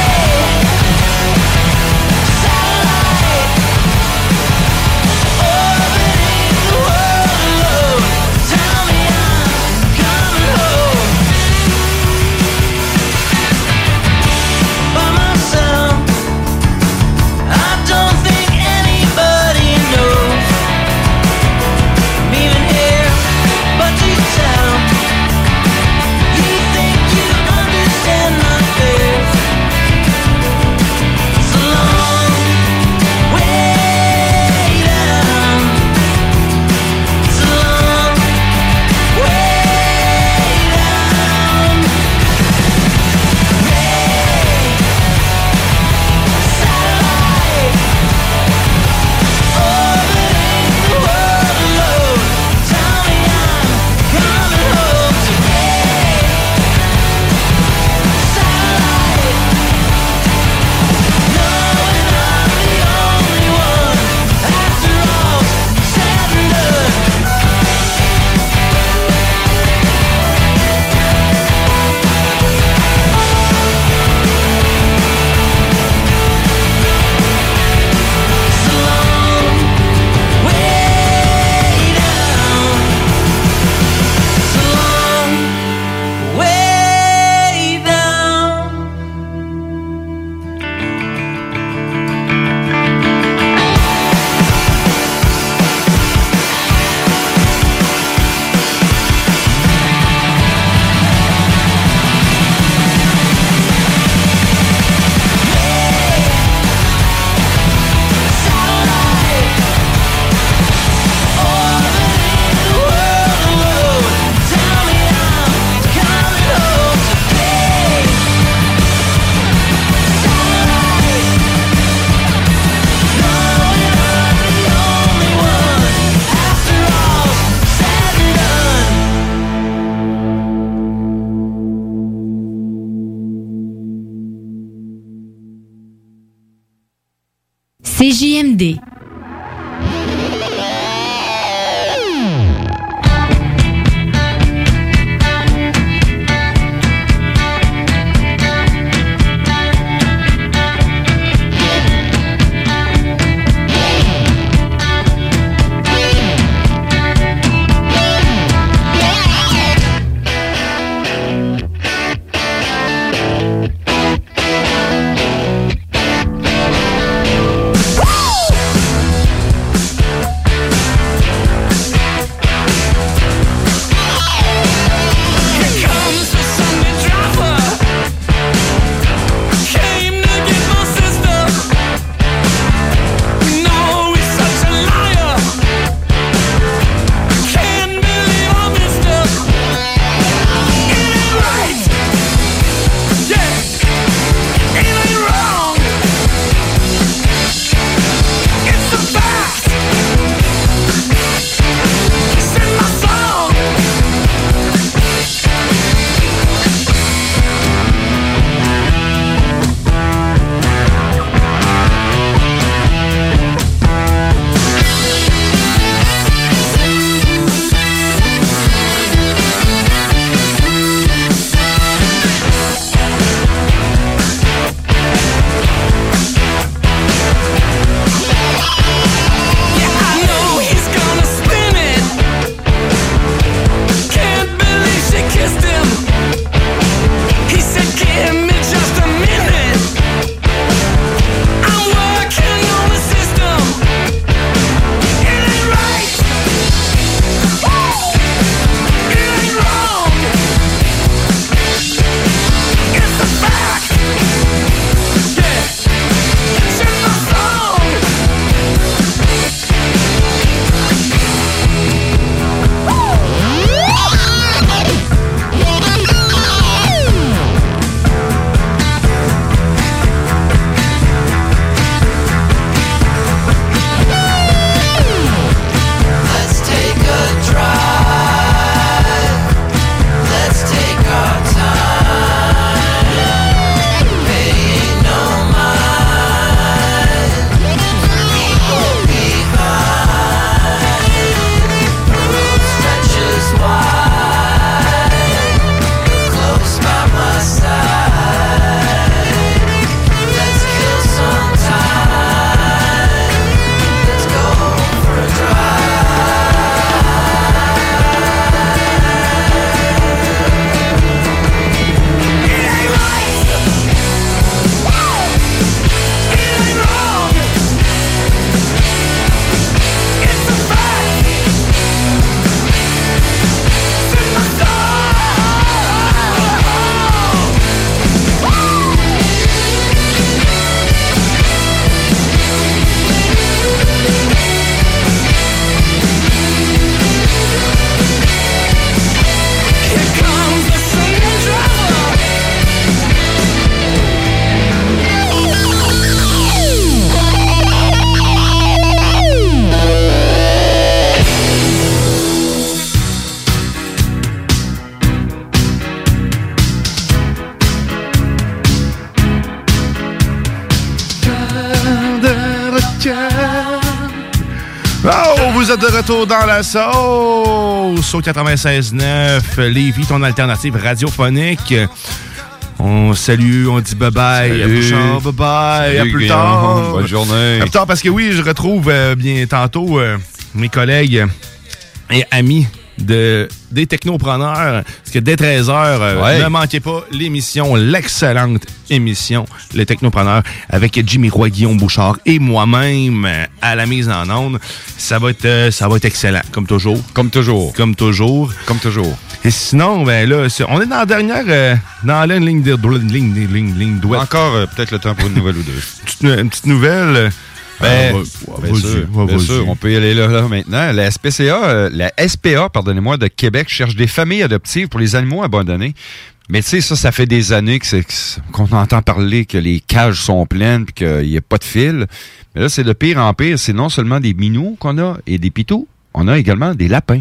C J M D. Vous êtes de retour dans la sauce au quatre-vingt-seize neuf Lévis, ton alternative radiophonique. On salue, on dit bye-bye. À Bouchard, bye-bye. À plus Guillaume, tard. bonne journée. À plus tard, parce que oui, je retrouve euh, bien tantôt euh, mes collègues et amis de, des technopreneurs. Parce que dès treize heures, euh, Ouais. ne manquez pas l'émission, l'excellente émission, Les Technopreneurs, avec Jimmy Roy, Guillaume Bouchard et moi-même euh, à la mise en onde. Ça va être, euh, ça va être excellent, comme toujours. Comme toujours. Comme toujours. Comme toujours. Et sinon, ben là, c'est- on est dans la dernière, euh, dans la ligne de ligne, ligne, ligne, ligne douette. Encore euh, peut-être le temps pour une nouvelle ou deux. Petite- une petite nouvelle. euh, Ben, Ah, va- bien vas-y, sûr, va- bien vas-y. sûr, on peut y aller là, là maintenant. La S P C A, euh, la S P A, pardonnez-moi, de Québec cherche des familles adoptives pour les animaux abandonnés. Mais tu sais, ça, ça fait des années que c'est, que c'est- qu'on entend parler que les cages sont pleines puis qu'il n'y a pas de fil. Mais là, c'est de pire en pire. C'est non seulement des minous qu'on a et des pitous, on a également des lapins.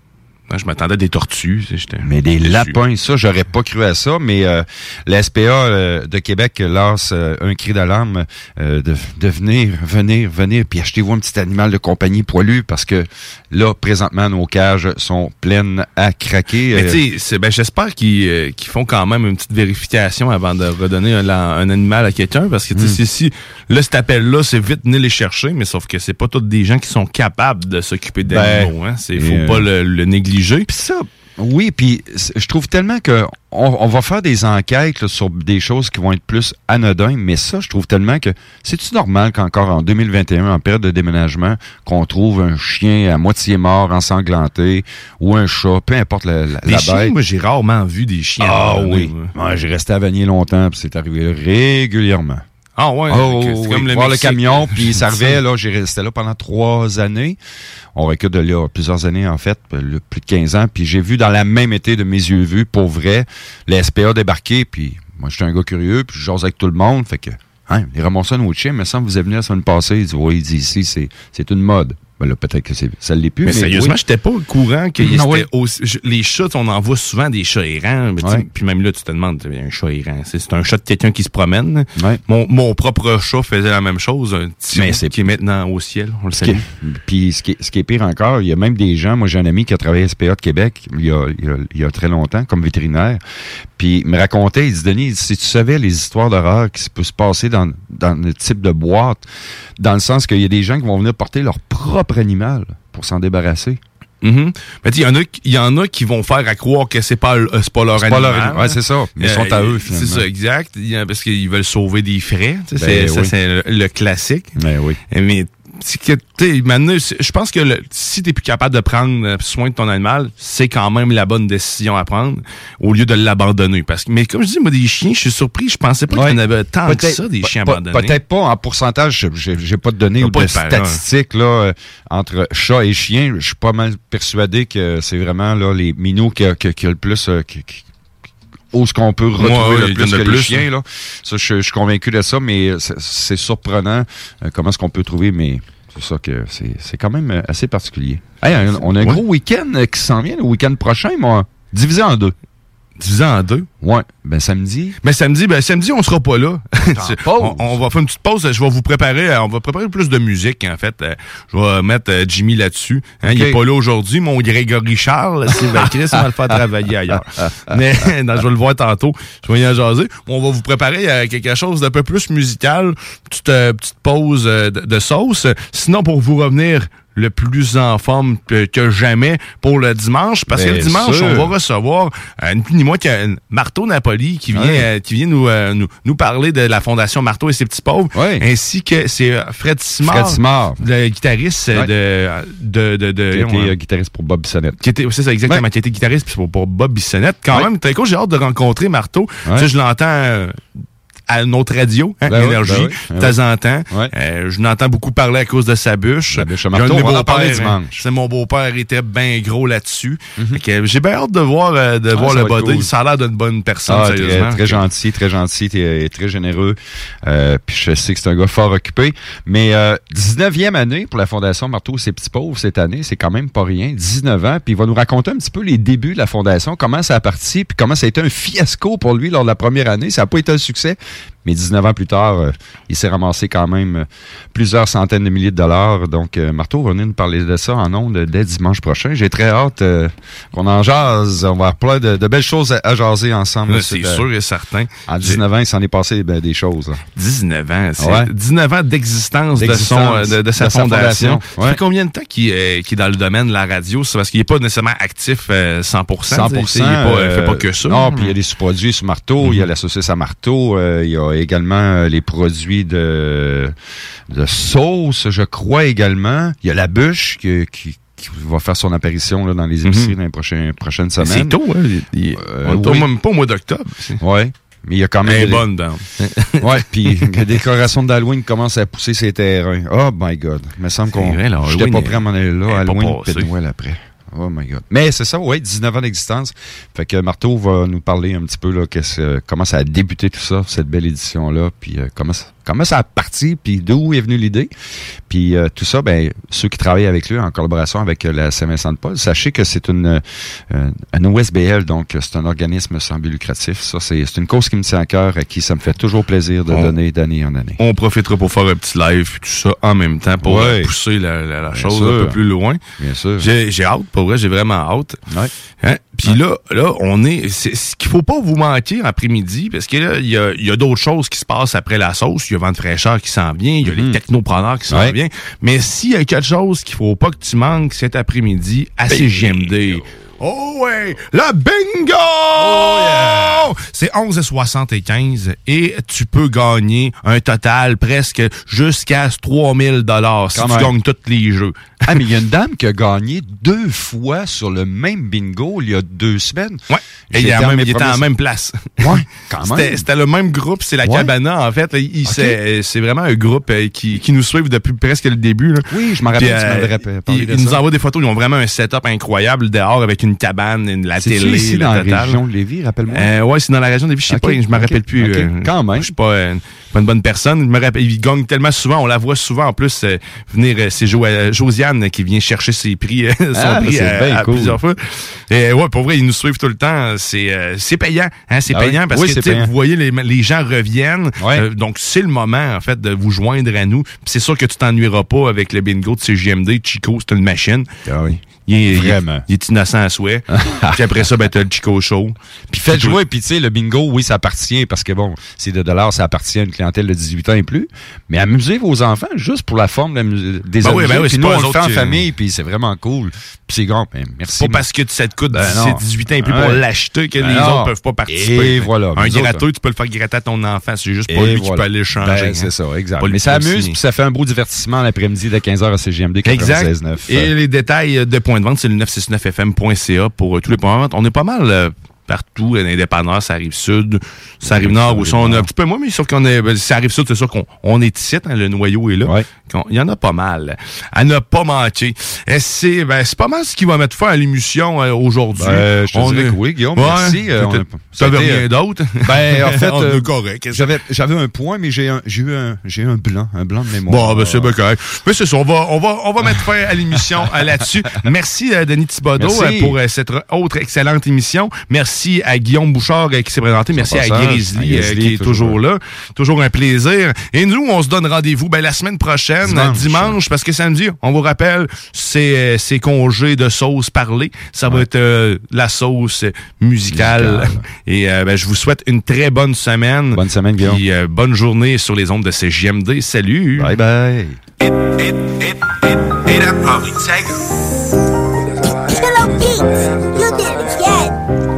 Je m'attendais à des tortues. J'étais Mais des déçu. lapins, ça, j'aurais pas cru à ça. Mais euh, la S P A euh, de Québec lance euh, un cri d'alarme euh, de, de venir, venir, venir, puis achetez-vous un petit animal de compagnie poilu parce que là, présentement, nos cages sont pleines à craquer. Mais Euh, tu sais, c'est- ben, j'espère qu'ils euh, qu'ils font quand même une petite vérification avant de redonner un, un animal à quelqu'un. Parce que tu sais, Mm. si, si là, cet appel-là, c'est vite venez les chercher, mais sauf que c'est pas tous des gens qui sont capables de s'occuper d'animaux. Ben, Hein. C'est, et, faut euh, pas le, le négliger. Puis ça, oui, puis c- je trouve tellement que on, on va faire des enquêtes là, sur des choses qui vont être plus anodines, mais ça, je trouve tellement que c'est-tu normal qu'encore en deux mille vingt et un, en période de déménagement, qu'on trouve un chien à moitié mort, ensanglanté, ou un chat, peu importe la, la, Les la chiens, bête. moi, j'ai rarement vu des chiens Ah abandonnés, oui. moi. Ouais, j'ai resté à Vanier longtemps, puis c'est arrivé régulièrement. Ah ouais, Oh, c'est oui. comme le Voir Mexique. le camion, puis ça arrivait, là, j'ai resté là pendant trois années. On recule de là plusieurs années, en fait, le- plus de quinze ans, puis j'ai vu dans la même été de mes yeux vus, pour vrai, la S P A débarquer, puis moi, j'étais un gars curieux, puis je jase avec tout le monde, fait que, hein, les ramasser un autre chien, mais semble que vous êtes venu la semaine passée, il dit, oui, il dit ici, c'est, c'est une mode. Ben là, peut-être que c'est, ça l'est plus. Mais, Mais, sérieusement, oui. j'étais pas au courant que Non, oui. aussi, je- les chats, on en voit souvent des chats errants. Mais tu sais, Ouais. puis même là, tu te demandes, il y a un chat errant. C'est, c'est un chat de quelqu'un qui se promène. Ouais. Mon, mon propre chat faisait la même chose. Un petit Mais roux c'est- qui est maintenant au ciel. On le Ce qui sait. est- Puis ce qui, est, ce qui est pire encore, il y a même des gens, moi j'ai un ami qui a travaillé à S P A de Québec il y a, il y a, il y a très longtemps comme vétérinaire, puis il me racontait, il dit, Denis, si tu savais les histoires d'horreur qui se peuvent se passer dans, dans le type de boîte, dans le sens qu'il y a des gens qui vont venir porter leur propre animal pour s'en débarrasser. Mhm. Mais tu sais, il y en a, qui- il y en a qui vont faire à croire que c'est pas, euh, c'est pas leur C'est pas animal. leur animal. Ouais, c'est ça. Mais ils sont à eux, finalement. C'est ça, exact. Il y a- Parce qu'ils veulent sauver des frais. Tu sais, Ben c'est, ça, oui. c'est le, le classique. Ben oui. Mais c'est que, tu sais, maintenant, c'est- je pense que le- si t'es plus capable de prendre euh, soin de ton animal, c'est quand même la bonne décision à prendre au lieu de l'abandonner. Parce que, mais comme je dis, moi, des chiens, je suis surpris. Je pensais pas Ouais. qu'il y en avait tant que Peut-être- ça, des chiens pe- abandonnés. Peut-être pas en pourcentage, j'ai, j'ai pas de données Y a ou pas de de par- statistiques là, euh, entre chat et chien. Je suis pas mal persuadé que c'est vraiment là, les minous qui a, qui a- qui a le plus... euh, qui, qui- où est-ce qu'on peut retrouver Ouais, ouais, le il y plus en a que les plus, chiens, là. Ça, je, je suis convaincu de ça, mais c'est, c'est surprenant euh, comment est-ce qu'on peut trouver, mais c'est ça que c'est, c'est quand même euh, assez particulier. Hey, on, on a un Ouais. gros week-end euh, qui s'en vient, le week-end prochain, moi, divisé en deux. Divisé en deux? Ouais. Ben, samedi. Mais samedi, ben samedi, on sera pas là. En pause. on, on va faire une petite pause. Je vais vous préparer, euh, on va préparer plus de musique, en fait. Euh, Je vais mettre euh, Jimmy là-dessus. Hein, Il Ok. est pas là aujourd'hui, mon Grégory Charles. C'est ben, Chris, on va le faire travailler ailleurs. Mais non, je vais le voir tantôt. Je vais y en jaser. On va vous préparer euh, quelque chose d'un peu plus musical. Petite, euh, petite pause euh, de, de sauce. Sinon, pour vous revenir le plus en forme que, que jamais pour le dimanche. Parce que le Bien dimanche, sûr. on va recevoir euh, ni plus ni moins qu'un Marteau Napoli qui vient, Ouais. euh, qui vient nous, euh, nous, nous parler de la Fondation Marteau et ses petits pauvres. Ouais. Ainsi que c'est euh, Fred Simard. Fred Simard. Le guitariste euh, Ouais. de, de, de, de, Qui a été ouais. euh, guitariste pour Bob Bissonnette. Qui était, c'est ça, exactement, Ouais. qui était guitariste pour, pour Bob Bissonnette. Quand Ouais. même, très cool, j'ai hâte de rencontrer Marteau. Ouais. Ça, je l'entends euh, à notre radio, hein, Ben oui, Énergie, ben oui, de ben temps en temps. Ouais. Euh, je l'entends beaucoup parler à cause de sa bûche. La bûche à J'ai un marteau, de mes on va en parler beaux-pères, dimanche. hein, c'est mon beau-père était bien gros là-dessus. Fait que j'ai bien hâte de voir, euh, de Ah, voir ça le va être body. cool. Ça a l'air d'une bonne personne, Ah, sérieusement. très, très gentil, très gentil, t'es- et très généreux. Euh, puis je sais que c'est un gars fort occupé. Mais euh, dix-neuvième année pour la Fondation Marteau et ses petits pauvres cette année, c'est quand même pas rien. dix-neuf ans, puis il va nous raconter un petit peu les débuts de la Fondation, comment ça a parti, puis comment ça a été un fiasco pour lui lors de la première année. Ça n'a pas été un succès. Mais dix-neuf ans plus tard, euh, il s'est ramassé quand même euh, plusieurs centaines de milliers de dollars. Donc, euh, Marteau va venir nous parler de ça en ondes dès dimanche prochain. J'ai très hâte euh, qu'on en jase. On va avoir plein de, de belles choses à, à jaser ensemble. Là, c'est, c'est sûr et certain. En dix-neuf ans, il s'en est passé ben, des choses. Là. dix-neuf ans, c'est ouais. dix-neuf ans d'existence, d'existence de, son, de, de sa de fondation. fondation. Ça ouais. fait combien de temps qu'il, euh, qu'il est dans le domaine de la radio? C'est parce qu'il n'est pas nécessairement actif euh, cent pour cent. cent pour cent. Il ne fait pas que ça. Non, puis il y a des sous-produits sur Marteau, mm-hmm. il y a la saucisse à Marteau, euh, il y a également euh, les produits de, de sauce, je crois également. Il y a la bûche qui, qui qui va faire son apparition là, dans les épiceries mm-hmm. dans les prochaines, prochaines semaines. C'est tôt, hein? Il, il, euh, on est oui. même pas au mois d'octobre. Oui. Mais il y a quand même... Elle est des... bonne, ben. Ouais, puis la décoration d'Halloween commence à pousser ses terrains. Oh my God. Il me semble qu'on... Vrai, là, j'étais pas prêt à m'en aller là. Halloween, puis Noël après. Oh my God. Mais c'est ça, oui, dix-neuf ans d'existence. Fait que Marteau va nous parler un petit peu là, qu'est-ce, comment ça a débuté tout ça, cette belle édition-là, puis euh, comment, comment ça a parti, puis d'où est venue l'idée. Puis euh, tout ça, ben ceux qui travaillent avec lui en collaboration avec euh, la Saint-Vincent-de-Paul, sachez que c'est une euh, un O S B L, donc c'est un organisme sans but lucratif. Ça, c'est, c'est une cause qui me tient à cœur, à qui ça me fait toujours plaisir de on, donner d'année en année. On profitera pour faire un petit live, tout ça en même temps, pour ouais. pousser la, la, la chose sûr. un peu plus loin. Bien sûr. J'ai, j'ai hâte, pour vrai, j'ai vraiment hâte. Ouais. Hein? Puis ouais. là, là, on est. C'est, ce qu'il faut pas vous manquer après-midi, parce que là, il y a, y a d'autres choses qui se passent après la sauce. Il y a Vente fraîcheur qui s'en vient, il y a mm-hmm. les technopreneurs qui s'en ouais. viennent. Mais s'il y a quelque chose qu'il faut pas que tu manques cet après-midi à C G M D. Oh ouais, le bingo! Oh yeah. C'est onze soixante-quinze et tu peux gagner un total presque jusqu'à trois mille dollars si tu gagnes tous les jeux. Ah, mais il y a une dame qui a gagné deux fois sur le même bingo il y a deux semaines. Ouais. Et il, même, il était en même place. Ouais, quand même. C'était, c'était le même groupe, c'est la ouais. Cabana, en fait. Il, okay. c'est, c'est vraiment un groupe qui, qui nous suit depuis presque le début. Là. Oui, je m'en rappelle, Puis, tu m'avais rappelé. Ils, ils nous envoient des photos, ils ont vraiment un setup incroyable dehors avec une cabane, une, la c'est télé. C'est dans total. La région de Lévis, rappelle-moi. Euh, ouais, c'est dans la région de Lévis, je sais okay. pas, je me rappelle okay. plus. Okay. Euh, quand même. Je suis pas, euh, pas une bonne personne. Je me rappelle, il gagne tellement souvent, on la voit souvent en plus euh, venir, euh, c'est jo- euh, Josiane qui vient chercher ses prix, euh, son ah, prix à, à cool. plusieurs fois. Et ouais, pour vrai, ils nous suivent tout le temps. C'est, euh, c'est payant, hein, c'est ah payant oui? parce oui, que vous voyez, les, les gens reviennent. Ouais. Euh, donc c'est le moment en fait de vous joindre à nous. Puis c'est sûr que tu t'ennuieras pas avec le bingo de C G M D. Chico, c'est une machine. Ah oui. Il est, Vraiment. Il, il est innocent à souhait. Puis après ça, ben, t'as le Chico Show. Puis faites jouer, puis tu sais, le bingo, oui, ça appartient, parce que bon, c'est de dollars, ça appartient à une clientèle de dix-huit ans et plus. Mais amusez vos enfants, juste pour la forme de des ben amusés. Oui, ben oui, puis nous, on le fait en qui... famille, puis c'est vraiment cool. Puis c'est grand, ben, merci. Pas parce que ça te coûte ben c'est dix-huit ans et plus ouais. pour l'acheter que ben les non. autres peuvent pas participer. Et voilà. Un gratteux, tu peux le faire gratter à ton enfant. C'est juste pas et lui voilà. qui peut aller changer. Ben, hein. C'est ça, exact. Mais ça amuse, puis ça fait un beau divertissement l'après-midi de quinze heures à C G M D quatre-vingt-seize neuf. Et les détails de points de vente, c'est le neuf cent soixante-neuf F M point C A pour tous les points de vente. On est pas mal euh, partout, dans les dépanneurs, ça arrive sud, ça arrive nord, où on a un petit peu moins, mais sauf qu'on est, ça arrive sud, c'est sûr qu'on on est ici, hein, le noyau est là. Ouais. Il y en a pas mal. À ne pas manquer. Et c'est, ben, c'est pas mal ce qui va mettre fin à l'émission euh, aujourd'hui. Ben, je te on dirais est... que oui, Guillaume, ouais, merci. Euh, tu n'avais rien euh... d'autre? Ben, en fait, euh, correct. J'avais, j'avais un point, mais j'ai, un, j'ai eu un, j'ai eu un blanc, un blanc de mémoire. Bon, ben, c'est bien correct. Mais c'est ça, on va, on va, on va mettre fin à l'émission euh, là-dessus. Merci, euh, Denis Thibodeau, euh, pour euh, cette autre excellente émission. Merci à Guillaume Bouchard euh, qui s'est présenté. Merci à Guy Risley euh, qui est toujours, toujours là. Toujours un plaisir. Et nous, on se donne rendez-vous ben, la semaine prochaine, dimanche, dimanche parce que samedi, on vous rappelle, c'est, c'est congé de sauce parlée. Ça ouais. va être euh, la sauce musicale. Musical. Et euh, ben, je vous souhaite une très bonne semaine. Bonne semaine, Guillaume. Et euh, bonne journée sur les ondes de C G M D. Salut! Bye bye! It, it, it, it, it, that probably take Hello, Geeks! You did it yet!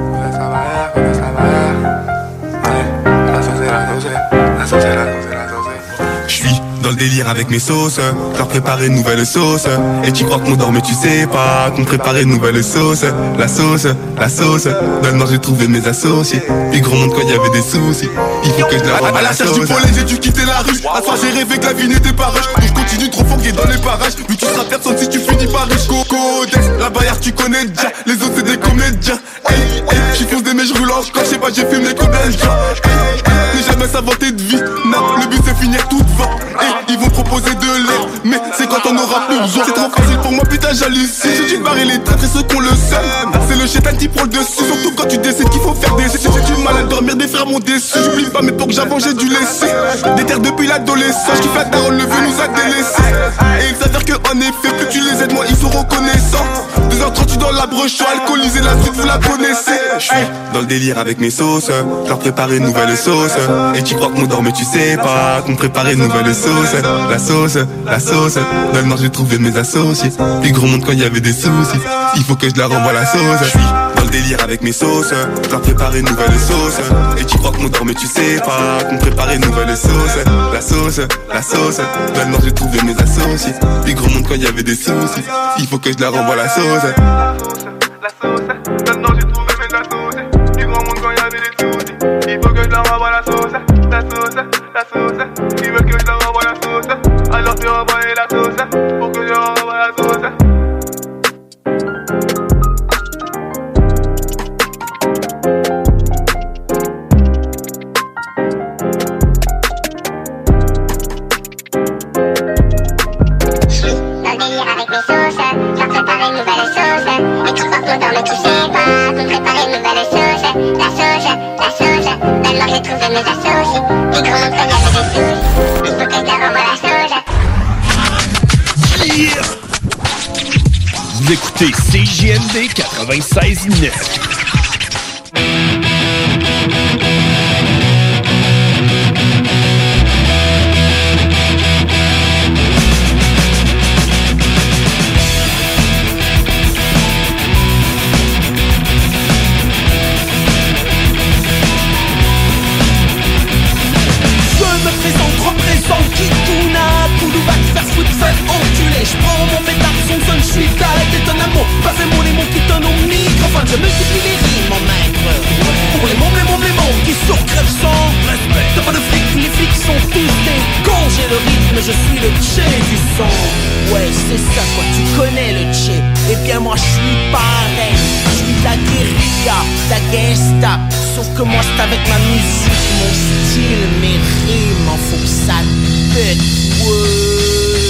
Dans le délire avec mes sauces, leur préparer une nouvelle sauce. Et tu crois qu'on dort mais tu sais pas qu'on préparait une nouvelle sauce. La sauce, la sauce, dans le nord j'ai trouvé mes associés. Puis gros monde quand il y avait des soucis, il faut que je la rende à la sauce. À la cherche du pollen j'ai dû quitter la rue. À soir j'ai rêvé que la vie n'était pas rush. Donc je continue trop foqué dans les parages. Mais tu seras personne si tu finis par riche. Codex, la barrière tu connais déjà. Les autres c'est des comédiens. Hey, hey, j'y fonce des mèches roulantes. Quand je sais pas j'ai filmé combien de gens. Hey, hey, n'ai jamais s'inventer de vie. Non, le but c'est finir toute vente. Hey, ils vont proposer de l'air, mais c'est quand on aura plus le toujours. C'est trop facile pour moi, putain, j'hallucine. J'ai dû barrer les traîtres et ceux qu'on le seum. C'est le chétan qui prend le dessus. Surtout quand tu décides qu'il faut faire des essais. J'ai du mal à dormir, des frères m'ont déçu. J'oublie pas, mais pour que j'avance, j'ai dû laisser. Des terres depuis l'adolescence. Qui fait la daronne, le vieux nous a délaissés. Et il s'avère que, en effet, plus tu les aides, moins ils sont reconnaissants. deux heures trente, tu dans la broche, alcoolisé, la suite, vous la connaissez. J'suis dans le délire avec mes sauces. Je leur prépare une nouvelle sauce. Et tu crois que mon dort, mais tu sais pas qu'on prépare une nouvelle sauce. La sauce, la sauce. Dans le nord, j'ai trouvé mes associés. Plus gros monde quand il y avait des soucis. Il faut que je leur renvoie la sauce. J'suis dans le délire avec mes sauces. Je leur prépare une nouvelle sauce. Et tu crois que mon dort, mais tu sais pas qu'on prépare une nouvelle sauce. La sauce, la sauce. Dans le nord, j'ai trouvé mes associés. Plus gros monde quand il y avait des soucis. Il faut que je leur renvoie la sauce. La sauce, la sauce. Dans le nord, j'ai trouvé mes associés. Plus grand monde quand il y avait des soucis. Il faut que je leur renvoie la sauce. La sauce, la sauce. Ils veulent que je leur renvoie la sauce. Alors tu renvoies la sauce. Pour que je leur renvoie la sauce. Vous écoutez C J M D quatre-vingt-seize neuf. J'prends mon pétard, son son, j'suis t'arrête et ton amour. Passez mon les mots qui donnent au microphone. Je multiplie les rimes en maître. Pour les mômes, les mômes, les mômes qui surcrèvent sans respect. T'as pas de flics, les flics sont tous des cons. J'ai le rythme, je suis le tché du son. Ouais, c'est ça quoi, tu connais le tché. Eh bien moi j'suis pareil. J'suis de la guérilla, de la gesta. Sauf que moi c'est avec ma musique, mon style, mes rimes. En faut que ça pète, ouais.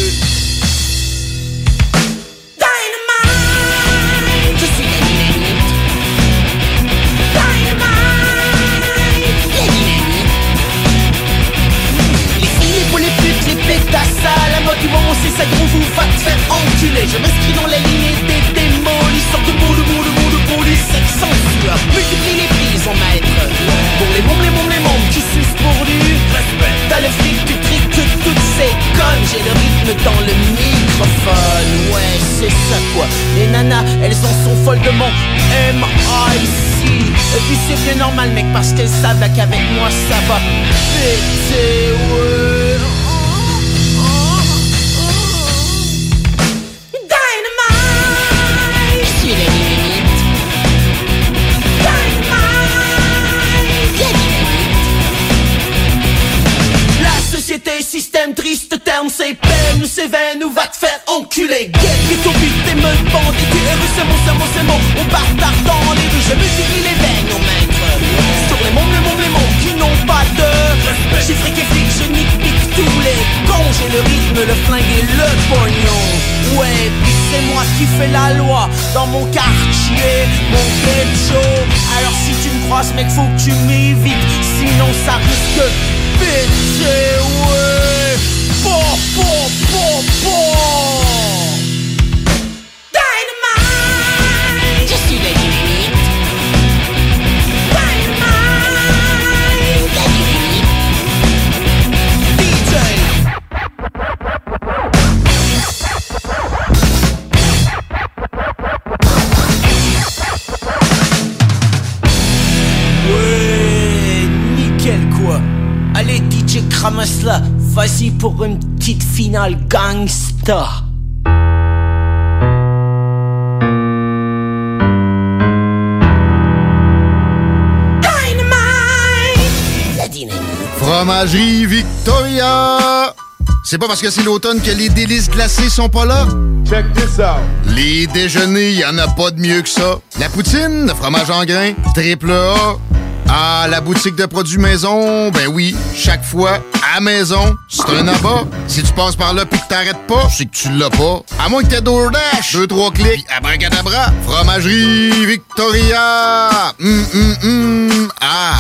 La mode du moment c'est ça gros vous va te faire enculer. Je m'inscris dans la lignée des démolisseurs de mots de mots de mots de police avec censure. Multiplie les prises en maître. Pour les mômes, les mômes, les mômes qui sucent pour du respect. T'as le fric, tu triques que toutes ces connes. J'ai le rythme dans le microphone. Ouais c'est ça quoi. Les nanas elles en sont folles de mon M I C. Et puis c'est bien normal mec parce qu'elles savent qu'avec moi ça va péter. Ouais. Système triste, terme, c'est peine, c'est veine, ou va te faire enculer. Guette, qui t'oublie, t'es me bandit, tu es russe, c'est mon, c'est mon, c'est mon. On bâtard dans les rues, je multiplie les veines, on maître. Sur les mômes, les mômes, les mômes qui n'ont pas de respect. J'ai fric et flic, je nique, pique tous les cons. J'ai le rythme, le flingue et le pognon. Ouais, puis c'est moi qui fais la loi dans mon quartier, mon ghetto. Alors si tu me croises, mec, faut que tu m'évites, sinon ça risque de péter, ouais. Bo, bo, bo, bo. Dynamite. Je suis la limite. Dynamite. La limite. D J. Ouais, nickel quoi. Allez D J cramasse-la, vas-y pour une petite finale gangsta. Dynamite. La dynamite. Fromagerie Victoria. C'est pas parce que c'est l'automne que les délices glacées sont pas là. Check this out. Les déjeuners, y en a pas de mieux que ça. La poutine, le fromage en grains, triple A. Ah, la boutique de produits maison, ben oui, chaque fois, À la maison, c'est un abat. Si tu passes par là pis que t'arrêtes pas, c'est que tu l'as pas. À moins que t'aies DoorDash. Deux, trois clics, pis abracadabra. Fromagerie Victoria. Hum, hum, hum. Ah!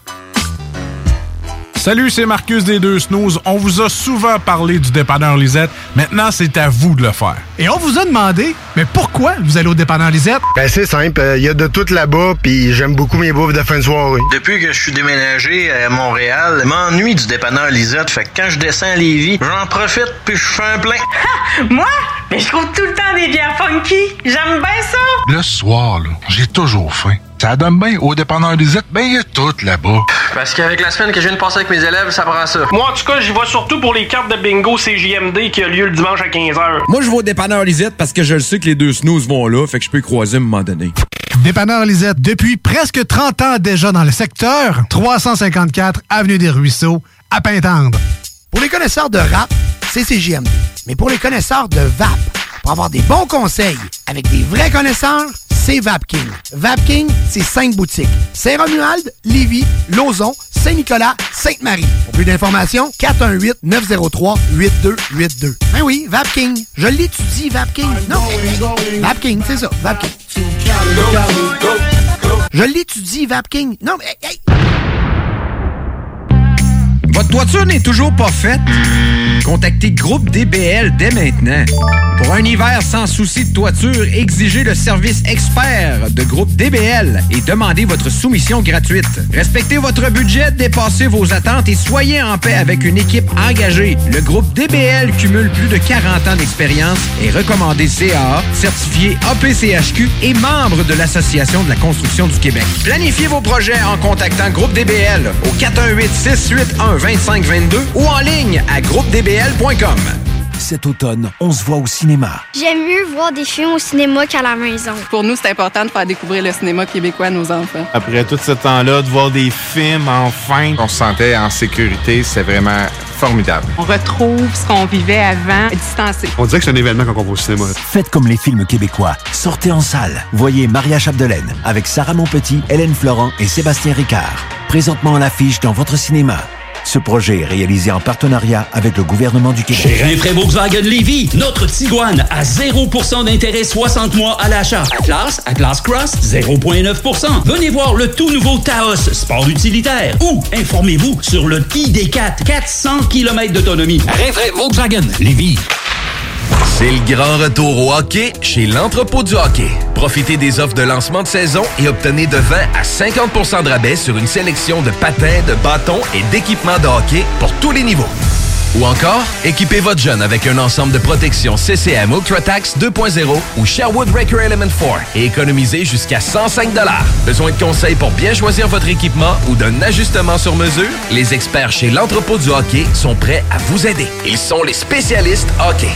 Salut, c'est Marcus des Deux Snooze. On vous a souvent parlé du dépanneur Lisette. Maintenant, c'est à vous de le faire. Et on vous a demandé, mais pourquoi vous allez au dépanneur Lisette? Ben c'est simple, il y a de tout là-bas, puis j'aime beaucoup mes bouffes de fin de soirée. Depuis que je suis déménagé à Montréal, je m'ennuie du dépanneur Lisette. Fait que quand je descends à Lévis, j'en profite puis je fais un plein. Ha! Moi? Mais je trouve tout le temps des bières funky. J'aime bien ça. Le soir, là, j'ai toujours faim. Ça donne bien. Au dépanneur Lisette, ben il y a tout là-bas. Parce qu'avec la semaine que je viens de passer avec mes élèves, ça prend ça. Moi, en tout cas, j'y vais surtout pour les cartes de bingo C J M D qui a lieu le dimanche à quinze heures. Moi, je vais au dépanneur Lisette parce que je le sais que les deux snooze vont là, fait que je peux y croiser à un moment donné. Dépanneur Lisette, depuis presque trente ans déjà dans le secteur, trois cent cinquante-quatre Avenue des Ruisseaux, à Pintendre. Pour les connaisseurs de rap, c'est C J M D. Mais pour les connaisseurs de V A P, pour avoir des bons conseils avec des vrais connaisseurs, c'est Vapking. Vapking, c'est cinq boutiques. Saint-Romuald, Lévis, Lauson, Saint-Nicolas, Sainte-Marie. Pour plus d'informations, quatre un huit, neuf zéro trois, huit deux huit deux. Ben oui, Vapking. Je l'étudie, Vapking. Non, Vapking, c'est ça, Vapking. Je l'étudie, Vapking. Non, mais... Hey. Votre toiture n'est toujours pas faite? Contactez Groupe D B L dès maintenant. Pour un hiver sans souci de toiture, exigez le service expert de Groupe D B L et demandez votre soumission gratuite. Respectez votre budget, dépassez vos attentes et soyez en paix avec une équipe engagée. Le Groupe D B L cumule plus de quarante ans d'expérience, est recommandé C A A, certifié A P C H Q et membre de l'Association de la construction du Québec. Planifiez vos projets en contactant Groupe D B L au quatre un huit, six huit un, deux cinq deux deux ou en ligne à groupe d b l point com. Cet automne, on se voit au cinéma. J'aime mieux voir des films au cinéma qu'à la maison. Pour nous, c'est important de faire découvrir le cinéma québécois à nos enfants. Après tout ce temps-là, de voir des films, enfin, on se sentait en sécurité, c'est vraiment formidable. On retrouve ce qu'on vivait avant, distancé. On dirait que c'est un événement quand on va au cinéma. Faites comme les films québécois. Sortez en salle. Voyez Maria Chapdelaine avec Sarah Monpetit, Hélène Florent et Sébastien Ricard. Présentement à l'affiche dans votre cinéma. Ce projet est réalisé en partenariat avec le gouvernement du Québec. Chez Rinfraie Volkswagen Lévis, notre Tiguan à zéro pour cent d'intérêt soixante mois à l'achat. Atlas, Atlas Cross, zéro virgule neuf pour cent. Venez voir le tout nouveau Taos, sport utilitaire. Ou informez-vous sur le I D quatre, quatre cents kilomètres d'autonomie. Rinfraie Volkswagen Lévis. C'est le grand retour au hockey chez l'Entrepôt du hockey. Profitez des offres de lancement de saison et obtenez de vingt à cinquante pour cent de rabais sur une sélection de patins, de bâtons et d'équipements de hockey pour tous les niveaux. Ou encore, équipez votre jeune avec un ensemble de protection C C M UltraTax deux point zéro ou Sherwood Record Element quatre et économisez jusqu'à cent cinq dollars. Besoin de conseils pour bien choisir votre équipement ou d'un ajustement sur mesure? Les experts chez l'Entrepôt du hockey sont prêts à vous aider. Ils sont les spécialistes hockey.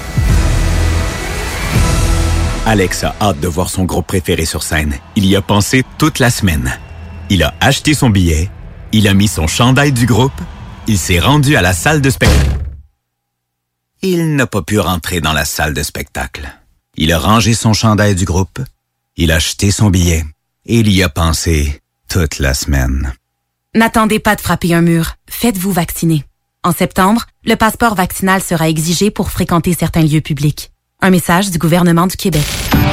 Alex a hâte de voir son groupe préféré sur scène. Il y a pensé toute la semaine. Il a acheté son billet, il a mis son chandail du groupe, il s'est rendu à la salle de spectacle. Il n'a pas pu rentrer dans la salle de spectacle. Il a rangé son chandail du groupe, il a acheté son billet et il y a pensé toute la semaine. N'attendez pas de frapper un mur. Faites-vous vacciner. En septembre, le passeport vaccinal sera exigé pour fréquenter certains lieux publics. Un message du gouvernement du Québec.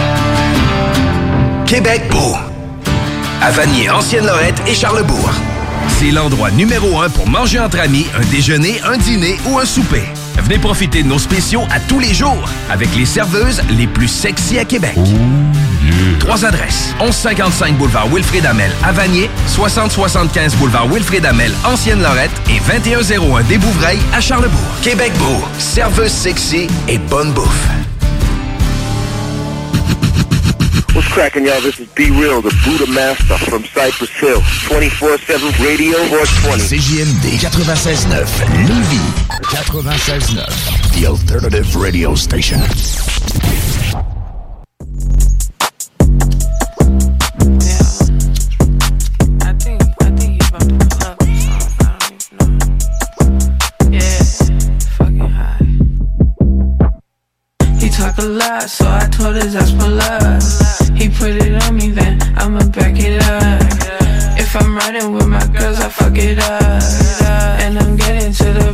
Québec beau. À Vanier, Ancienne-Lorette et Charlebourg. C'est l'endroit numéro un pour manger entre amis, un déjeuner, un dîner ou un souper. Venez profiter de nos spéciaux à tous les jours avec les serveuses les plus sexy à Québec. Oh yeah. Trois adresses. onze cinquante-cinq boulevard Wilfrid Hamel à Vanier, soixante soixante-quinze boulevard Wilfrid Hamel, Ancienne-Lorette et vingt et un zéro un des Bouvrailles à Charlebourg. Québec beau. Serveuse sexy et bonne bouffe. What's cracking, y'all? This is Be Real, the Buddha Master from Cypress Hill. twenty-four seven Radio four twenty. C J M D quatre-vingt-seize neuf, Lévis. quatre-vingt-seize neuf, The Alternative Radio Station. Talk a lot, so I told his ass pull up. He put it on me, then I'ma back it up. If I'm riding with my girls, I fuck it up. And I'm getting to the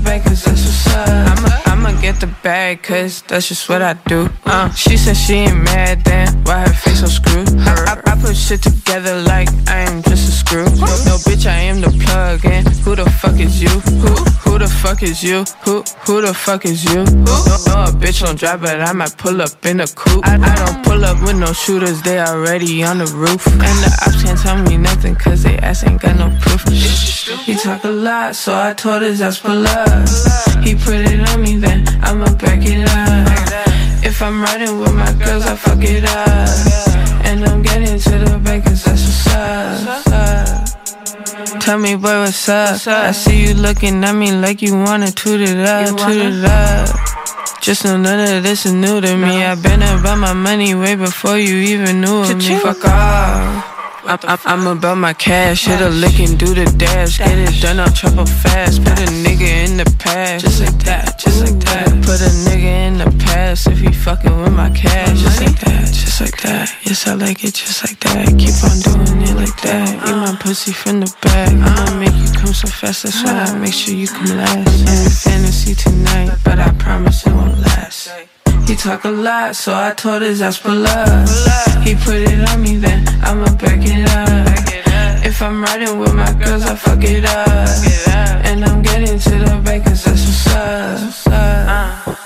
get the bag, cause that's just what I do. Uh, she said she ain't mad, then why her face so screwed? I, I, I put shit together like I am just a screw. No, no bitch, I am the plug, and who the fuck is you? Who, who the fuck is you? Who, who the fuck is you? Who? No, no, a bitch don't drive, but I might pull up in a coupe. I, I don't pull up with no shooters, they already on the roof. And the ops can't tell me nothing, cause they ass ain't got no proof. He talk a lot, so I told his ass pull up. He put it on me, then I'ma back it up. If I'm riding with my girls, I fuck it up. And I'm getting to the bank, cause that's what's up. Tell me, boy, what's up? I see you looking at me like you wanna toot it up, toot it up. Just know none of this is new to me. I've been about my money way before you even knew of me. Fuck off. I'm, I'm, I'm about my cash, hit a lick and do the dash. Get it done, I'll trouble fast. Put a nigga in the past, just like that, just like that. Put a nigga in the past if he fucking with my cash, just like that, just like that. Yes, I like it just like that. Keep on doing it like that. Eat my pussy from the back. I'ma make you come so fast, that's why I make sure you come last. In fantasy tonight, but I promise it won't last. He talk a lot, so I told his ass pull up. He put it on me, then I'ma back it up. If I'm riding with my girls, I fuck it up. And I'm getting to the bank, cause that's what's up.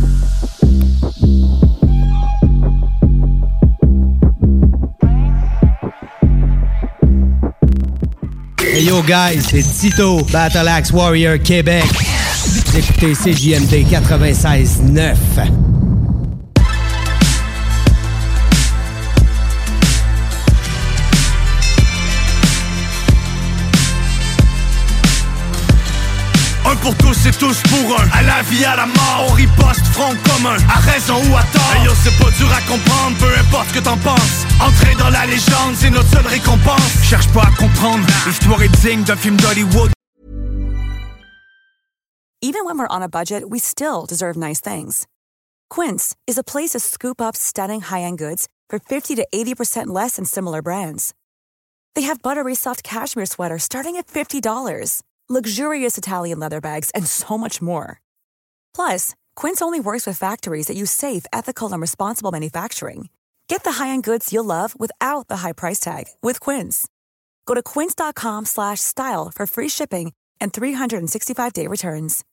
Hey yo guys, c'est Tito, Battle Axe Warrior Québec. Vous écoutez C J M D quatre-vingt-seize neuf. Un pour tous et tous pour un. À la vie, à la mort, on riposte front commun. À raison ou à tort. Hey yo, c'est pas dur à comprendre, peu importe ce que t'en penses. Entrer dans la légende, c'est notre seule récompense. Cherche pas à comprendre, l'histoire est digne d'un film d'Hollywood. Even when we're on a budget, we still deserve nice things. Quince is a place to scoop up stunning high-end goods for fifty to eighty percent less than similar brands. They have buttery soft cashmere sweaters starting at fifty dollars. Luxurious Italian leather bags, and so much more. Plus, Quince only works with factories that use safe, ethical, and responsible manufacturing. Get the high-end goods you'll love without the high price tag with Quince. Go to quince.com slash style for free shipping and three sixty-five day returns.